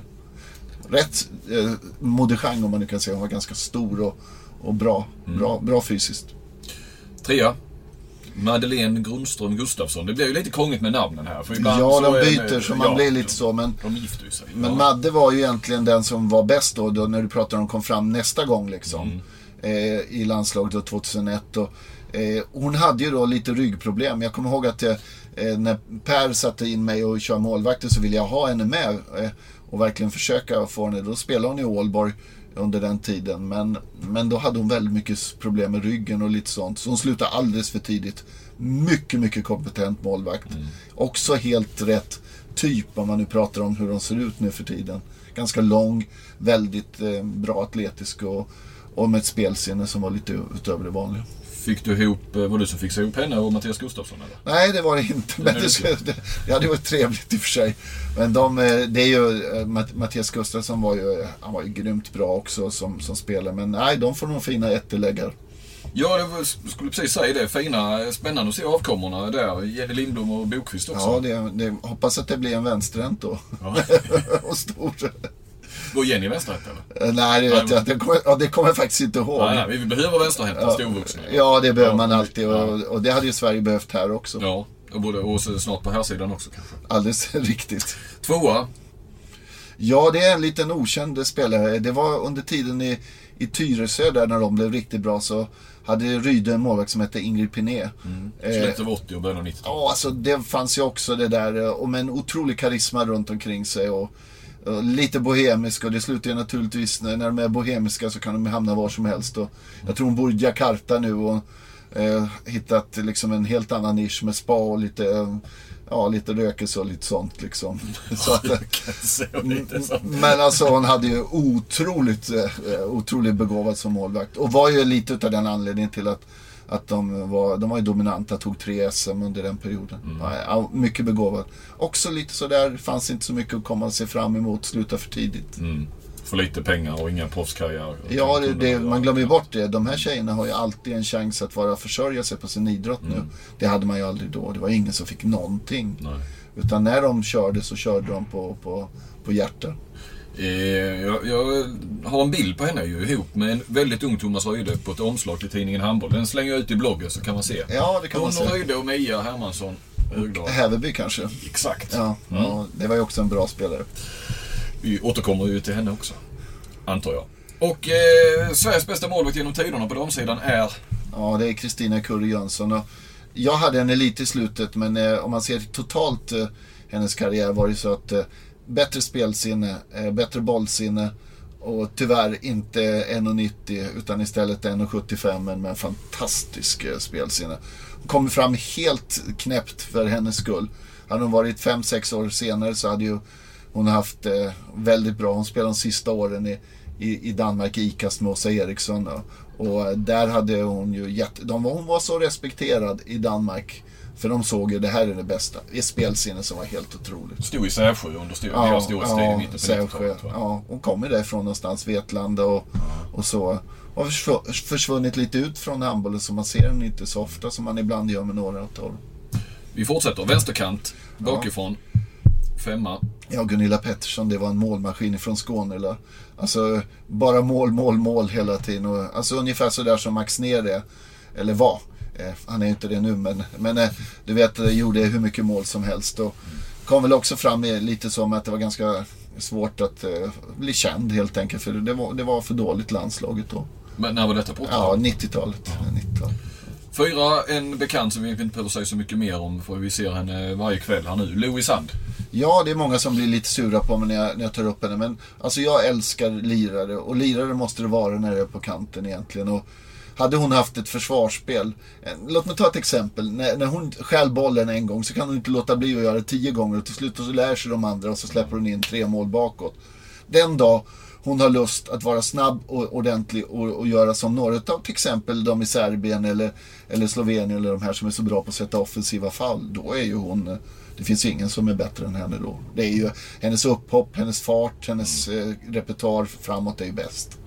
Rätt eh, modechang om man nu kan säga. Hon var ganska stor och, och bra, mm. bra, bra fysiskt. Trea. Madeleine Grundström Gustafsson. Det blir ju lite krångligt med namnen här. För ibland ja, så de byter med, så man ja, blir lite så. Men, de gifter sig. Men ja. Madde var ju egentligen den som var bäst då, då när du pratar om kom fram nästa gång liksom. Mm. Eh, I landslaget då tjugohundraett. Och, eh, hon hade ju då lite ryggproblem. Jag kommer ihåg att eh, när Per satte in mig och kör målvakter så ville jag ha henne med. Eh, och verkligen försöka få henne. Då spelade hon i Ålborg under den tiden. Men, men då hade hon väldigt mycket problem med ryggen och lite sånt. Så hon slutade alldeles för tidigt. Mycket, mycket kompetent målvakt. Mm. Också helt rätt typ om man nu pratar om hur de ser ut nu för tiden. Ganska lång, väldigt eh, bra atletisk och, och med ett spelsinne som var lite utöver det vanliga. Fick du ihop, var du som fick ihop henne och Mattias Gustafsson eller? Nej, det var det inte. Men det, skulle, det, ja, det var trevligt i och för sig. Men de, det är ju, Mattias Gustafsson var ju, han var ju grymt bra också som, som spelare. Men nej, de får nog fina ätteläggar. Ja, jag skulle precis säga det. Fina, spännande att se avkommorna där. Jenny Lindblom och Bokvist också. Ja, det, det, hoppas att det blir en vänsterhänt då. Ja. Och stor. Går Jenny vänsterhänt eller? Nej, det vet jag. Det kommer, ja, det kommer jag faktiskt inte ihåg. Nej, nej, vi behöver vänsterhänta, ja, storvuxna. Ja, det behöver ja, man alltid. Och, och det hade ju Sverige behövt här också. Ja, och, både, och snart på här sidan också kanske. Alldeles riktigt. Tvåa. Ja, det är en liten okänd spelare. Det var under tiden i, i Tyresö där när de blev riktigt bra så hade Rydö en målvakt som hette Ingrid Piné. Mm. Slutet av åttio och början av nittio. Ja, alltså det fanns ju också det där. Och med en otrolig karisma runt omkring sig och, och lite bohemisk. Och det slutar ju naturligtvis, när de är bohemiska så kan de hamna var som helst. Och jag tror hon bor i Jakarta nu och eh, hittat liksom en helt annan nisch med spa och lite... Eh, Ja, lite rökelse och lite sånt liksom. Så att, och lite sånt. Men alltså hon hade ju otroligt eh, otroligt begåvad som målvakt. Och var ju lite utav den anledningen till att, att de var de var ju dominanta, tog tre S M under den perioden. Mm. Ja, mycket begåvad. Också lite så där, fanns inte så mycket att komma och se fram emot, sluta för tidigt. Mm. För lite pengar och inga proffskarriär. Ja, det, det, man glömmer ju bort det. De här tjejerna har ju alltid en chans att vara försörja sig på sin idrott nu. Mm. Det hade man ju aldrig då. Det var ingen som fick någonting. Nej. Utan när de körde så körde de på, på, på hjärta. Eh, jag, jag har en bild på henne ju ihop med en väldigt ung Thomas Röjde på ett omslag till tidningen Handboll. Den slänger jag ut i bloggen så kan man se. Ja, det kan Hon man se. Röjde och Mia Hermansson. Häverby kanske. Exakt. Ja, mm. Ja, det var ju också en bra spelare. Vi återkommer ju till henne också, antar jag. Och eh, Sveriges bästa målvakt genom tiderna på damsidan är... Ja, det är Kristina Curry Jönsson. Och jag hade en elit i slutet, men eh, om man ser totalt eh, hennes karriär var det så att eh, bättre spelsinne, eh, bättre bollsinne och tyvärr inte en komma nittio utan istället en komma sjuttiofem, men med en fantastisk eh, spelsinne. Hon kom fram helt knäppt för hennes skull. Hade hon varit fem sex år senare så hade ju hon har haft eh, väldigt bra. Hon spelade de sista åren i, i, i Danmark i Ikast med Åsa Eriksson. Och, och där hade hon ju jätte, de var, hon var så respekterad i Danmark. För de såg ju det här är det bästa. I spelsinne som var helt otroligt. Stod i Sävsjö under stor, ja, deras storhetstid ja, i mitten på Sävsjö, ja, hon kom ju därifrån någonstans, Vetlanda och, ja. och så. Och försvunnit lite ut från handbollen så man ser den inte så ofta som man ibland gör med några av dem. Vi fortsätter. Vänsterkant, bakifrån. Ja. Femma. Ja, Gunilla Pettersson, det var en målmaskin från Skåne. Eller? Alltså, bara mål, mål, mål hela tiden. Och, alltså ungefär så där som Max Nere, eller var. Eh, han är ju inte det nu, men, men eh, du vet, gjorde hur mycket mål som helst. Och kom väl också fram med lite som att det var ganska svårt att eh, bli känd helt enkelt. För det var, det var för dåligt landslaget då. Men när var detta på? Ja, nittiotalet. Ja. nittiotalet. Fyra, en bekant som vi inte behöver säga så mycket mer om, för vi ser henne varje kväll här nu. Louise Sand. Ja, det är många som blir lite sura på mig när jag, när jag tar upp henne. Men alltså jag älskar lirare. Och lirare måste det vara när det är på kanten egentligen. Och hade hon haft ett försvarsspel. Låt mig ta ett exempel. När, när hon stjäl bollen en gång så kan hon inte låta bli att göra det tio gånger. Och till slut så lär sig de andra och så släpper hon in tre mål bakåt. Den dag hon har lust att vara snabb och ordentlig och, och göra som några av till exempel de i Serbien eller, eller Slovenien eller de här som är så bra på att sätta offensiva fall. Då är ju hon... Det finns ju ingen som är bättre än henne då. Det är ju hennes upphopp, hennes fart, hennes eh, repertoar framåt är ju bäst.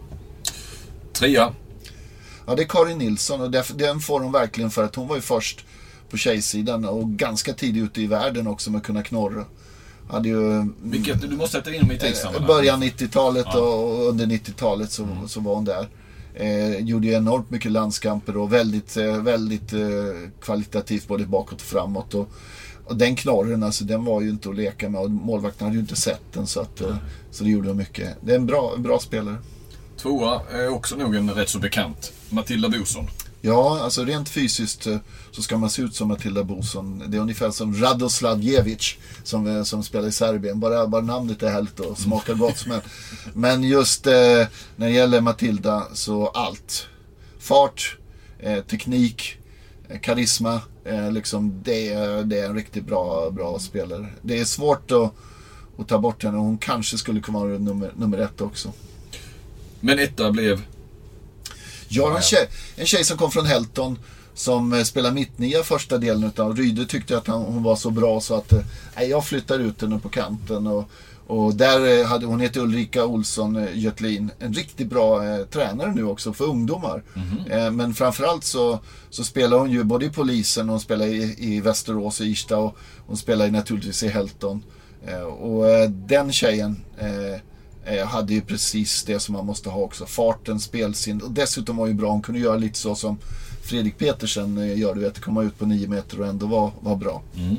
Trea. Ja, det är Karin Nilsson och därför, den får hon verkligen för att hon var ju först på tjejsidan och ganska tidigt ute i världen också med att kunna knorra. Hade ju, Vilket du måste sätta in dem i tidssammanhang. Början nittiotalet ja. och under nittiotalet så, mm. så var hon där. Eh, gjorde ju enormt mycket landskamper och väldigt, eh, väldigt eh, kvalitativt både bakåt och framåt. Och, och den knorren, alltså, den var ju inte att leka med och målvakten hade ju inte sett den så, att, eh, så det gjorde hon mycket. Det är en bra, en bra spelare. Tvåa är också nog en rätt så bekant. Matilda Boson. Ja, alltså rent fysiskt så ska man se ut som Matilda Boson. Det är ungefär som Radoslavjevic som, som spelar i Serbien. Bara, bara namnet är härligt och smakar gott. Men, men just eh, när det gäller Matilda så allt. Fart, eh, teknik, eh, karisma. Eh, liksom det, det är en riktigt bra, bra spelare. Det är svårt att, att ta bort henne. Hon kanske skulle kunna vara nummer, nummer ett också. Men etta blev... Ja, en tjej, en tjej som kom från Helton som spelar mittnia första delen utav Ryde tyckte att han, hon var så bra så att eh, jag flyttar ut henne på kanten och, och där hade hon heter Ulrika Olsson eh, Götlin, en riktigt bra eh, tränare nu också för ungdomar. Mm-hmm. Eh, men framförallt så, så spelar hon ju både i Polisen och hon spelar i, i Västerås och Irsta och hon spelar ju naturligtvis i Helton. Eh, och eh, den tjejen eh, hade ju precis det som man måste ha också. Farten, spelsin. Och dessutom var ju bra. Hon kunde göra lite så som Fredrik Petersen gör. Du vet, komma ut på nio meter och ändå var, var bra. Mm.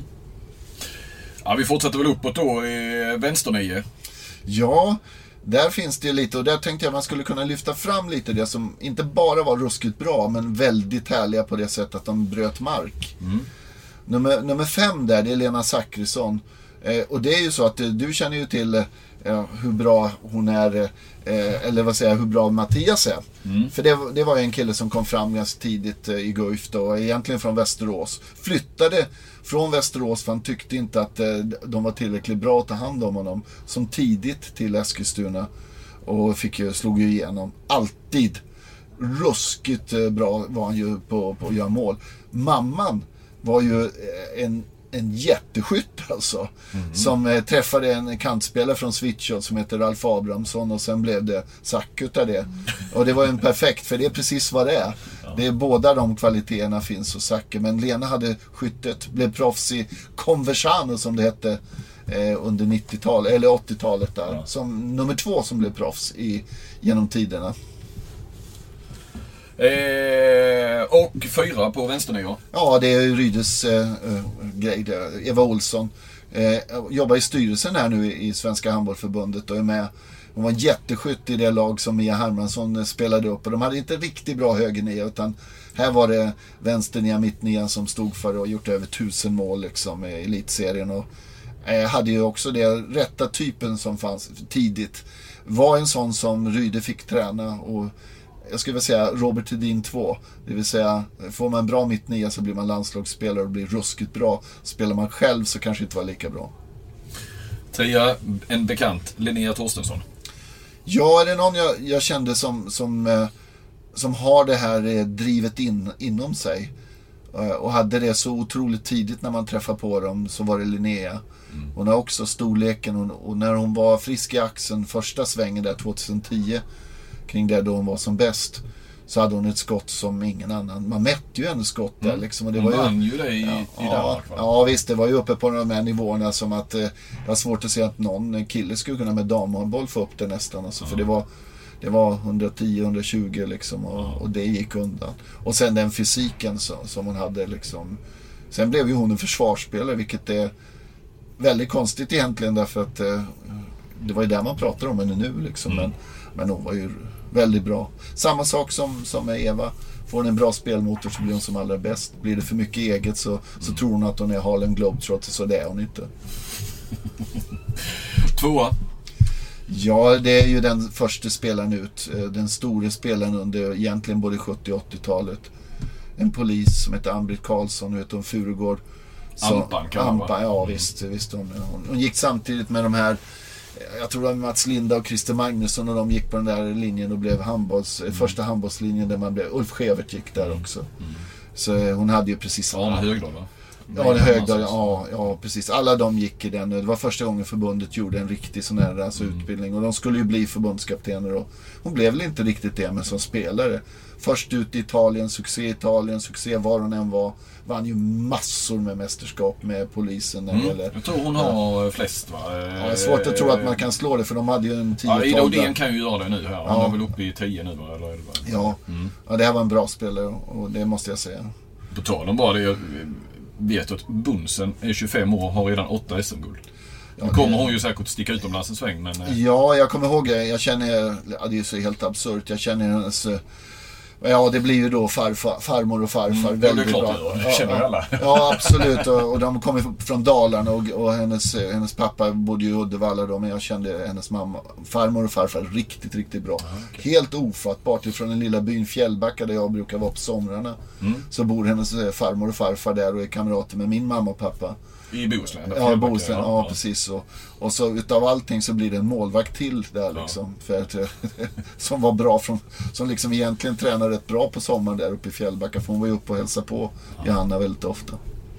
Ja, vi fortsätter väl uppåt då i vänsternio. Ja, där finns det lite. Och där tänkte jag man skulle kunna lyfta fram lite det som inte bara var ruskigt bra men väldigt härliga på det sättet att de bröt mark. Mm. Nummer, nummer fem där, det är Lena Zachrisson. Eh, och det är ju så att du känner ju till Ja, hur bra hon är eh, eller vad säger jag, hur bra Mattias är. Mm. För det, det var ju en kille som kom fram ganska tidigt eh, i Guif då, egentligen från Västerås. Flyttade från Västerås för han tyckte inte att eh, de var tillräckligt bra att ta hand om honom som tidigt till Eskilstuna och fick ju, slog ju igenom. Alltid ruskigt eh, bra var han ju på, på att göra mål. Mamman var ju eh, en en jätteskytt alltså. Mm. Som eh, träffade en kantspelare från Svitjod som heter Ralf Abrahamsson och sen blev det Zack utav det. Och det var en perfekt, för det är precis vad det är. Ja. Det är båda de kvaliteterna finns hos Zacke. Men Lena hade skyttet, blev proffs i Conversano som det hette eh, under nittiotalet eller åttiotalet där. Ja. Som nummer två som blev proffs i, genom tiderna. Eh, och fyra på vänsternio. Ja, det är Rydes eh, äh, grej där. Eva Olsson eh, jobbar i styrelsen här nu i, i Svenska handbollförbundet och är med. Hon var jätteskytt i det lag som Mia Hermansson spelade upp och de hade inte riktigt bra högernia utan här var det vänsternia, mittnia som stod för och gjort över tusen mål liksom i elitserien och eh, hade ju också det rätta typen som fanns tidigt. Var en sån som Ryde fick träna och jag skulle vilja säga Robert Hedin två. Det vill säga, får man en bra mittnia så blir man landslagsspelare och blir ruskigt bra. Spelar man själv så kanske inte var lika bra. Trea, en bekant, Linnea Torstensson. Ja, är det någon jag, jag kände som, som, eh, som har det här eh, drivet in, inom sig. Eh, och hade det så otroligt tidigt när man träffade på dem så var det Linnea. Mm. Hon har också storleken och, och när hon var frisk i axeln första svängen där tjugohundratio kring det då hon var som bäst så hade hon ett skott som ingen annan. Man mätte ju en skott där mm. liksom. Och det hon var vann ju det i, ja, i ja, Danmark. Va? Ja visst, det var ju uppe på de här nivåerna som att eh, det var svårt att se att någon kille skulle kunna med damhandboll få upp det nästan. Alltså, mm. För det var, det var hundratio hundratjugo liksom och, mm. och det gick undan. Och sen den fysiken så, som hon hade liksom. Sen blev ju hon en försvarsspelare vilket är väldigt konstigt egentligen därför att eh, det var ju där man pratar om henne nu liksom. Mm. Men, men hon var ju väldigt bra. Samma sak som, som med Eva. Får hon en bra spelmotor så blir hon som allra bäst. Blir det för mycket eget så, mm. så tror hon att hon är Harlem Globetrotter så det är hon inte. Tvåa. Ja, det är ju den första spelaren ut. Den stora spelaren under egentligen både sjuttio- och åttiotalet. En polis som heter Ann-Britt Karlsson, vet hon, Furugård. Ampan kan Ampan, vara. ja visst, visst hon, hon, hon gick samtidigt med de här, jag tror det var Mats Linda och Christer Magnusson, och de gick på den där linjen och blev handbolls, mm. första handbollslinjen där man blev, Ulf Schevert gick där också. Mm. Så hon hade ju precis ja, Högdahl va? Ja, det Högdahl, ja, ja precis. Alla de gick i den. Det var första gången förbundet gjorde en riktig sån här alltså, mm. utbildning. Och de skulle ju bli förbundskaptener. Och hon blev väl inte riktigt det, men som spelare. Först ut i Italien, succé i Italien, succé var hon än var. Vann ju massor med mästerskap med polisen. När mm. eller, jag tror hon har ja. flest va? Ja, det är svårt att tro att man kan slå det, för de hade ju en tio tolv. Ja, Ida Odén kan ju göra det nu här. Hon ja. är väl uppe i tio nu va? Eller, eller, ja. Mm. ja, det här var en bra spelare och det måste jag säga. På tal om bara det, jag vet att Bunsen är tjugofem år och har redan åtta S M-guld. Nu ja, kommer det... hon ju säkert sticka utomlands en sväng, men... Ja, jag kommer ihåg det. Jag känner, ja, det är så helt absurt. Jag känner hennes... Ja, det blir ju då farfar, farmor och farfar. Mm, väldigt det är klart, bra. Det känner ja, alla. Ja, absolut. Och, och de kommer från Dalarna och, och hennes, hennes pappa bodde ju i Uddevalla då, men jag kände hennes mamma, farmor och farfar riktigt, riktigt bra. Ah, okay. Helt ofattbart. Ifrån den lilla byn Fjällbacka där jag brukar vara på somrarna. Mm. Så bor hennes farmor och farfar där och är kamrater med min mamma och pappa. I Bohuslän? Ja, Bohuslän, ja, ja precis. Och, och så utav allting så blir det en målvakt till där liksom. Ja. För att, som var bra från, som liksom egentligen tränade rätt bra på sommaren där uppe i Fjällbacka. För hon var ju uppe och hälsade på ja. Johanna väldigt ofta.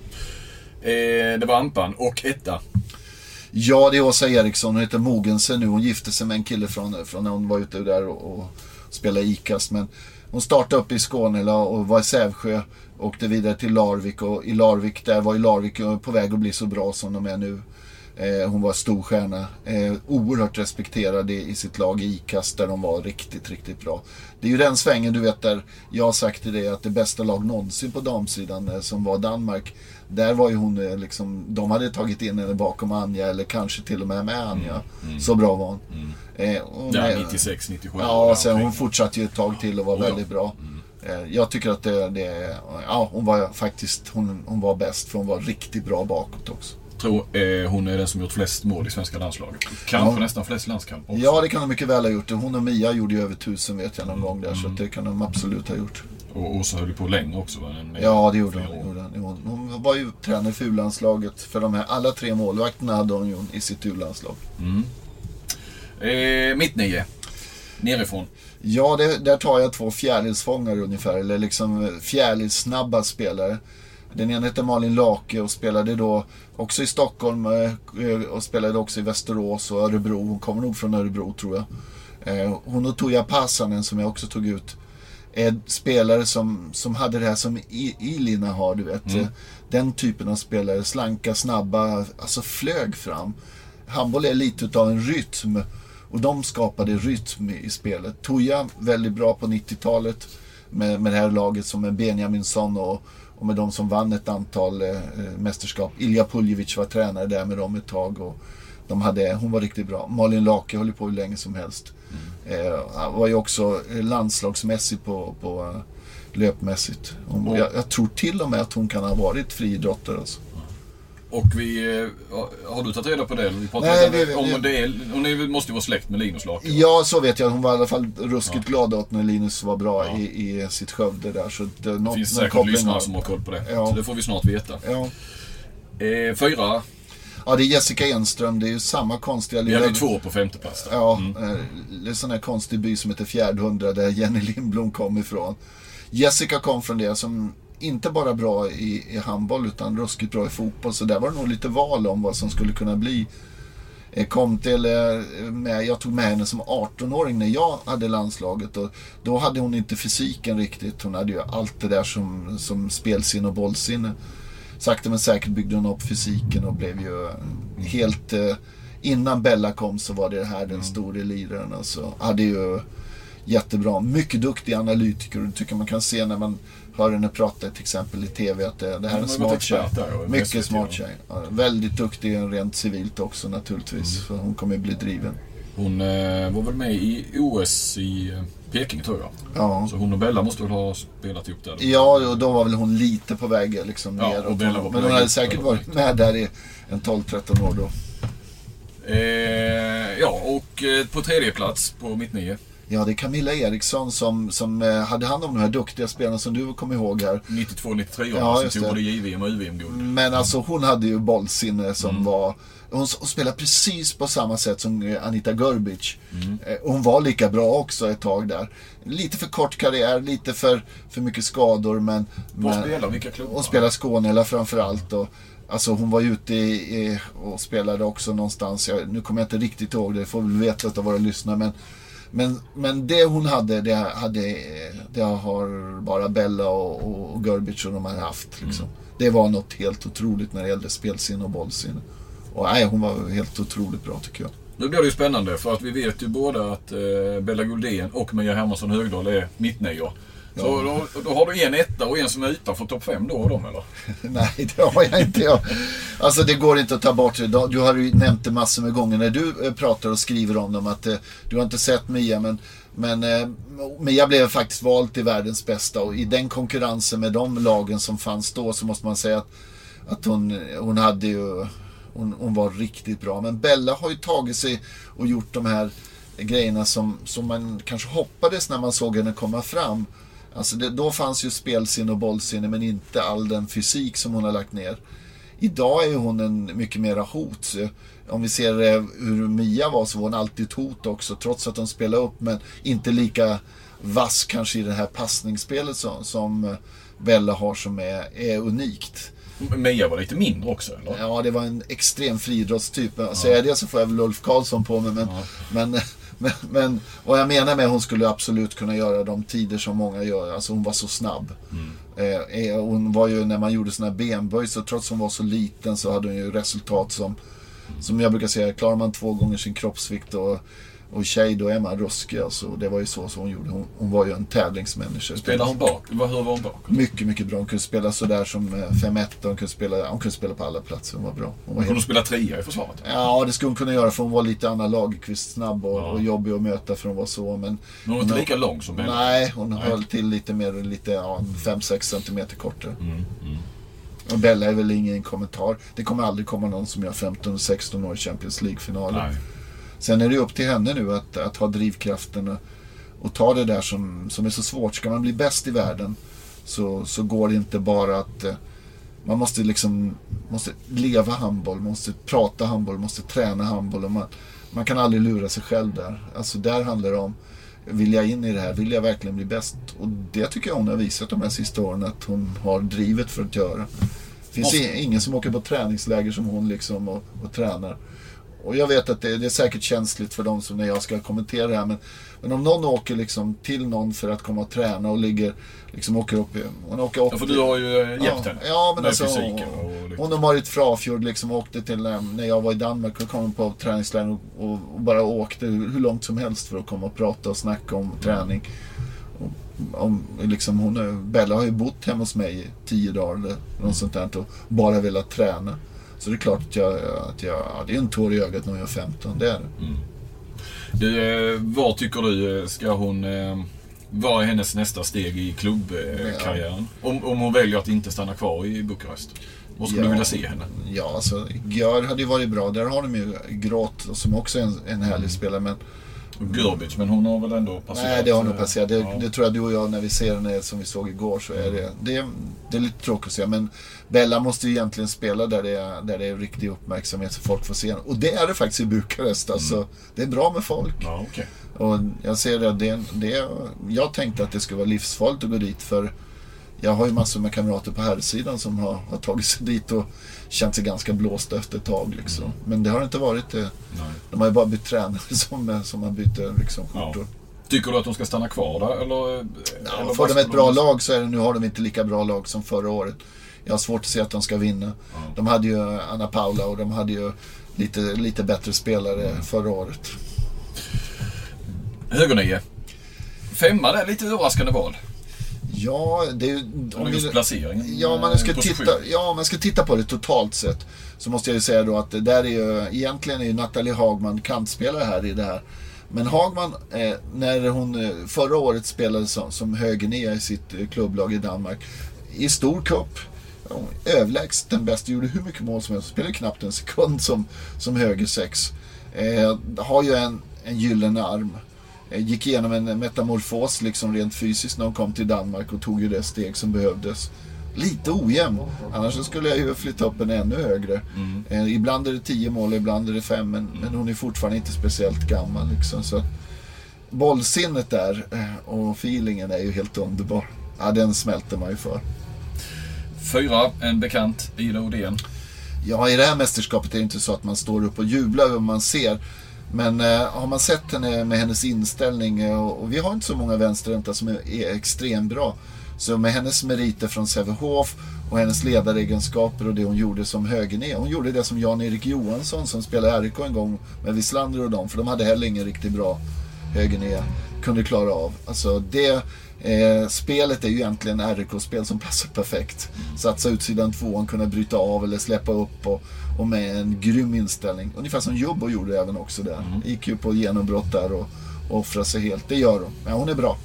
Eh, det var Ampan och etta. Ja, det är Åsa Eriksson. Hon heter Mogensen nu. Hon gifte sig med en kille från, från när hon var ute där och, och spelade ICAST. Men hon startade upp i Skåne och var i Sävsjö. Åkte vidare till Larvik, och i Larvik, där var i Larvik på väg att bli så bra som de är nu. Eh, hon var stor stjärna. Eh, oerhört respekterad i, i sitt lag i ICAST där de var riktigt, riktigt bra. Det är ju den svängen, du vet, där jag har sagt till dig att det bästa lag någonsin på damsidan eh, som var Danmark. Där var ju hon eh, liksom, de hade tagit in henne bakom Anja, eller kanske till och med med Anja. Mm, mm. Så bra var hon. Mm. Eh, och ja, nittiosex nittiosju. Ja, sen hon fortsatte ju ett tag till och var oh, väldigt bra. Mm. Jag tycker att det, det ja, hon var faktiskt hon, hon var bäst, för hon var riktigt bra bakåt också. Jag tror eh, hon är den som gjort flest mål i svenska landslaget. Kanske ja. nästan flest landskamper också. Ja, det kan de mycket väl ha gjort. Hon och Mia gjorde ju över tusen vet jag någon mm. gång där, så att det kan de absolut ha gjort. Och, och så höll det på länge också va? Ja, det gjorde hon. Hon, hon var ju tränare för U-landslaget. För de här, alla tre målvakterna hade hon ju i sitt U-landslag. Mm. Eh, mitt nio. Nerifrån. Ja, det, där tar jag två fjärilsfångare ungefär, eller liksom fjärilsnabba spelare. Den ena heter Malin Lake och spelade då också i Stockholm och spelade också i Västerås och Örebro. Hon kommer nog från Örebro tror jag. Hon och Tuija Passanen som jag också tog ut är spelare som, som hade det här som Ilina har, du vet. Mm. Den typen av spelare, slanka, snabba, alltså flög fram. Handboll är lite utav en rytm. Och de skapade rytm i spelet. Tuija väldigt bra på nittiotalet med, med det här laget som är Benjaminsson och, och med de som vann ett antal eh, mästerskap. Ilja Puljevic var tränare där med dem ett tag och de hade, hon var riktigt bra. Malin Lake höll på hur länge som helst. Mm. Eh, var ju också landslagsmässigt på, på uh, löpmässigt. Hon, mm. jag, jag tror till och med att hon kan ha varit friidrottare alltså. Och vi, har du tagit reda på det? Vi Nej, det, det, om det är, hon måste ju vara släkt med Linus Lake. Ja, så vet jag. Hon var i alla fall ruskigt ja. glad åt när Linus var bra ja. i, i sitt Skövde där. Så det, det finns säkert lyssnare har... som har koll på det. Ja. Så det får vi snart veta. Ja. Eh, fyra. Ja, det är Jessica Enström. Det är ju samma konstiga... Vi hade två på femte plats där. Ja, mm. det är en sån här konstig by som heter Fjärdhundra där Jenny Lindblom kom ifrån. Jessica kom från det som... inte bara bra i, i handboll utan ruskigt bra i fotboll, så där var det nog lite val om vad som skulle kunna bli. Jag kom till med, jag tog med henne som arton-åring när jag hade landslaget och då hade hon inte fysiken riktigt, hon hade ju allt det där som, som spelsinne och bollsinne. Sakta men säkert byggde hon upp fysiken och blev ju helt, innan Bella kom så var det här den stora liraren och så hade ju jättebra, mycket duktig analytiker och det tycker man kan se när man hör henne prata till exempel i tv att det, det här är en smart tjej. Mycket smart tjej. Ja, väldigt duktig rent civilt också naturligtvis. Mm. För hon kommer bli driven. Hon eh, var väl med i O S i Peking tror jag. Ja. Så hon och Bella måste väl ha spelat ihop där. Ja, och då var väl hon lite på väg liksom ja, ner. Och Bella var på men hon hade säkert varit med där i en tolv tretton år då. Eh, ja, och eh, på tredje plats på mitt nio. Ja, det är Camilla Eriksson som, som eh, hade hand om de här duktiga spelarna som du kommer ihåg här. nittiotvå nittiotre, ja, som tog både J V M och U V M-guld. Men alltså hon hade ju bollsinne som Mm. var... Hon, hon spelade precis på samma sätt som Anita Grbić. Mm. Eh, Hon var lika bra också ett tag där. Lite för kort karriär, lite för, för mycket skador. Men, Var men spelar vilka klubbar? hon spelar Skåne framförallt. Och, alltså hon var ute i, i, och spelade också någonstans. Jag, nu kommer jag inte riktigt ihåg det, det får vi veta av våra lyssnare. Men, men, men det hon hade, det, hade, det har bara Bella och, och, och Grbić och de har haft. Liksom. Mm. Det var något helt otroligt när det gällde spelsinne och bollsinne. Och nej, hon var helt otroligt bra tycker jag. Nu blir det ju spännande för att vi vet ju båda att eh, Bella Guldén och Mia Hermansson Högdahl är mittnior. Så ja. då, då har du en etta och en som är utanför topp fem då och dem, eller? Nej, det har jag inte. Jag. Alltså det går inte att ta bort det. Du har ju nämnt det massor med gånger när du pratar och skriver om dem att eh, du har inte sett Mia, men, men eh, Mia blev faktiskt vald till världens bästa, och i den konkurrensen med de lagen som fanns då så måste man säga att, att hon, hon hade ju hon, hon var riktigt bra. Men Bella har ju tagit sig och gjort de här grejerna som, som man kanske hoppades när man såg henne komma fram. Alltså det, då fanns ju spelsinne och bollsinne, men inte all den fysik som hon har lagt ner. Idag är hon en mycket mera hot. Så om vi ser hur Mia var, så var hon alltid ett hot också, trots att hon spelade upp, men inte lika vass kanske i det här passningsspelet som, som Bella har, som är, är unikt. Mia var lite mindre också, eller? Ja, det var en extrem friidrottstyp. Ja. Säger det så får jag väl Ulf Karlsson på mig, men, ja. men Men, men vad jag menar med, hon skulle absolut kunna göra de tider som många gör. Alltså hon var så snabb. Mm. Eh, hon var ju, när man gjorde såna här benböj, så trots att hon var så liten så hade hon ju resultat som, som jag brukar säga, klarar man två gånger sin kroppsvikt och, och tjej, då är man ruskig. Alltså, det var ju så som hon gjorde. Hon, hon var ju en tävlingsmänniska. Spelade hon bak? Hur var hon bak? Mycket, mycket bra. Hon kunde spela sådär som fem ett. Hon kunde spela, hon kunde spela på alla platser. Hon var bra. Hon var hon kunde spela trea i försvaret? Ja, det skulle hon kunna göra, för hon var lite annan Lagerqvist, snabb och, ja. och jobbig att möta, för hon var så. Men hon var inte lika lång som Bella? Nej, hon nej. höll till lite mer, lite ja, fem sex centimeter kortare. Mm, mm. Och Bella är väl ingen kommentar. Det kommer aldrig komma någon som gör femton sexton år i Champions League-finalen. Sen är det upp till henne nu att, att ha drivkraften och, och ta det där som, som är så svårt. Ska man bli bäst i världen så, så går det inte bara att eh, man måste liksom måste leva handboll, måste prata handboll, måste träna handboll, och man, man kan aldrig lura sig själv där. Alltså där handlar det om, vill jag in i det här, vill jag verkligen bli bäst? Och det tycker jag hon har visat de här sista åren, att hon har drivet för att göra. Det finns måste. ingen som åker på träningsläger som hon liksom och, och tränar. Och jag vet att det, det är säkert känsligt för dem som när jag ska kommentera det här, men, men om någon åker liksom till någon för att komma och träna och ligger liksom åker upp, hon åker upp. Ja, för du har ju hjälpt ja, henne. Ja, men alltså hon, hon, hon har varit Frafjord liksom, åkte till när jag var i Danmark och kom på träningsläger och, och, och bara åkte hur långt som helst för att komma och prata och snacka om träning. Och, om, liksom hon, Bella har ju bott hemma hos mig i tio dagar eller något sånt där och bara velat träna. Så det är klart att jag, att jag ja, det är en tår i ögat när jag är femton, det är det. Mm. Du, vad tycker du, ska hon, vad är hennes nästa steg i klubbkarriären? Ja. Om, om hon väljer att inte stanna kvar i Bukarest? Vad skulle ja, du vilja se henne? Ja, alltså, Gör hade ju varit bra. Där har de ju Gråt som också är en, en härlig mm. spelare, men Grbić, men hon har väl ändå passerat? Nej, det har nog passerat. Det, ja. det tror jag du och jag, när vi ser henne som vi såg igår, så är det, det, det är lite tråkigt att säga. Men Bella måste ju egentligen spela där det är, där det är riktig uppmärksamhet så folk får se henne. Och det är det faktiskt i Bukarest. Alltså, mm. det är bra med folk. Ja, okay. Och jag ser det, det, det, jag tänkte att det skulle vara livsfarligt att gå dit, för jag har ju massor med kamrater på här sidan som har, har tagit sig dit och känt sig ganska blåsta efter ett tag liksom. Mm. Men det har inte varit det. Nej. De har ju bara bytt tränare som, som har bytt liksom, skjortor. Ja. Tycker du att de ska stanna kvar där? Eller, ja, eller får de ett bra de... lag så är det, nu har de inte lika bra lag som förra året. Jag har svårt att se att de ska vinna. Ja. De hade ju Anna Paula och de hade ju lite, lite bättre spelare mm. förra året. Högernio. Femma, det är lite överraskande val. Ja, det är om just placeringen. Ja, man ska titta, ja, man ska titta på det totalt sett. Så måste jag ju säga då att det där är ju, egentligen är ju Nathalie Hagman kantspelare här i det här. Men Hagman, eh, när hon förra året spelade som, som högernia i sitt eh, klubblag i Danmark, i stor cup, överlägset den bästa, gjorde hur mycket mål som helst, spelade knappt en sekund som, som höger sex. Eh, har ju en, en gyllene arm. Eh, gick igenom en metamorfos liksom rent fysiskt när hon kom till Danmark och tog ju det steg som behövdes. Lite ojämn. Annars så skulle jag ju flytta upp en ännu högre. Mm. Eh, ibland är det tio mål, ibland är det fem. Men, mm. men hon är fortfarande inte speciellt gammal. Liksom, så bollsinnet där eh, och feelingen är ju helt underbar. Ja, den smälter man ju för. Fyra, en bekant, Ida Odén. Ja, i det här mästerskapet är det inte så att man står upp och jublar över vad man ser. Men eh, har man sett henne med hennes inställning, eh, och vi har inte så många vänsterhänta som är, är extremt bra. Så med hennes meriter från Sävehof och hennes ledaregenskaper och det hon gjorde som högerné. Hon gjorde det som Jan-Erik Johansson som spelade R K en gång med Wislander och dem. För de hade heller ingen riktigt bra högerné kunde klara av. Alltså det eh, spelet är ju egentligen R K-spel som passar perfekt. Satsa ut sidan tvåan, kunna bryta av eller släppa upp och, och med en grym inställning. Ungefär som Jubbo gjorde även också där. Mm. Gick ju på genombrott där och, och offra sig helt. Det gör hon. Men hon är bra.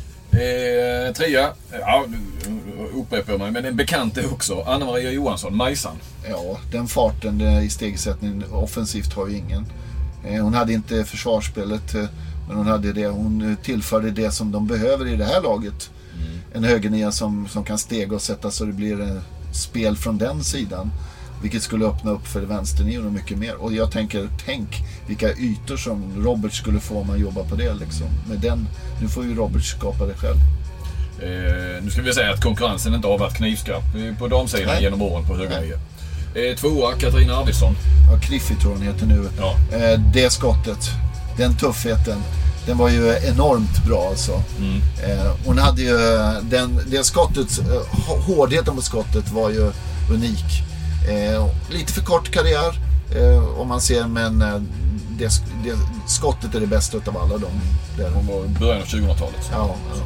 Eh, trea, ja, upprepar mig, men en bekant är också Anna-Maria Johansson, Majsan. Ja, den farten den i stegsättningen offensivt har ju ingen. Eh, hon hade inte försvarsspelet, eh, men hon hade det. Hon tillförde det som de behöver i det här laget. Mm. En högernia som, som kan stega och sätta så det blir eh, spel från den sidan. Vilket skulle öppna upp för vänsternior och mycket mer. Och jag tänker, tänk vilka ytor som Robert skulle få om man jobbar på det liksom. Med den, nu får ju Robert skapa det själv. Eh, nu ska vi säga att konkurrensen inte har varit knivskarp på damsidan Nej. genom åren på höga nio. Eh, tvåa, Katarina Arvidsson. Ja, Kriffi tror hon heter nu. Ja. Eh, det skottet, den tuffheten, den var ju enormt bra alltså. Mm. Eh, hon hade ju, den, det skottet, eh, hårdheten på skottet var ju unik. Eh, lite för kort karriär eh, om man ser, men eh, det, det, skottet är det bästa av alla dem. Där. Hon var i början av tjugohundratalet. Ja, ja.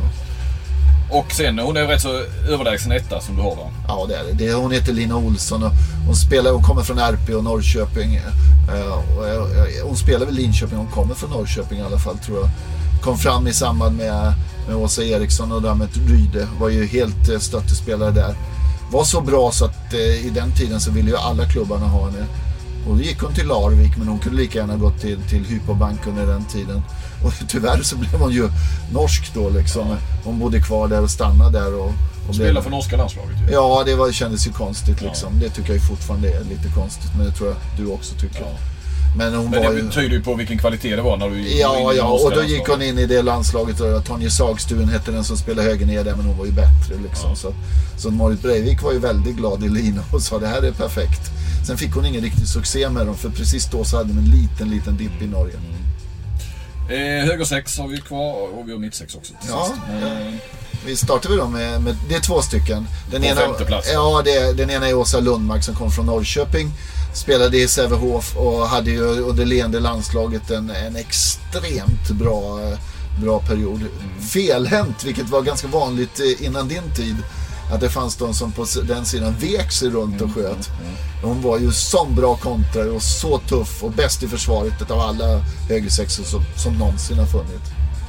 Och sen, hon är rätt så överlägsen etta som du har, va? Ja, det är det. det hon heter Lina Olsson och hon spelar, hon kommer från R P och Norrköping. Eh, och, eh, hon spelar väl Linköping, hon kommer från Norrköping i alla fall tror jag. Kom fram i samband med, med Åsa Eriksson och därmed Ryde, var ju helt eh, stöttespelare där. Var så bra så att eh, i den tiden så ville ju alla klubbarna ha henne. Och då gick hon till Larvik, men hon kunde lika gärna gå till, till Hypobank under den tiden. Och tyvärr så blev hon ju norsk då liksom. Ja. Hon bodde kvar där och stannade där. Och, och hon spelade blev... för norska landslaget ju. Ja, det var, kändes ju konstigt liksom. Ja. Det tycker jag ju fortfarande är lite konstigt, men det tror jag du också tycker. Ja. Men, hon men var det ju... betyder ju på vilken kvalitet det var när du Ja, ja, och då gick hon in i det landslaget och Tonje Sagstuen hette den som spelade höger ner där, men hon var ju bättre liksom. Ja. Så, så Marit Breivik var ju väldigt glad i Lina och sa det här är perfekt. Sen fick hon ingen riktig succé med dem, för precis då så hade de en liten, liten dipp i Norge. Mm. Eh, höger sex har vi kvar och vi har mitt sex också. Ja, eh, vi startar vi då med, med, det är två stycken. Den på ena, femte plats. Ja, det, den ena är Åsa Lundmark som kom från Norrköping. Spelade i Sävehof och hade ju under leende landslaget en, en extremt bra, bra period. Mm. Felhänt, vilket var ganska vanligt innan din tid. Att det fanns de som på den sidan vek sig runt och sköt. Mm. Mm. Hon var ju som bra kontrare och så tuff och bäst i försvaret av alla högersexor som, som någonsin har funnit.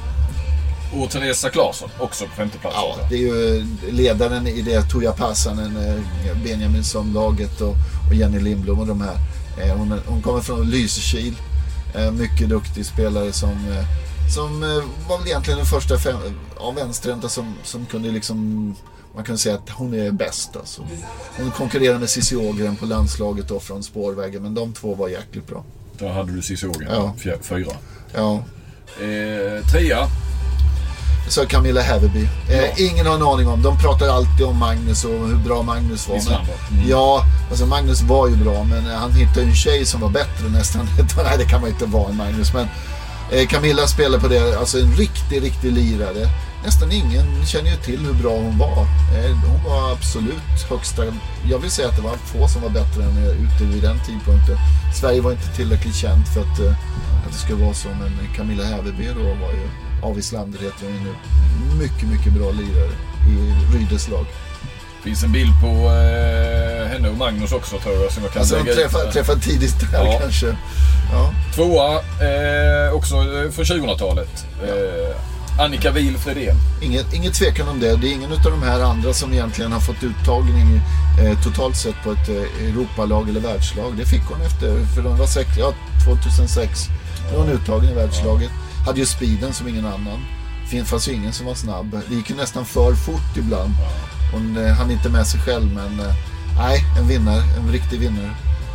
Och Teresa Claesson också på femte plats. Ja, det är ju ledaren i det, Tuija Passanen, Benjaminsson-laget och, och Jenny Lindblom och de här. Hon, hon kommer från Lysekil. Mycket duktig spelare som, som var väl egentligen den första fem, av vänsterhänta som, som kunde liksom, man kan säga att hon är bäst alltså. Hon konkurrerar med Cissi Ågren på landslaget då från spårvägen, men de två var jäkligt bra. Där hade du Cissi Ågren, ja. Fjär, fyra. Ja. Eh, trea. Så Camilla Häverby. Ja. Eh, ingen har en aning om. De pratar alltid om Magnus och hur bra Magnus var. Men, mm. Ja, alltså Magnus var ju bra, men han hittade en tjej som var bättre nästan. Nej, det kan man inte vara en Magnus, men eh, Camilla spelar på det, alltså en riktig, riktig lirare. Nästan ingen känner ju till hur bra hon var. Eh, hon var absolut högsta. Jag vill säga att det var få som var bättre än ute vid den tidpunkten. Sverige var inte tillräckligt känt för att, eh, att det skulle vara så, men Camilla Häverby då var ju, av Wislander heter hon nu, mycket, mycket bra lirare i Rydes lag. Finns en bild på eh, henne och Magnus också tror jag, som jag kan alltså de träffade träffa tidigt där, ja. Kanske. Ja. Tvåa, eh, också från tjugohundratalet. Eh, Annika Wihl Fredén. Inget, inget tvekan om det. Det är ingen av de här andra som egentligen har fått uttagning eh, totalt sett på ett eh, Europalag eller världslag. Det fick hon efter, för de var säkert, ja, tjugohundrasex. Då var hon uttagen i världslaget. Hade ju speeden som ingen annan. Det fanns ju ingen som var snabb. Det gick ju nästan för fort ibland. Hon eh, hann inte med sig själv, men eh, nej, en vinnare, en riktig vinnare.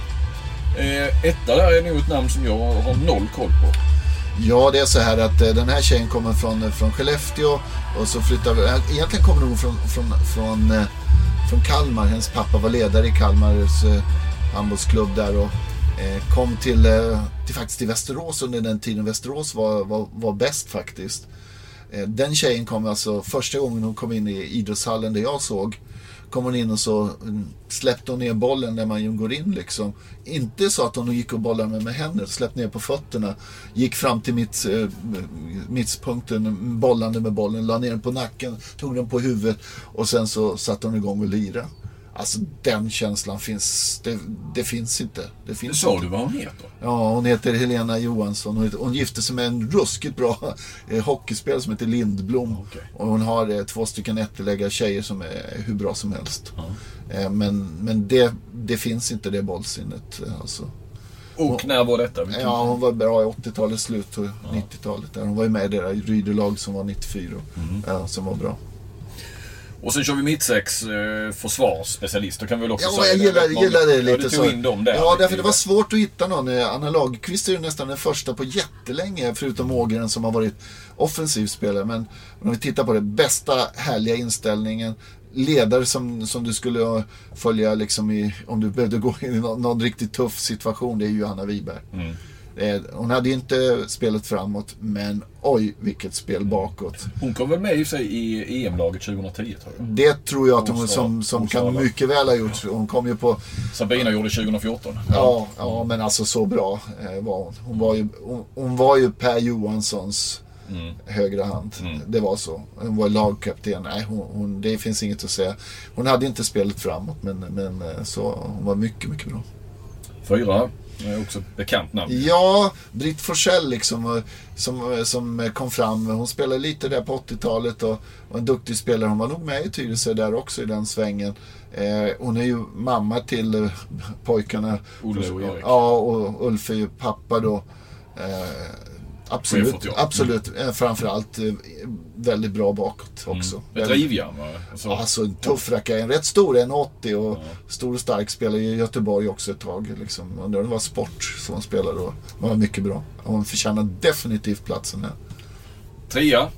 Eh, etta där är nog ett namn som jag har noll koll på. Ja, det är så här att eh, den här tjejen kommer från, från Skellefteå och så flyttar vi, eh, egentligen kommer hon från, från, från, eh, från Kalmar. Hennes pappa var ledare i Kalmars eh, handbollsklubb där och eh, kom till, eh, till faktiskt till Västerås under den tiden. Västerås var, var, var bäst faktiskt. Eh, den tjejen kom alltså, första gången hon kom in i idrottshallen där jag såg, kom hon in och så släppte hon ner bollen när man går in liksom. Inte så att hon gick och bollade med, med händerna, släppte ner på fötterna, gick fram till mitt, eh, mittpunkten, bollande med bollen, la ner den på nacken, tog den på huvudet och sen så satte hon igång och lira. Alltså den känslan finns, det, det finns inte. Det finns Sa inte. du vad hon heter? Ja, hon heter Helena Johansson. Hon, heter, hon gifte sig med en ruskigt bra eh, hockeyspelare som heter Lindblom. Okay. Och hon har eh, två stycken ättelägga tjejer som är hur bra som helst. Mm. Eh, men men det, det finns inte det bollsinnet. Eh, alltså. Och hon, när var detta? Vilken ja, hon var bra i åttiotalets slut och ja. nittiotalet. Där. Hon var ju med i det där Rydelag som var nittiofyra. Mm. Ja, som var bra. Och sen kör vi mittsex eh, försvarsspecialist. Då kan vi väl också ja, säga jag gillar, det. gillar det lite ja, du tog så. In dem där. Ja, därför det var svårt att hitta någon. Anna Lagerqvist är ju nästan den första på jättelänge, förutom Ågren som har varit offensiv spelare. Men om vi tittar på det, bästa härliga inställningen, ledare som, som du skulle följa liksom i, om du behövde gå in i någon, någon riktigt tuff situation, det är ju Anna Wiberg. Mm. Hon hade ju inte spelat framåt, men oj vilket spel bakåt. Hon kom väl med i sig i E M-laget tjugohundratio tror jag. Det tror jag att hon, hon som, som kan mycket väl ha gjort. Hon kom ju på... Sabina gjorde tjugohundrafjorton. Ja, ja, men alltså så bra eh, var hon. Hon var ju, hon, hon var ju Per Johanssons mm. högra hand. Mm. Det var så. Hon var lagkapten. Nej, hon, hon, det finns inget att säga. Hon hade inte spelat framåt, men, men så hon var mycket, mycket bra. Fyra. Det är också bekant namn. Ja, Britt Forsell liksom, som, som kom fram. Hon spelade lite där på åttiotalet och var en duktig spelare. Hon var nog med i Tyresö där också i den svängen. Eh, hon är ju mamma till eh, pojkarna. Olle och Erik. Ja, och Ulf är ju pappa då. Eh, absolut, absolut. Mm. Framförallt eh, väldigt bra bakåt också. Mm. Ett rivjärn va? Alltså, alltså en tuff rackare, en rätt stor, en åttio och ja. Stor och stark, spelade i Göteborg också ett tag liksom. Det var sport som hon spelade då. Hon var mycket bra. Hon förtjänar definitivt platsen här. Trea.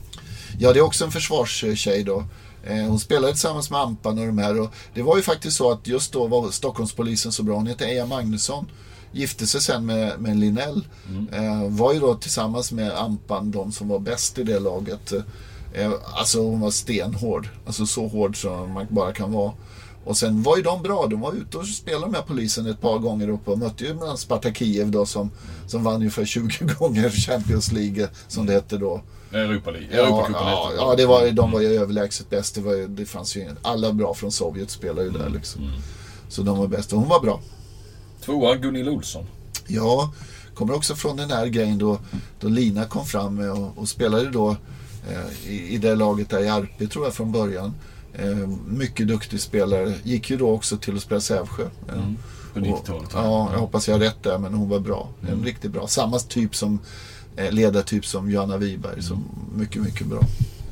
Ja, det är också en försvarstjej då. Hon spelade tillsammans med Ampan och de här. Och det var ju faktiskt så att just då var Stockholmspolisen så bra. Hon heter Eja Magnusson. Gifte sig sen med, med Linell. Mm. Eh, var ju då tillsammans med Ampan de som var bäst i det laget. Eh, alltså hon var stenhård. Alltså så hård som man bara kan vara. Och sen var ju de bra. De var ute och spelade med polisen ett par gånger upp och mötte ju med Sparta Kiev då som, som vann ungefär tjugo gånger Champions League som det hette då. Europa League. Ja, ja, ja, det var, de var ju överlägset bäst. Det, var, det fanns ju alla bra från Sovjet spelade ju där liksom. Mm. Så de var bäst och hon var bra. Tvåa, Gunilla Olsson. Ja, kommer också från den här grejen då, då Lina kom fram och, och spelade då eh, i, i det laget där i Arpi tror jag från början. Eh, mycket duktig spelare. Gick ju då också till att spela Sävsjö. Eh, mm. På nittiotalet. Ja, jag hoppas jag har rätt där, men hon var bra. En mm. riktigt bra. Samma typ som eh, ledartyp som Johanna Wiberg. Mm. Som mycket, mycket bra.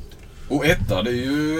Och etta, det är ju,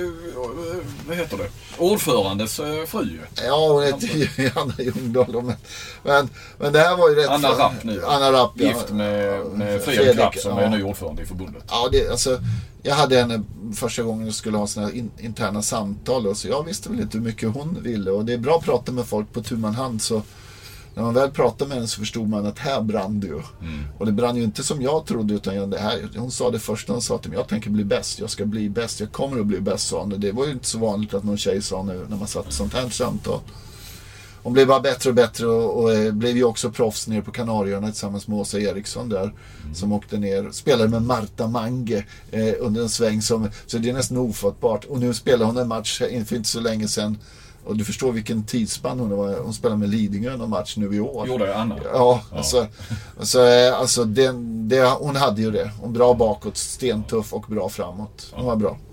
vad heter det? Ordförandes fru. Ja, hon heter ju Anna Ljungdahl. Men, men, men det här var ju rätt... Anna Rapp nu. Anna Rapp, ja. Gift med, med Fredrik Rapp som ja. är ny ordförande i förbundet. Ja, det, alltså, jag hade henne första gången jag skulle ha såna in, interna samtal. Och så jag visste väl inte hur mycket hon ville. Och det är bra att prata med folk på tu man hand så... När man väl pratade med henne så förstod man att här brann det ju. Mm. Och det brann ju inte som jag trodde utan det här. Hon sa det första, hon sa till mig, jag tänker bli bäst, jag ska bli bäst, jag kommer att bli bäst, sa hon. Det var ju inte så vanligt att någon tjej sa nu när man satt i sånt här samtal. Hon blev bara bättre och bättre och, och blev ju också proffs ner på Kanarieöarna tillsammans med Åsa Eriksson där. Mm. Som åkte ner, spelade med Marta Mange eh, under en sväng som, så det är nästan ofattbart. Och nu spelar hon en match för inte så länge sedan. Och du förstår vilken tidsspann hon var. Hon spelar med Lidingö någon match nu i år. Gjorde Anna? Ja, ja. Alltså, alltså, alltså det, det, hon hade ju det. Hon bra bakåt, stentuff och bra framåt. Hon var bra.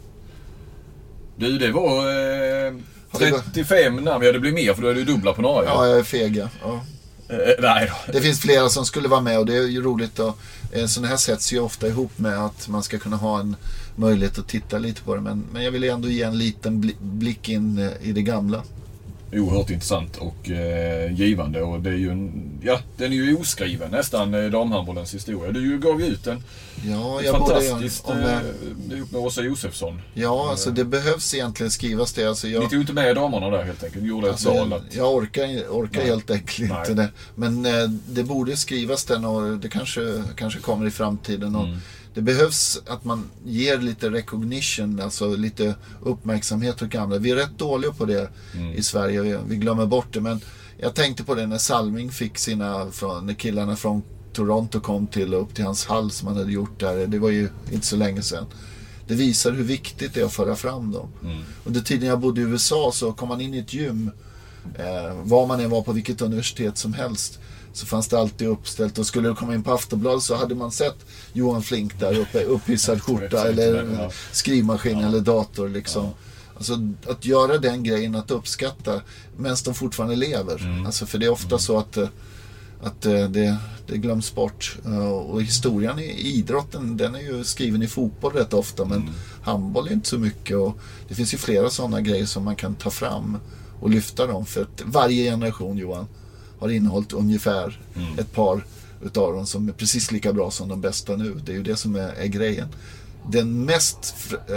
Du, det var eh, trettiofem namn. Ja, det blir mer för då är det dubbla på några. Ja, jag är fega. Ja. Eh, nej då. Det finns flera som skulle vara med och det är ju roligt. Och, eh, sådana här sätts ju ofta ihop med att man ska kunna ha en möjlighet att titta lite på det. Men, men jag vill ändå ge en liten bli- blick in eh, i det gamla. Oerhört intressant och eh, givande och det är ju en, ja, den är ju oskriven nästan eh, damhandbollens historia. Du gav ju ut en Ja, jag fantastiskt borde, om, eh, ihop med Åsa Josefsson. Ja, alltså det behövs egentligen skrivas det. Alltså jag, Ni tog inte med damerna där helt enkelt, gjorde alltså, ett val att... jag orkar, orkar helt enkelt inte det. Men eh, det borde skrivas den och det kanske, kanske kommer i framtiden. Och mm. Det behövs att man ger lite recognition, alltså lite uppmärksamhet åt gamla. Vi är rätt dåliga på det mm. i Sverige, vi, vi glömmer bort det. Men jag tänkte på det när Salming fick sina, från, när killarna från Toronto kom till upp till hans hall som han hade gjort där. Det var ju inte så länge sedan. Det visar hur viktigt det är att föra fram dem. Mm. Under tiden jag bodde i U S A så kom man in i ett gym, eh, var man än var på vilket universitet som helst, så fanns det alltid uppställt. Och skulle du komma in på Aftonbladet så hade man sett Johan Flink där uppe, upphissad skjorta eller skrivmaskin ja. eller dator liksom. Ja. Alltså att göra den grejen, att uppskatta medan de fortfarande lever. Mm. Alltså för det är ofta mm. så att, att det, det glöms bort. Och historien i idrotten, den är ju skriven i fotboll rätt ofta, men mm. handboll är inte så mycket. Och det finns ju flera sådana grejer som man kan ta fram och lyfta dem. För att varje generation, Johan, har innehållit ungefär mm. ett par utav dem som är precis lika bra som de bästa nu. Det är ju det som är, är grejen. Den mest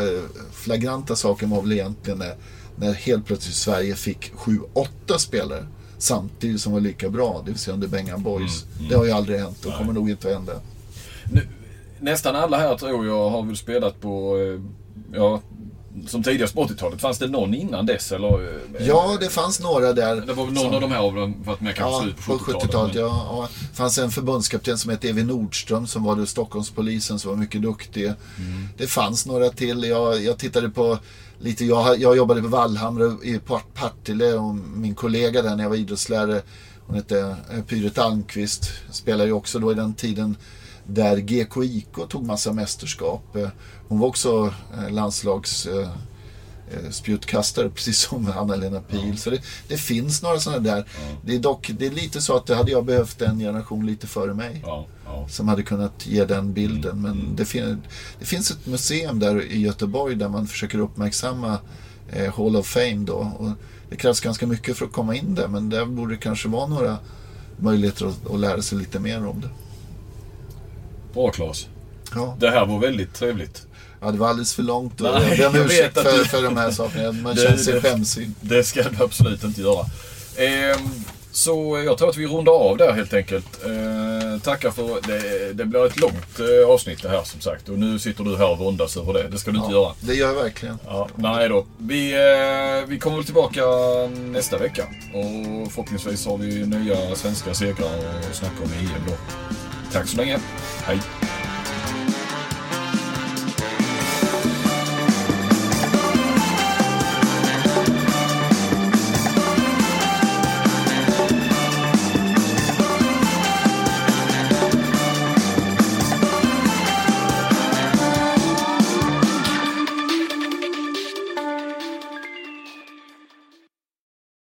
flagranta saken var väl egentligen när, när helt plötsligt Sverige fick sju åtta spelare samtidigt som var lika bra, det vill säga under Bengan Boys. Mm, mm. Det har ju aldrig hänt och Nej. kommer nog inte att hända. Nu, nästan alla här tror jag har väl spelat på, ja, som tidigast på åttiotalet. Fanns det någon innan dess? Eller? Ja, det fanns några där. Det var väl någon som, av de här har varit med kanske ja, på sjuttiotalet. sjuttiotalet men... ja, ja. Det fanns en förbundskapten som hette Evi Nordström som var det Stockholmspolisen som var mycket duktig. Mm. Det fanns några till. Jag, jag tittade på lite, jag, jag jobbade på Vallhamra i Partille och min kollega där när jag var idrottslärare, hon hette Pyret Almqvist, spelade ju också då i den tiden där G K I K tog massa mästerskap. Hon var också landslags spjutkastare precis som Anna-Lena Pihl. Ja. Så det, det finns några sådana där. Ja. Det är dock, det är lite så att det hade jag behövt en generation lite före mig. Ja. Ja. Som hade kunnat ge den bilden. Mm. Men det, fin- det finns ett museum där i Göteborg där man försöker uppmärksamma eh, Hall of Fame då. Och det krävs ganska mycket för att komma in där, men där borde det kanske vara några möjligheter att, att lära sig lite mer om det. Bra, Claes. Ja. Det här var väldigt trevligt. Ja, det var alldeles för långt och Nej, jag ber om ursäkt för, du... för de här sakerna. Man känner sig skämsyn. Det ska du absolut inte göra. Eh, så jag tror att vi rundar av där helt enkelt. Eh, tackar för det. Det blir ett långt eh, avsnitt det här som sagt. Och nu sitter du här och rundas över det. Det ska du ja, inte göra. Det gör jag verkligen. Ja, nej då. Vi, eh, vi kommer väl tillbaka nästa vecka. Och förhoppningsvis har vi nya svenska segrar och snackar om E M då. Tack så länge. Hej.